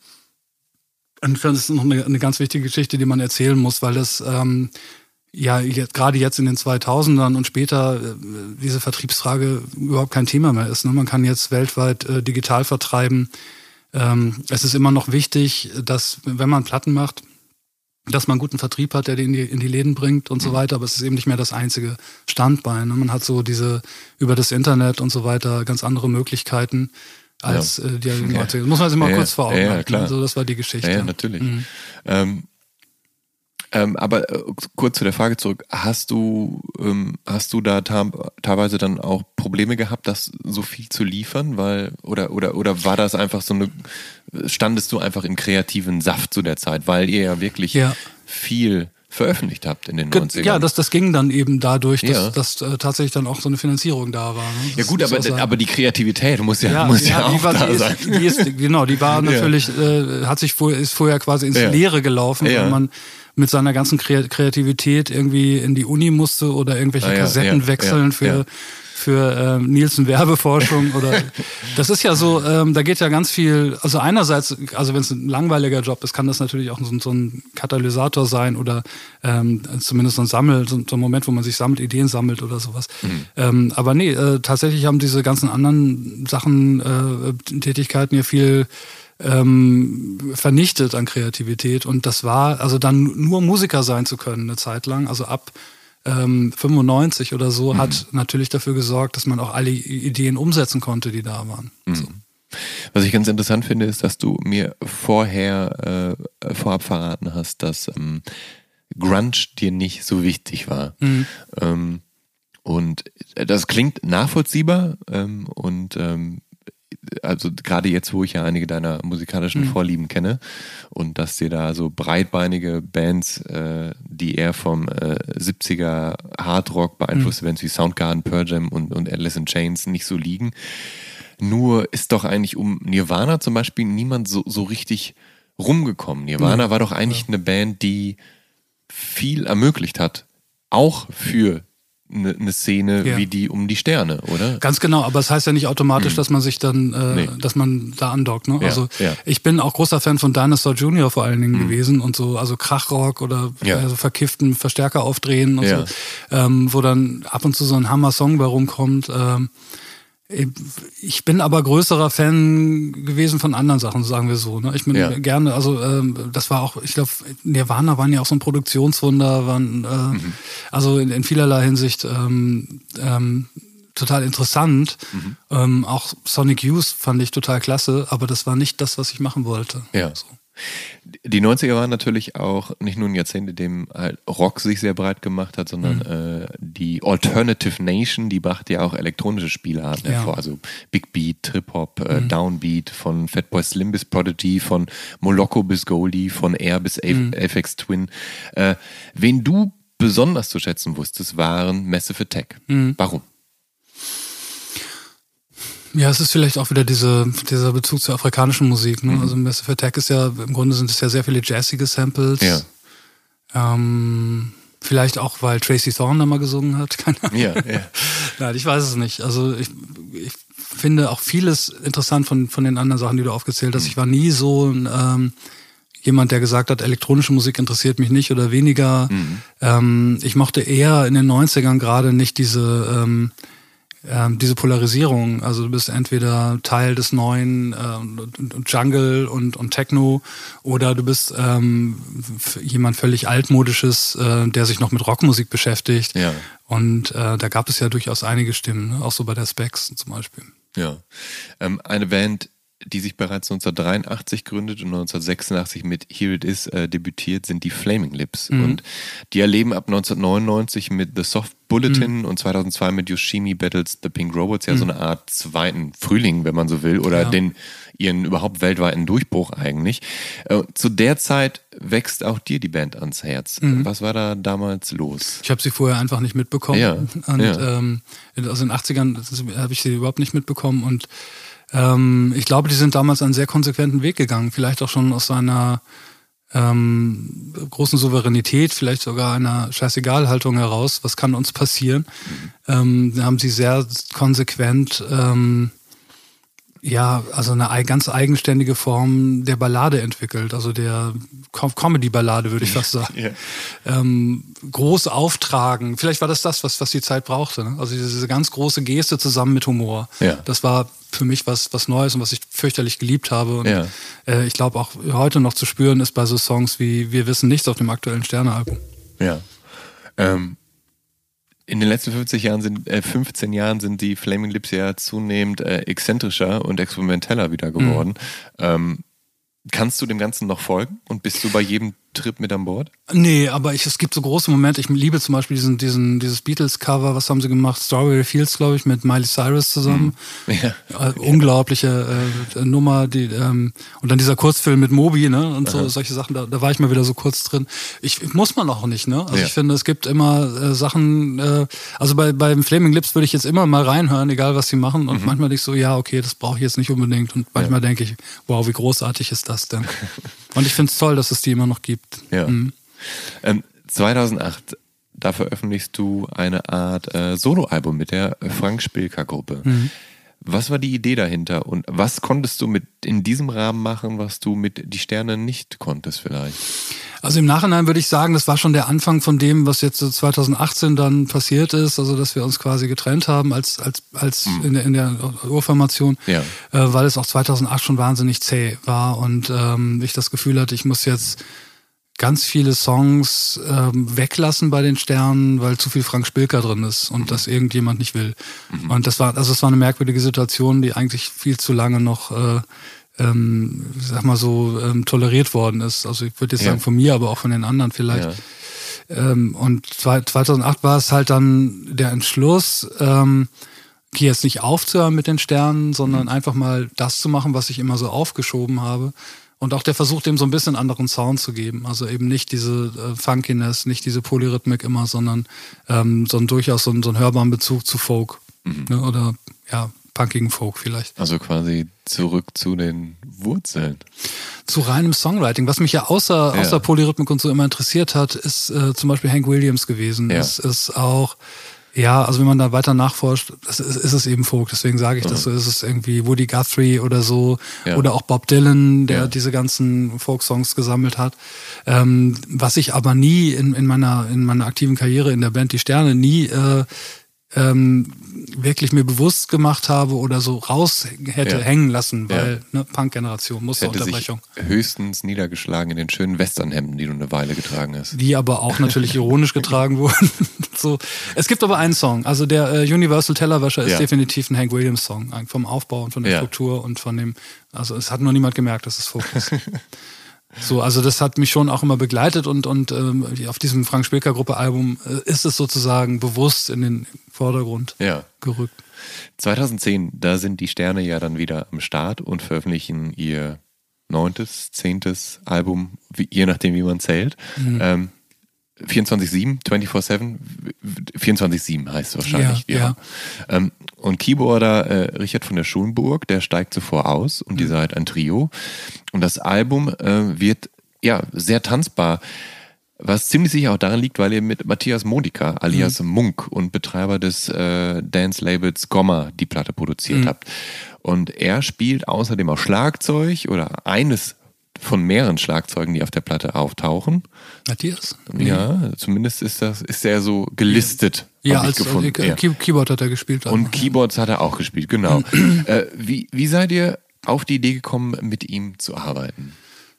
Und das ist noch eine, eine ganz wichtige Geschichte, die man erzählen muss, weil das ähm, ja jetzt, gerade jetzt in den zweitausendern und später äh, diese Vertriebsfrage überhaupt kein Thema mehr ist. Ne? Man kann jetzt weltweit äh, digital vertreiben. Ähm, es ist immer noch wichtig, dass, wenn man Platten macht, dass man guten Vertrieb hat, der die in die, in die Läden bringt und so weiter, aber es ist eben nicht mehr das einzige Standbein. Ne? Man hat so diese, über das Internet und so weiter, ganz andere Möglichkeiten als ja. äh, die Leute. Das muss man sich mal ja, kurz vor Augen ja, ja, halten. klar. Also das war die Geschichte. Ja, ja natürlich. Mhm. Ähm, ähm, aber äh, kurz zu der Frage zurück. Hast du, ähm, hast du da ta- teilweise dann auch Probleme gehabt, das so viel zu liefern? Weil, oder, oder, oder war das einfach so eine, standest du einfach im kreativen Saft zu der Zeit, weil ihr ja wirklich ja. viel veröffentlicht habt in den Ge- neunzigern. Ja, das, das ging dann eben dadurch, dass, Ja. dass äh, tatsächlich dann auch so eine Finanzierung da war. Ne? Ja gut, aber, aber die Kreativität muss ja, Ja, muss ja, ja, auch die war, da die sein. ist, die ist, genau, die war natürlich, äh, hat sich vorher, ist vorher quasi ins Ja. Leere gelaufen, Ja. weil man mit seiner ganzen Kre- Kreativität irgendwie in die Uni musste oder irgendwelche Ah, ja, Kassetten ja, wechseln ja, für, ja. für ähm, Nielsen Werbeforschung oder das ist ja so, ähm, da geht ja ganz viel, also einerseits, also wenn es ein langweiliger Job ist, kann das natürlich auch so, so ein Katalysator sein oder ähm, zumindest so ein Sammel, so, so ein Moment, wo man sich sammelt, Ideen sammelt oder sowas. Mhm. Ähm, aber nee, äh, tatsächlich haben diese ganzen anderen Sachen, äh, Tätigkeiten ja viel ähm, vernichtet an Kreativität und das war, also dann nur Musiker sein zu können eine Zeit lang, also ab ähm, fünfundneunzig oder so, mhm. hat natürlich dafür gesorgt, dass man auch alle Ideen umsetzen konnte, die da waren. Mhm. So. Was ich ganz interessant finde, ist, dass du mir vorher äh, vorab verraten hast, dass ähm, Grunge dir nicht so wichtig war. Mhm. Ähm, und das klingt nachvollziehbar ähm, und ähm, also gerade jetzt, wo ich ja einige deiner musikalischen mhm. Vorlieben kenne und dass dir da so breitbeinige Bands, äh, die eher vom äh, siebziger Hardrock beeinflusste mhm. Bands wie Soundgarden, Pearl Jam und, und Alice in Chains nicht so liegen. Nur ist doch eigentlich um Nirvana zum Beispiel niemand so, so richtig rumgekommen. Nirvana mhm. war doch eigentlich ja. eine Band, die viel ermöglicht hat, auch für eine, eine Szene ja. wie die um die Sterne, oder? Ganz genau, aber es das heißt ja nicht automatisch, mhm. dass man sich dann, äh, nee. dass man da andockt. Ne? Ja, also ja. ich bin auch großer Fan von Dinosaur Junior vor allen Dingen mhm. gewesen und so, also Krachrock oder ja. also verkifften Verstärker aufdrehen und ja. so, ähm, wo dann ab und zu so ein Hammer-Song bei rumkommt. Ähm, Ich bin aber größerer Fan gewesen von anderen Sachen, sagen wir so. Ne? Ich bin ja. gerne, also ähm, das war auch, ich glaube, Nirvana waren ja auch so ein Produktionswunder, waren äh, mhm. also in, in vielerlei Hinsicht ähm, ähm, total interessant. Mhm. Ähm, auch Sonic Youth fand ich total klasse, aber das war nicht das, was ich machen wollte. Ja. So. Die neunziger waren natürlich auch nicht nur ein Jahrzehnt, in dem halt Rock sich sehr breit gemacht hat, sondern mhm. äh, die Alternative Nation, die brachte ja auch elektronische Spielarten ja. hervor. Also Big Beat, Trip-Hop, äh, mhm. Downbeat, von Fatboy Slim bis Prodigy, von Moloko bis Goldie, von Air bis mhm. Aphex Twin. Äh, wen du besonders zu schätzen wusstest, waren Massive Attack. Mhm. Warum? Ja, es ist vielleicht auch wieder diese, dieser Bezug zur afrikanischen Musik. Ne? Mhm. Also Massive Attack ist ja, im Grunde sind es ja sehr viele jazzige Samples. Ja. Ähm, vielleicht auch, weil Tracy Thorn da mal gesungen hat. Keine Ahnung. Ja, ja. Nein, ich weiß es nicht. Also ich, ich finde auch vieles interessant von, von den anderen Sachen, die du aufgezählt hast. Mhm. Ich war nie so ein ähm, jemand, der gesagt hat, elektronische Musik interessiert mich nicht oder weniger. Mhm. Ähm, ich mochte eher in den neunzigern gerade nicht diese ähm, Ähm, diese Polarisierung, also du bist entweder Teil des Neuen ähm, und, und Jungle und, und Techno oder du bist ähm, jemand völlig altmodisches, äh, der sich noch mit Rockmusik beschäftigt. Ja. Und äh, da gab es ja durchaus einige Stimmen, ne? Auch so bei der Specs zum Beispiel. Ja, ähm, eine Band, die sich bereits neunzehnhundertdreiundachtzig gründet und neunzehnhundertsechsundachtzig mit Here It Is äh, debütiert, sind die Flaming Lips. Mhm. Und die erleben ab neunzehnhundertneunundneunzig mit The Soft Bulletin mhm. und zweitausendzwei mit Yoshimi Battles The Pink Robots ja mhm. so eine Art zweiten Frühling, wenn man so will, oder ja. den ihren überhaupt weltweiten Durchbruch eigentlich. Äh, zu der Zeit wächst auch dir die Band ans Herz. Mhm. Was war da damals los? Ich habe sie vorher einfach nicht mitbekommen. Ja. Und ja. Ähm, aus den achtzigern habe ich sie überhaupt nicht mitbekommen und Ähm, ich glaube, die sind damals einen sehr konsequenten Weg gegangen, vielleicht auch schon aus einer ähm, großen Souveränität, vielleicht sogar einer Scheißegal-Haltung heraus, was kann uns passieren. Mhm. Ähm, da haben sie sehr konsequent ähm, ja, also eine ganz eigenständige Form der Ballade entwickelt, also der Comedy-Ballade, würde ich fast sagen. Yeah. Ähm, groß auftragen, vielleicht war das das, was, was die Zeit brauchte. Ne? Also diese, diese ganz große Geste zusammen mit Humor. Ja. Das war für mich was, was Neues und was ich fürchterlich geliebt habe. Und ja. äh, ich glaube auch heute noch zu spüren ist bei so Songs wie Wir wissen nichts auf dem aktuellen Sterne-Album. Ja. Ähm. In den letzten fünfzig Jahren sind, äh, fünfzehn Jahren sind die Flaming Lips ja zunehmend äh, exzentrischer und experimenteller wieder geworden. Mhm. Ähm, kannst du dem Ganzen noch folgen und bist du bei jedem Trip mit an Bord? Nee, aber ich, es gibt so große Momente. Ich liebe zum Beispiel diesen, diesen, dieses Beatles-Cover, was haben sie gemacht? Strawberry Fields, glaube ich, mit Miley Cyrus zusammen. Mhm. Ja. Äh, unglaubliche äh, Nummer. Die, ähm, und dann dieser Kurzfilm mit Moby, ne? Und so, solche Sachen, da, da war ich mal wieder so kurz drin. Ich muss man auch nicht, ne? Also ja. ich finde, es gibt immer äh, Sachen, äh, also bei beim Flaming Lips würde ich jetzt immer mal reinhören, egal was sie machen. Und mhm. manchmal denke ich so, ja, okay, das brauche ich jetzt nicht unbedingt. Und manchmal ja. denke ich, wow, wie großartig ist das denn? Und ich finde es toll, dass es die immer noch gibt. Ja. Mhm. Ähm, zweitausendacht, da veröffentlichst du eine Art äh, Soloalbum mit der Frank Spilker Gruppe. Mhm. Was war die Idee dahinter und was konntest du mit in diesem Rahmen machen, was du mit Die Sterne nicht konntest vielleicht? Also im Nachhinein würde ich sagen, das war schon der Anfang von dem, was jetzt so zweitausendachtzehn dann passiert ist, also dass wir uns quasi getrennt haben als als als mhm. in der in der Urformation, ja. äh, weil es auch zweitausendacht schon wahnsinnig zäh war und ähm, ich das Gefühl hatte, ich muss jetzt ganz viele Songs ähm, weglassen bei den Sternen, weil zu viel Frank Spilker drin ist und mhm. das irgendjemand nicht will. Mhm. Und das war, also es war eine merkwürdige Situation, die eigentlich viel zu lange noch, äh, ähm, sag mal so, ähm, toleriert worden ist. Also ich würde jetzt ja. sagen von mir, aber auch von den anderen vielleicht. Ja. Ähm, und zweitausendacht war es halt dann der Entschluss, ähm, hier jetzt nicht aufzuhören mit den Sternen, sondern mhm. einfach mal das zu machen, was ich immer so aufgeschoben habe. Und auch der Versuch, dem so ein bisschen anderen Sound zu geben. Also eben nicht diese äh, Funkiness, nicht diese Polyrhythmik immer, sondern ähm, so ein, durchaus so, ein, so einen hörbaren Bezug zu Folk. Mhm. Ne? Oder ja, punkigen Folk vielleicht. Also quasi zurück zu den Wurzeln. Zu reinem Songwriting. Was mich ja außer, ja. außer Polyrhythmik und so immer interessiert hat, ist äh, zum Beispiel Hank Williams gewesen. Ja. Es ist auch... Ja, also wenn man da weiter nachforscht, das ist, ist es eben Folk, deswegen sage ich mhm. das so, ist es irgendwie Woody Guthrie oder so, ja. oder auch Bob Dylan, der ja. diese ganzen Folk-Songs gesammelt hat. Ähm, was ich aber nie in, in meiner in meiner aktiven Karriere in der Band Die Sterne nie äh, ähm, wirklich mir bewusst gemacht habe oder so raus hätte ja. hängen lassen, weil ja. ne, Punk-Generation, Musterunterbrechung. Sich höchstens niedergeschlagen in den schönen Westernhemden, die du eine Weile getragen hast. Die aber auch natürlich ironisch getragen wurden. So. Es gibt aber einen Song, also der äh, Universal Tellerwäscher ist ja. definitiv ein Hank Williams Song, vom Aufbau und von der ja. Struktur und von dem, also es hat nur niemand gemerkt, dass es Folk ist. So, also das hat mich schon auch immer begleitet und und ähm, auf diesem Frank Spilker Gruppe Album äh, ist es sozusagen bewusst in den Vordergrund ja. gerückt. zweitausendzehn, da sind die Sterne ja dann wieder am Start und veröffentlichen ihr neuntes, zehntes Album, wie, je nachdem wie man zählt. Mhm. Ähm, vierundzwanzig sieben, vierundzwanzig sieben, vierundzwanzig sieben heißt es wahrscheinlich. Ja, ja. ja. Ähm, und Keyboarder äh, Richard von der Schulenburg, der steigt zuvor aus und mhm. ihr seid ein Trio. Und das Album äh, wird ja sehr tanzbar, was ziemlich sicher auch daran liegt, weil ihr mit Matthias Modica alias mhm. Munk und Betreiber des äh, Dance-Labels Gomma die Platte produziert mhm. habt. Und er spielt außerdem auch Schlagzeug oder eines von mehreren Schlagzeugen, die auf der Platte auftauchen. Matthias? Ja, nee. Zumindest ist das ist er so gelistet. Ja, als gefunden. Äh, Key- Keyboard hat er gespielt. Und auch. Keyboards hat er auch gespielt, genau. äh, wie, wie seid ihr auf die Idee gekommen, mit ihm zu arbeiten?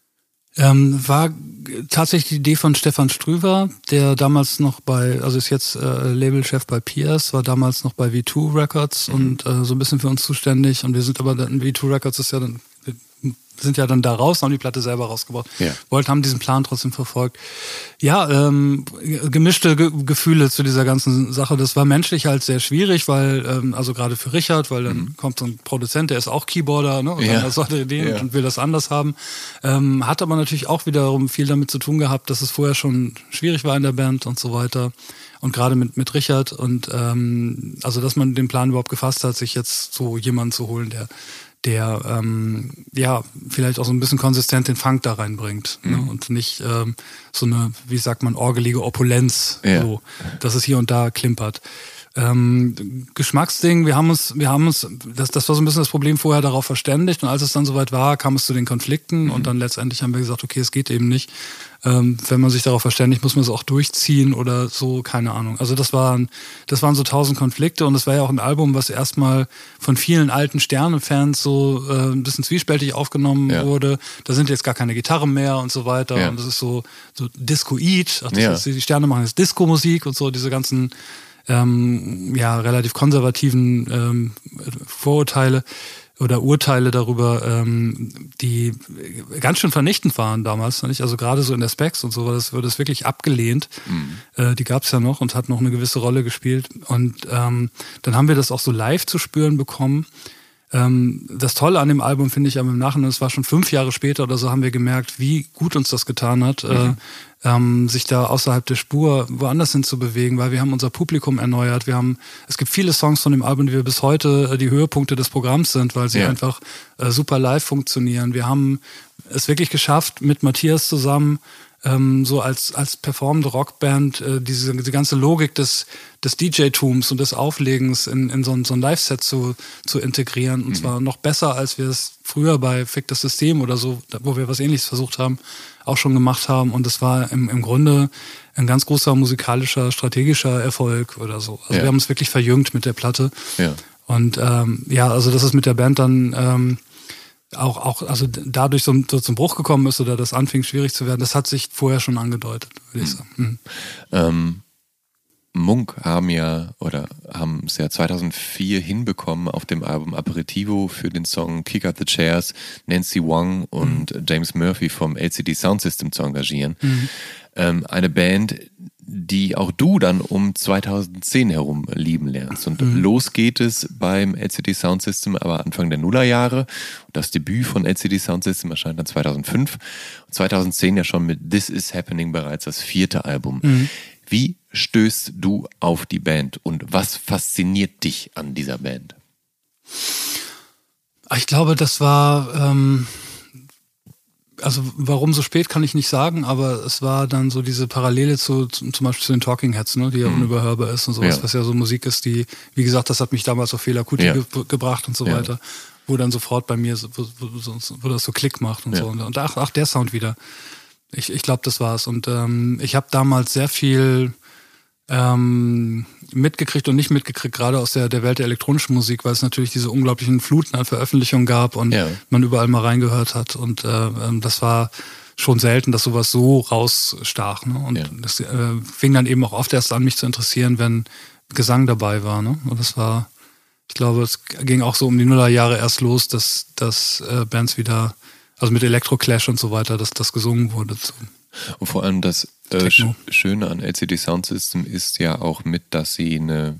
Ähm, war tatsächlich die Idee von Stefan Strüver, der damals noch bei, also ist jetzt äh, Labelchef bei Pierce, war damals noch bei V zwei Records mhm. und äh, so ein bisschen für uns zuständig. Und wir sind aber dann, V zwei Records ist ja dann, sind ja dann da raus, haben die Platte selber rausgebracht. Ja. Wollten, haben diesen Plan trotzdem verfolgt. Ja, ähm, gemischte Ge- Gefühle zu dieser ganzen Sache. Das war menschlich halt sehr schwierig, weil, ähm, also gerade für Richard, weil dann mhm. kommt so ein Produzent, der ist auch Keyboarder, ne? Und ja. dann hat solche Ideen ja. und will das anders haben. Ähm, hat aber natürlich auch wiederum viel damit zu tun gehabt, dass es vorher schon schwierig war in der Band und so weiter. Und gerade mit, mit Richard und ähm, also, dass man den Plan überhaupt gefasst hat, sich jetzt so jemanden zu holen, der der ähm, ja vielleicht auch so ein bisschen konsistent den Funk da reinbringt, mhm. ne? Und nicht ähm, so eine, wie sagt man, orgelige Opulenz, ja. so, dass es hier und da klimpert. Ähm, Geschmacksding, wir haben uns, wir haben uns, das, das war so ein bisschen das Problem, vorher darauf verständigt und als es dann soweit war, kam es zu den Konflikten mhm. und dann letztendlich haben wir gesagt, okay, es geht eben nicht. Ähm, wenn man sich darauf verständigt, muss man es auch durchziehen oder so, keine Ahnung. Also das waren, das waren so tausend Konflikte und es war ja auch ein Album, was erstmal von vielen alten Sterne-Fans so äh, ein bisschen zwiespältig aufgenommen ja. wurde. Da sind jetzt gar keine Gitarren mehr und so weiter ja. und das ist so, so Discoid, ach, das ja. ist, die Sterne machen jetzt Disco-Musik und so, diese ganzen Ähm, ja, relativ konservativen ähm, Vorurteile. oder Urteile darüber, ähm, die ganz schön vernichtend waren damals, nicht? Also gerade so in der Specs und so, das wurde das wirklich abgelehnt. Mhm. Äh, die gab es ja noch und hat noch eine gewisse Rolle gespielt. Und ähm, dann haben wir das auch so live zu spüren bekommen. Ähm, das Tolle an dem Album finde ich aber im Nachhinein, es war schon fünf Jahre später oder so, haben wir gemerkt, wie gut uns das getan hat, mhm. äh, ähm, sich da außerhalb der Spur woanders hin zu bewegen, weil wir haben unser Publikum erneuert. Wir haben, es gibt viele Songs von dem Album, die wir bis heute äh, die Höhepunkte des Programms sind, weil sie ja. einfach äh, super live funktionieren. Wir haben es wirklich geschafft, mit Matthias zusammen ähm, so als als performende Rockband äh, diese, diese ganze Logik des des D J-Tums und des Auflegens in, in so ein, so ein Live-Set zu, zu integrieren. Und mhm. zwar noch besser, als wir es früher bei Fick das System oder so, wo wir was Ähnliches versucht haben, auch schon gemacht haben. Und es war im, im Grunde ein ganz großer musikalischer, strategischer Erfolg oder so. Also ja. wir haben uns wirklich verjüngt mit der Platte. Ja. Und ähm, ja, also dass es mit der Band dann ähm, auch, auch also dadurch so, so zum Bruch gekommen ist oder das anfing schwierig zu werden, das hat sich vorher schon angedeutet, würde ich sagen. Mhm. Ähm. Monk haben ja oder haben es ja zweitausendvier hinbekommen, auf dem Album Aperitivo für den Song Kick Out the Chairs Nancy Wong und mhm. James Murphy vom L C D Sound System zu engagieren. Mhm. Ähm, eine Band, die auch du dann um zweitausendzehn herum lieben lernst. Und mhm. los geht es beim L C D Sound System, aber Anfang der Nullerjahre. Das Debüt von L C D Sound System erscheint dann zweitausendfünf. Und zweitausendzehn ja schon mit This Is Happening bereits das vierte Album. Mhm. Wie stößt du auf die Band und was fasziniert dich an dieser Band? Ich glaube, das war, ähm, also warum so spät, kann ich nicht sagen, aber es war dann so diese Parallele zu, zu zum Beispiel zu den Talking Heads, ne, die ja mhm. unüberhörbar ist und sowas, ja. was ja so Musik ist, die, wie gesagt, das hat mich damals auf Fela Kuti ja. ge- gebracht und so ja. weiter, wo dann sofort bei mir, so, wo, wo, wo das so Klick macht und ja. so. Und ach, ach, der Sound wieder. Ich, ich glaube, das war's. Und ähm, ich habe damals sehr viel ähm, mitgekriegt und nicht mitgekriegt, gerade aus der, der Welt der elektronischen Musik, weil es natürlich diese unglaublichen Fluten an Veröffentlichungen gab und ja. man überall mal reingehört hat. Und äh, das war schon selten, dass sowas so rausstach. Ne? Und ja. das äh, fing dann eben auch oft erst an, mich zu interessieren, wenn Gesang dabei war. Ne? Und das war, ich glaube, es ging auch so um die Nullerjahre erst los, dass, dass äh, Bands wieder, also mit Electroclash und so weiter, dass das gesungen wurde. So. Und vor allem das äh, Sch- Schöne an L C D Sound System ist ja auch mit, dass sie eine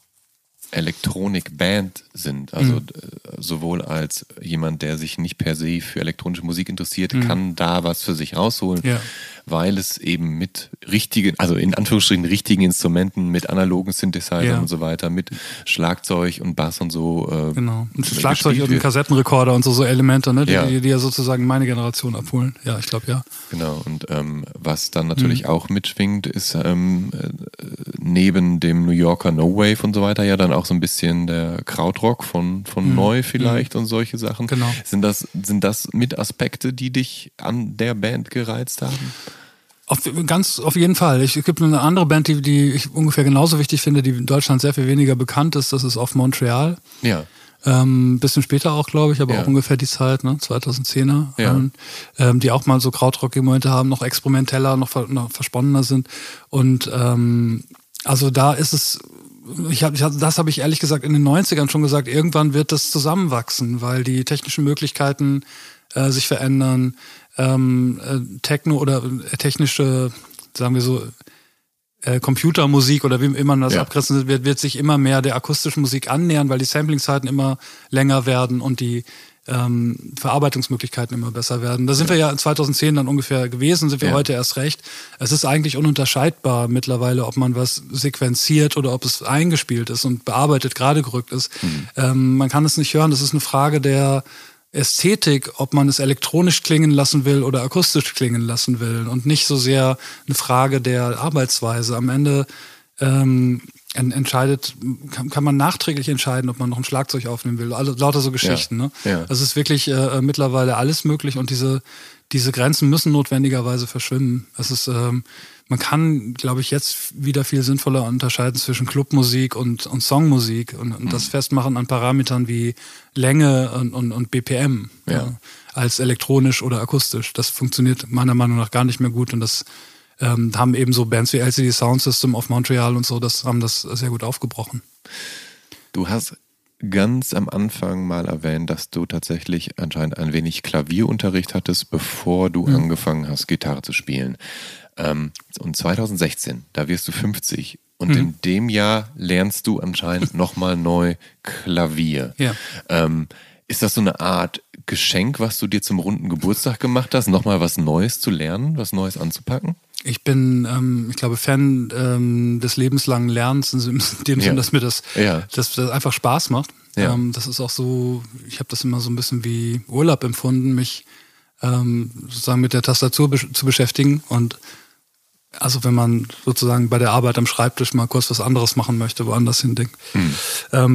Elektronik-Band sind. Also mhm. sowohl als jemand, der sich nicht per se für elektronische Musik interessiert, mhm. kann da was für sich rausholen, ja. weil es eben mit richtigen, also in Anführungsstrichen richtigen Instrumenten, mit analogen Synthesizern ja. und so weiter, mit Schlagzeug und Bass und so. Äh, genau. Und Schlagzeug und Kassettenrekorder und so, so Elemente, ne, die, ja. die, die ja sozusagen meine Generation abholen. Ja, ich glaube ja. Genau. Und ähm, was dann natürlich mhm. auch mitschwingt, ist ähm, neben dem New Yorker No Wave und so weiter ja dann auch so ein bisschen der Krautrock von, von mhm. Neu vielleicht mhm. und solche Sachen. Genau. Sind das, sind das mit Aspekte, die dich an der Band gereizt haben? Auf, ganz auf jeden Fall. Ich, es gibt eine andere Band, die, die ich ungefähr genauso wichtig finde, die in Deutschland sehr viel weniger bekannt ist. Das ist Off Montreal. Ja. Ähm, bisschen später auch, glaube ich, aber ja. auch ungefähr die Zeit, ne, zweitausendzehner. Ja. Ähm, ähm, die auch mal so krautrockige Momente haben, noch experimenteller, noch, noch versponnener sind. Und ähm, also da ist es, ich hab, das habe ich ehrlich gesagt in den neunzigern schon gesagt, irgendwann wird das zusammenwachsen, weil die technischen Möglichkeiten äh, sich verändern. Ähm, äh, Techno oder äh, technische, sagen wir so, äh, Computermusik oder wie immer man das ja. abgrenzen wird, wird sich immer mehr der akustischen Musik annähern, weil die Samplingzeiten immer länger werden und die ähm, Verarbeitungsmöglichkeiten immer besser werden. Da sind ja. wir ja in zweitausendzehn dann ungefähr gewesen, sind wir ja. heute erst recht. Es ist eigentlich ununterscheidbar mittlerweile, ob man was sequenziert oder ob es eingespielt ist und bearbeitet, gerade gerückt ist. Mhm. Ähm, man kann es nicht hören, das ist eine Frage der Ästhetik, ob man es elektronisch klingen lassen will oder akustisch klingen lassen will und nicht so sehr eine Frage der Arbeitsweise. Am Ende ähm, entscheidet, kann, kann man nachträglich entscheiden, ob man noch ein Schlagzeug aufnehmen will. Also lauter so Geschichten. Ja. Ne? Ja. Es ist wirklich äh, mittlerweile alles möglich und diese diese Grenzen müssen notwendigerweise verschwimmen. Es ist ähm, man kann, glaube ich, jetzt wieder viel sinnvoller unterscheiden zwischen Clubmusik und, und Songmusik und, und mhm. das festmachen an Parametern wie Länge und, und, und B P M ja. ja, als elektronisch oder akustisch. Das funktioniert meiner Meinung nach gar nicht mehr gut und das ähm, haben eben so Bands wie L C D Sound System of Montreal und so, das haben das sehr gut aufgebrochen. Du hast ganz am Anfang mal erwähnt, dass du tatsächlich anscheinend ein wenig Klavierunterricht hattest, bevor du mhm. angefangen hast, Gitarre zu spielen. Ähm, und zwanzig sechzehn, da wirst du fünfzig. Und mhm. in dem Jahr lernst du anscheinend nochmal neu Klavier. Ja. Ähm, ist das so eine Art Geschenk, was du dir zum runden Geburtstag gemacht hast, nochmal was Neues zu lernen, was Neues anzupacken? Ich bin, ähm, ich glaube, Fan ähm, des lebenslangen Lernens, in dem ja. Sinne, dass mir das, ja. dass das einfach Spaß macht. Ja. Ähm, das ist auch so, ich habe das immer so ein bisschen wie Urlaub empfunden, mich ähm, sozusagen mit der Tastatur be- zu beschäftigen. Und also wenn man sozusagen bei der Arbeit am Schreibtisch mal kurz was anderes machen möchte, woanders hin denkt. Hm. Ähm,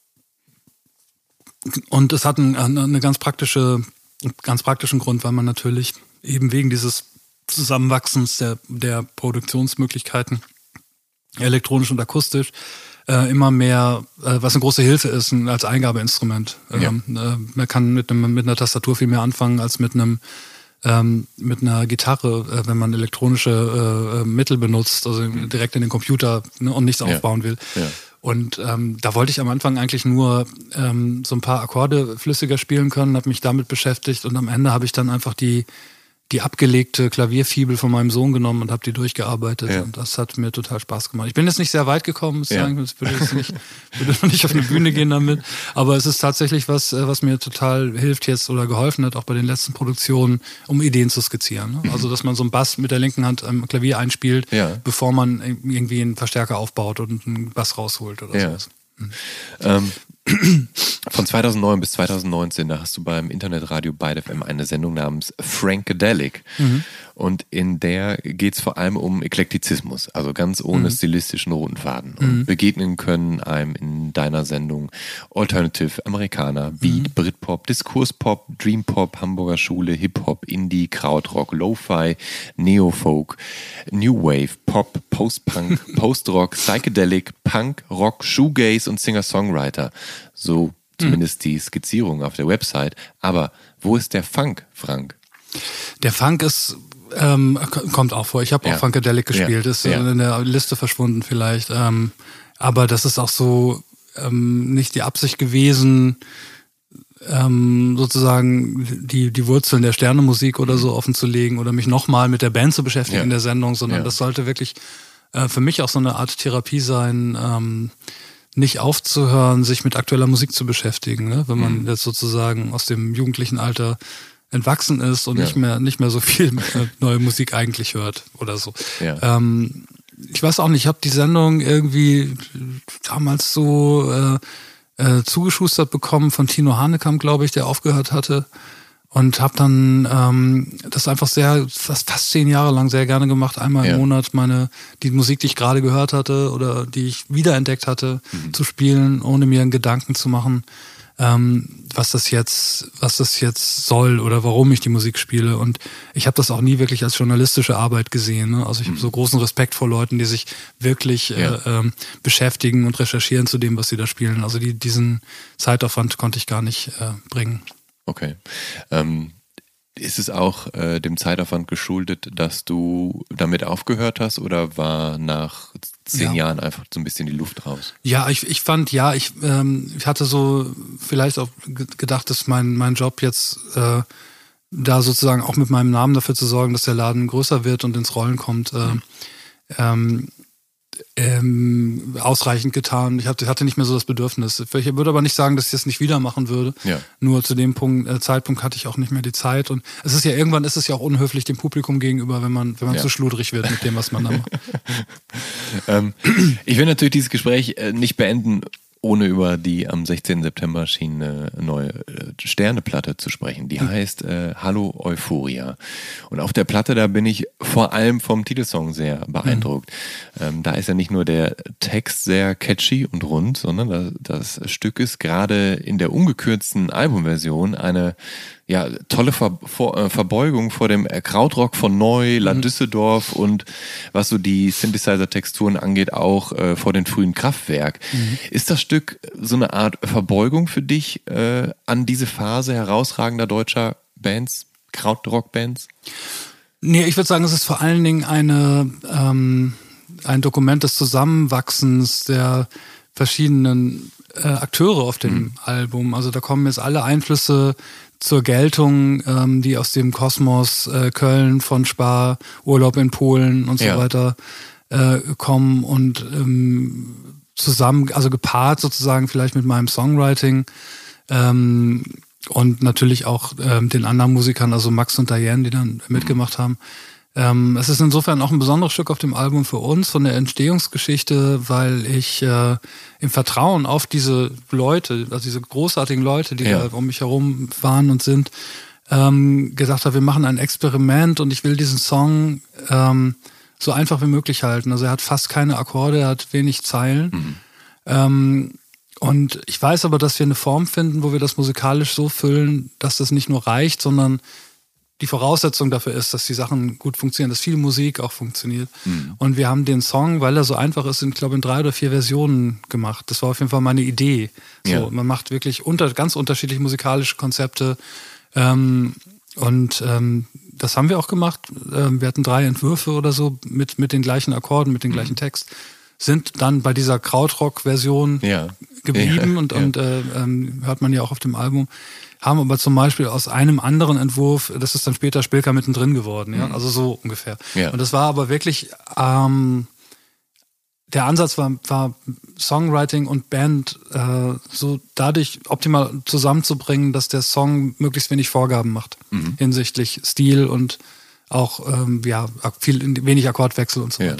und es hat einen, eine ganz praktische, ganz praktischen Grund, weil man natürlich eben wegen dieses Zusammenwachsens der, der Produktionsmöglichkeiten, elektronisch und akustisch, äh, immer mehr, äh, was eine große Hilfe ist, als Eingabeinstrument. Ja. Ähm, äh, man kann mit, einem, mit einer Tastatur viel mehr anfangen als mit einem ähm, mit einer Gitarre, äh, wenn man elektronische äh, Mittel benutzt, also mhm. direkt in den Computer, ne, und nichts ja. aufbauen will. Ja. Und ähm, da wollte ich am Anfang eigentlich nur ähm, so ein paar Akkorde flüssiger spielen können, habe mich damit beschäftigt und am Ende habe ich dann einfach die die abgelegte Klavierfibel von meinem Sohn genommen und habe die durchgearbeitet. Ja. Und das hat mir total Spaß gemacht. Ich bin jetzt nicht sehr weit gekommen, muss ich ja. sagen. Ich würde jetzt nicht, würde noch nicht auf eine Bühne gehen damit. Aber es ist tatsächlich was, was mir total hilft jetzt oder geholfen hat, auch bei den letzten Produktionen, um Ideen zu skizzieren. Ne? Also, dass man so einen Bass mit der linken Hand am Klavier einspielt, ja. bevor man irgendwie einen Verstärker aufbaut und einen Bass rausholt oder ja. sowas. Mhm. Ähm. Von zweitausendneun bis zweitausendneunzehn, da hast du beim Internetradio Byte F M eine Sendung namens Frankadelic. Mhm. Und in der geht es vor allem um Eklektizismus, also ganz ohne mhm. stilistischen roten Faden. Und mhm. begegnen können einem in deiner Sendung Alternative, Amerikaner, Beat, mhm. Britpop, Diskurspop, Dreampop, Hamburger Schule, Hip-Hop, Indie, Krautrock, Lo-Fi, Neofolk, New Wave, Pop, Post-Punk, Post-Rock, Psychedelic, Punk, Rock, Shoegaze und Singer-Songwriter. So zumindest mhm. die Skizzierung auf der Website. Aber wo ist der Funk, Frank? Der Funk ist ähm, kommt auch vor. Ich habe ja. auch Funkadelic gespielt. Ja. Ist ja. in der Liste verschwunden vielleicht. Ähm, aber das ist auch so ähm, nicht die Absicht gewesen, ähm, sozusagen die die Wurzeln der Sternemusik oder so offen zu legen oder mich nochmal mit der Band zu beschäftigen ja. in der Sendung, sondern ja. das sollte wirklich äh, für mich auch so eine Art Therapie sein, ähm, nicht aufzuhören, sich mit aktueller Musik zu beschäftigen, ne? Wenn man mhm. jetzt sozusagen aus dem jugendlichen Alter entwachsen ist und ja. nicht mehr nicht mehr so viel neue Musik eigentlich hört oder so. Ja. Ähm, ich weiß auch nicht, ich habe die Sendung irgendwie damals so äh, äh, zugeschustert bekommen von Tino Hanekamp, glaube ich, der aufgehört hatte. Und habe dann ähm, das einfach sehr, fast, fast zehn Jahre lang sehr gerne gemacht, einmal im ja. Monat meine die Musik, die ich gerade gehört hatte oder die ich wiederentdeckt hatte, mhm. zu spielen, ohne mir einen Gedanken zu machen, ähm, was das jetzt, was das jetzt soll oder warum ich die Musik spiele. Und ich habe das auch nie wirklich als journalistische Arbeit gesehen. Ne? Also ich mhm. habe so großen Respekt vor Leuten, die sich wirklich ja. äh, ähm, beschäftigen und recherchieren zu dem, was sie da spielen. Also die, diesen Zeitaufwand konnte ich gar nicht äh, bringen. Okay. Ähm, ist es auch äh, dem Zeitaufwand geschuldet, dass du damit aufgehört hast oder war nach zehn ja. Jahren einfach so ein bisschen die Luft raus? Ja, ich, ich fand, ja, ich, ähm, ich hatte so vielleicht auch gedacht, dass mein, mein Job jetzt äh, da sozusagen auch mit meinem Namen dafür zu sorgen, dass der Laden größer wird und ins Rollen kommt, äh, mhm. ähm, Ähm, ausreichend getan. Ich hatte, hatte nicht mehr so das Bedürfnis. Ich würde aber nicht sagen, dass ich das nicht wieder machen würde. Ja. Nur zu dem Punkt, äh, Zeitpunkt hatte ich auch nicht mehr die Zeit. Und es ist ja irgendwann ist es ja auch unhöflich dem Publikum gegenüber, wenn man, wenn man ja. zu schludrig wird mit dem, was man da macht. ähm, ich will natürlich dieses Gespräch äh, nicht beenden, ohne über die am sechzehnten September erschienene neue äh, Sterneplatte zu sprechen. Die mhm. heißt äh, Hallo Euphoria. Und auf der Platte, da bin ich vor allem vom Titelsong sehr beeindruckt. Mhm. Ähm, da ist ja nicht nur der Text sehr catchy und rund, sondern das, das Stück ist gerade in der ungekürzten Albumversion eine ja, tolle Ver- vor, äh, Verbeugung vor dem Krautrock von Neu, La mhm. Düsseldorf und was so die Synthesizer-Texturen angeht, auch äh, vor den frühen Kraftwerk. Mhm. Ist das Stück so eine Art Verbeugung für dich äh, an diese Phase herausragender deutscher Bands, Krautrock-Bands? Nee, ich würde sagen, es ist vor allen Dingen eine, ähm, ein Dokument des Zusammenwachsens der verschiedenen äh, Akteure auf dem mhm. Album. Also da kommen jetzt alle Einflüsse zur Geltung, ähm, die aus dem Kosmos äh, Köln von Spar, Urlaub in Polen und so ja. weiter äh, kommen und ähm, zusammen, also gepaart sozusagen vielleicht mit meinem Songwriting ähm, und natürlich auch ähm, den anderen Musikern, also Max und Diane, die dann mitgemacht haben. Ähm, es ist insofern auch ein besonderes Stück auf dem Album für uns von der Entstehungsgeschichte, weil ich äh, im Vertrauen auf diese Leute, also diese großartigen Leute, die ja. da um mich herum waren und sind, ähm, gesagt habe, wir machen ein Experiment und ich will diesen Song ähm, so einfach wie möglich halten. Also er hat fast keine Akkorde, er hat wenig Zeilen. Mhm. Ähm, und ich weiß aber, dass wir eine Form finden, wo wir das musikalisch so füllen, dass das nicht nur reicht, sondern die Voraussetzung dafür ist, dass die Sachen gut funktionieren, dass viel Musik auch funktioniert. Mhm. Und wir haben den Song, weil er so einfach ist, in, glaube ich, in drei oder vier Versionen gemacht. Das war auf jeden Fall meine Idee. So, ja. Man macht wirklich unter, ganz unterschiedliche musikalische Konzepte. Ähm, und ähm, das haben wir auch gemacht. Ähm, wir hatten drei Entwürfe oder so mit, mit den gleichen Akkorden, mit dem mhm. gleichen Text. Sind dann bei dieser Krautrock-Version ja. geblieben ja. und, ja. und äh, ähm, hört man ja auch auf dem Album. Haben aber zum Beispiel aus einem anderen Entwurf, das ist dann später Spilker mittendrin geworden, ja, mhm. also so ungefähr. Ja. Und das war aber wirklich, ähm, der Ansatz war, war Songwriting und Band äh, so dadurch optimal zusammenzubringen, dass der Song möglichst wenig Vorgaben macht mhm. hinsichtlich Stil und auch ähm, ja viel wenig Akkordwechsel und so ja. weiter.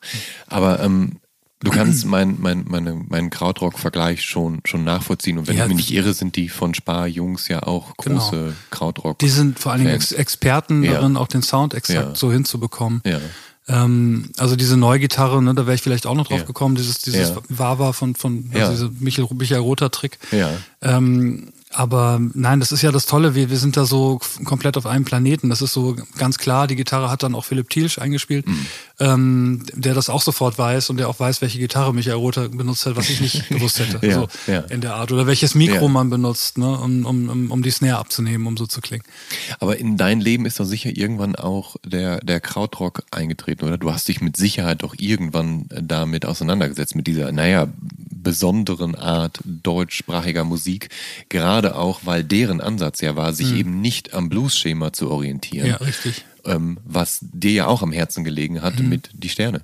Aber ähm du kannst meinen mein, meine, meinen Krautrock-Vergleich schon, schon nachvollziehen. Und wenn ja, ich mich nicht irre, sind die von Spar-Jungs ja auch große genau. Krautrock. Die sind vor allen Dingen Ex- Experten ja. darin, auch den Sound exakt ja. so hinzubekommen. Ja. Ähm, also diese Neugitarre, ne, da wäre ich vielleicht auch noch drauf ja. gekommen, dieses, dieses ja. Wawa von, von also ja. dieser Michael, Michael Rother-Trick. Ja. Ähm, aber nein, das ist ja das Tolle, wir, wir sind da so komplett auf einem Planeten. Das ist so ganz klar, die Gitarre hat dann auch Philipp Thielsch eingespielt, mhm. ähm, der das auch sofort weiß und der auch weiß, welche Gitarre Michael Rother benutzt hat, was ich nicht gewusst hätte. ja, so ja. in der Art. Oder welches Mikro ja. man benutzt, ne, um, um, um die Snare abzunehmen, um so zu klingen. Aber in dein Leben ist doch sicher irgendwann auch der, der Krautrock eingetreten, oder? Du hast dich mit Sicherheit doch irgendwann damit auseinandergesetzt, mit dieser, naja, besonderen Art deutschsprachiger Musik, gerade auch, weil deren Ansatz ja war, sich mhm. eben nicht am Blues-Schema zu orientieren. Ja, richtig. Ähm, was dir ja auch am Herzen gelegen hat mhm. mit Die Sterne.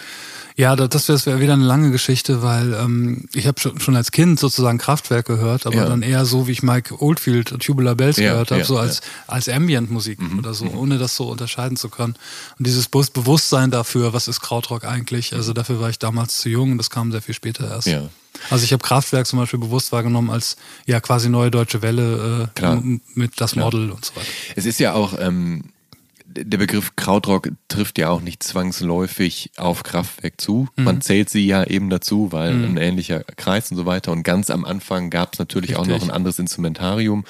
Ja, das wäre wieder eine lange Geschichte, weil ähm, ich habe schon, schon als Kind sozusagen Kraftwerk gehört, aber ja. dann eher so, wie ich Mike Oldfield und Tubular Bells ja, gehört habe, ja, so als, ja. als Ambient-Musik mhm. oder so, ohne das so unterscheiden zu können. Und dieses Bewusstsein dafür, was ist Krautrock eigentlich, also dafür war ich damals zu jung und das kam sehr viel später erst. Ja. Also ich habe Kraftwerk zum Beispiel bewusst wahrgenommen als ja quasi neue deutsche Welle äh, m- mit das Klar. Model und so weiter. Es ist ja auch... Ähm Der Begriff Krautrock trifft ja auch nicht zwangsläufig auf Kraftwerk zu. Mhm. Man zählt sie ja eben dazu, weil mhm. ein ähnlicher Kreis und so weiter. Und ganz am Anfang gab es natürlich Richtig. auch noch ein anderes Instrumentarium.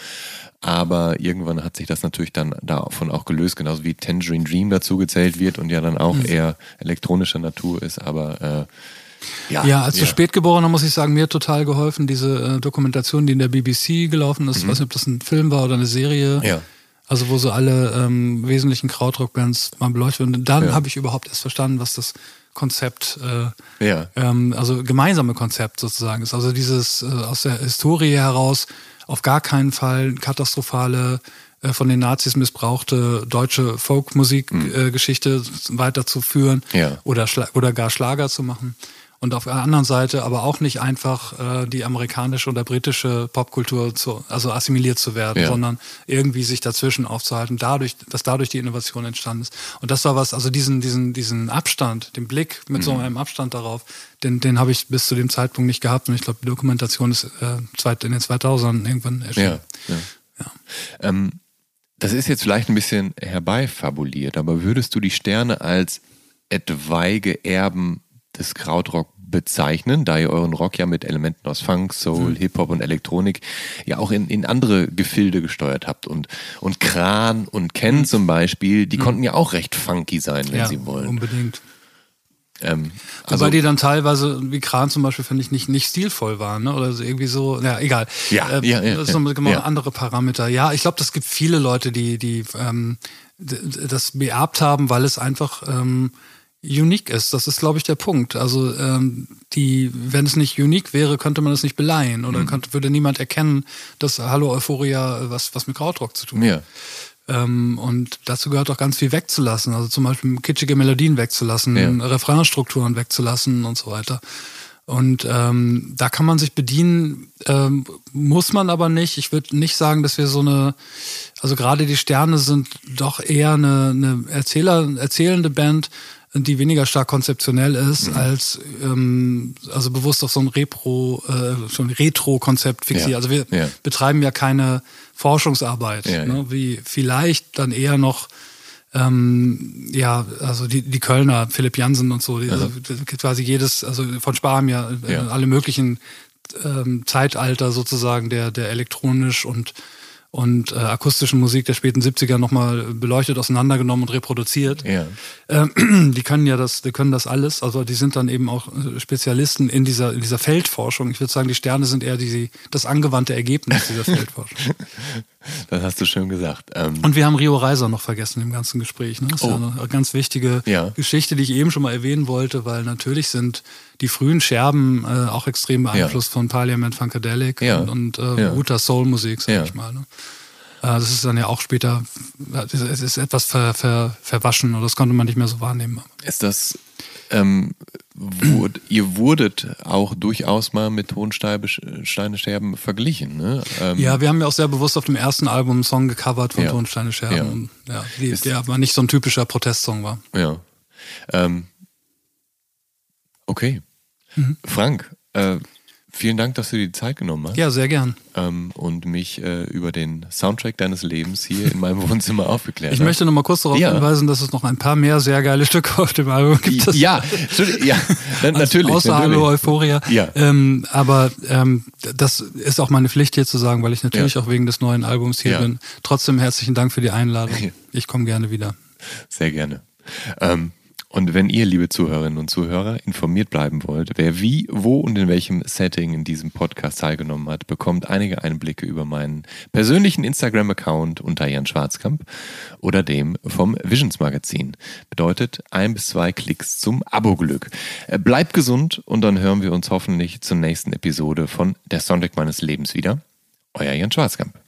Aber irgendwann hat sich das natürlich dann davon auch gelöst, genauso wie Tangerine Dream dazu gezählt wird und ja dann auch mhm. eher elektronischer Natur ist. Aber äh, ja, ja, als ja. Spätgeborener muss ich sagen, mir hat total geholfen, diese äh, Dokumentation, die in der B B C gelaufen ist. Ich mhm. weiß nicht, ob das ein Film war oder eine Serie. Ja. Also wo so alle ähm, wesentlichen Krautrock-Bands mal beleuchtet werden. Und dann ja. habe ich überhaupt erst verstanden, was das Konzept, äh, ja. ähm, also gemeinsame Konzept sozusagen ist. Also dieses äh, aus der Historie heraus auf gar keinen Fall katastrophale, äh, von den Nazis missbrauchte deutsche Folkmusik-Geschichte mhm. äh, weiterzuführen ja. oder, Schla- oder gar Schlager zu machen. Und auf der anderen Seite aber auch nicht einfach äh, die amerikanische oder britische Popkultur zu, also assimiliert zu werden, ja. sondern irgendwie sich dazwischen aufzuhalten, dadurch, dass dadurch die Innovation entstanden ist. Und das war was, also diesen, diesen, diesen Abstand, den Blick mit mhm. so einem Abstand darauf, den, den habe ich bis zu dem Zeitpunkt nicht gehabt. Und ich glaube, die Dokumentation ist äh, in den zweitausendern irgendwann erschienen. Ja, ja. Ja. Ähm, das ist jetzt vielleicht ein bisschen herbeifabuliert, aber würdest du die Sterne als etwaige Erben des Krautrock bezeichnen, da ihr euren Rock ja mit Elementen aus Funk, Soul, mhm. Hip-Hop und Elektronik ja auch in, in andere Gefilde gesteuert habt. Und, und Kran und Ken mhm. zum Beispiel, die mhm. konnten ja auch recht funky sein, wenn ja, sie wollen. Unbedingt. Ähm, also Wobei die dann teilweise, wie Kran zum Beispiel, finde ich, nicht, nicht stilvoll waren, ne? Oder so irgendwie so, ja, egal. Ja, äh, ja, ja. Das sind nochmal ja. andere Parameter. Ja, ich glaube, das gibt viele Leute, die, die ähm, das beerbt haben, weil es einfach ähm, unique ist. Das ist, glaube ich, der Punkt. Also ähm, die, wenn es nicht unique wäre, könnte man es nicht beleihen oder mhm. könnte, würde niemand erkennen, dass Hallo Euphoria was, was mit Krautrock zu tun hat. Ja. Ähm, und dazu gehört auch ganz viel wegzulassen. Also zum Beispiel kitschige Melodien wegzulassen, ja. Refrainstrukturen wegzulassen und so weiter. Und ähm, da kann man sich bedienen, ähm, muss man aber nicht. Ich würde nicht sagen, dass wir so eine, also gerade die Sterne sind doch eher eine, eine Erzähler, erzählende Band, die weniger stark konzeptionell ist, mhm. als ähm, also bewusst auf so ein Repro, äh, schon Retro-Konzept fixiert. Ja. Also wir ja. betreiben ja keine Forschungsarbeit, ja, ne? Ja. Wie vielleicht dann eher noch Ähm, ja, also die, die Kölner, Philipp Jansen und so, die, also quasi jedes, also von Spar ja, ja alle möglichen ähm, Zeitalter sozusagen der, der elektronisch und, und äh, akustischen Musik der späten siebziger nochmal beleuchtet, auseinandergenommen und reproduziert. Ja. Ähm, die können ja das, die können das alles, also die sind dann eben auch Spezialisten in dieser, in dieser Feldforschung. Ich würde sagen, die Sterne sind eher die, das angewandte Ergebnis dieser Feldforschung. Das hast du schön gesagt. Ähm und wir haben Rio Reiser noch vergessen im ganzen Gespräch. Ne? Das ist oh. ja eine ganz wichtige ja. Geschichte, die ich eben schon mal erwähnen wollte, weil natürlich sind die frühen Scherben äh, auch extrem beeinflusst ja. von Parliament Funkadelic ja. und, und äh, ja. guter Soul-Musik, sag ja. ich mal. Ne? Äh, das ist dann ja auch später, es ist etwas ver, ver, verwaschen oder das konnte man nicht mehr so wahrnehmen. Ist das... Ähm, wurd, ihr wurdet auch durchaus mal mit Tonsteine Scherben verglichen, ne? Ähm, ja, wir haben ja auch sehr bewusst auf dem ersten Album einen Song gecovert von ja, Tonsteine Scherben, ja. Ja, die, der aber nicht so ein typischer Protestsong war. Ja. Ähm, okay. Mhm. Frank, äh, vielen Dank, dass du dir die Zeit genommen hast. Ja, sehr gern. Ähm, und mich äh, über den Soundtrack deines Lebens hier in meinem Wohnzimmer aufgeklärt Ich hast. möchte noch mal kurz darauf ja. hinweisen, dass es noch ein paar mehr sehr geile Stücke auf dem Album gibt. Das ja, ja, natürlich. Außer natürlich. Hallo Euphoria. Ja. Ähm, aber ähm, das ist auch meine Pflicht hier zu sagen, weil ich natürlich ja. auch wegen des neuen Albums hier ja. bin. Trotzdem herzlichen Dank für die Einladung. Ja. Ich komme gerne wieder. Sehr gerne. Ähm, Und wenn ihr, liebe Zuhörerinnen und Zuhörer, informiert bleiben wollt, wer wie, wo und in welchem Setting in diesem Podcast teilgenommen hat, bekommt einige Einblicke über meinen persönlichen Instagram-Account unter Jan Schwarzkamp oder dem vom Visions Magazin. Bedeutet ein bis zwei Klicks zum Abo-Glück. Bleibt gesund und dann hören wir uns hoffentlich zur nächsten Episode von Der Soundtrack meines Lebens wieder. Euer Jan Schwarzkamp.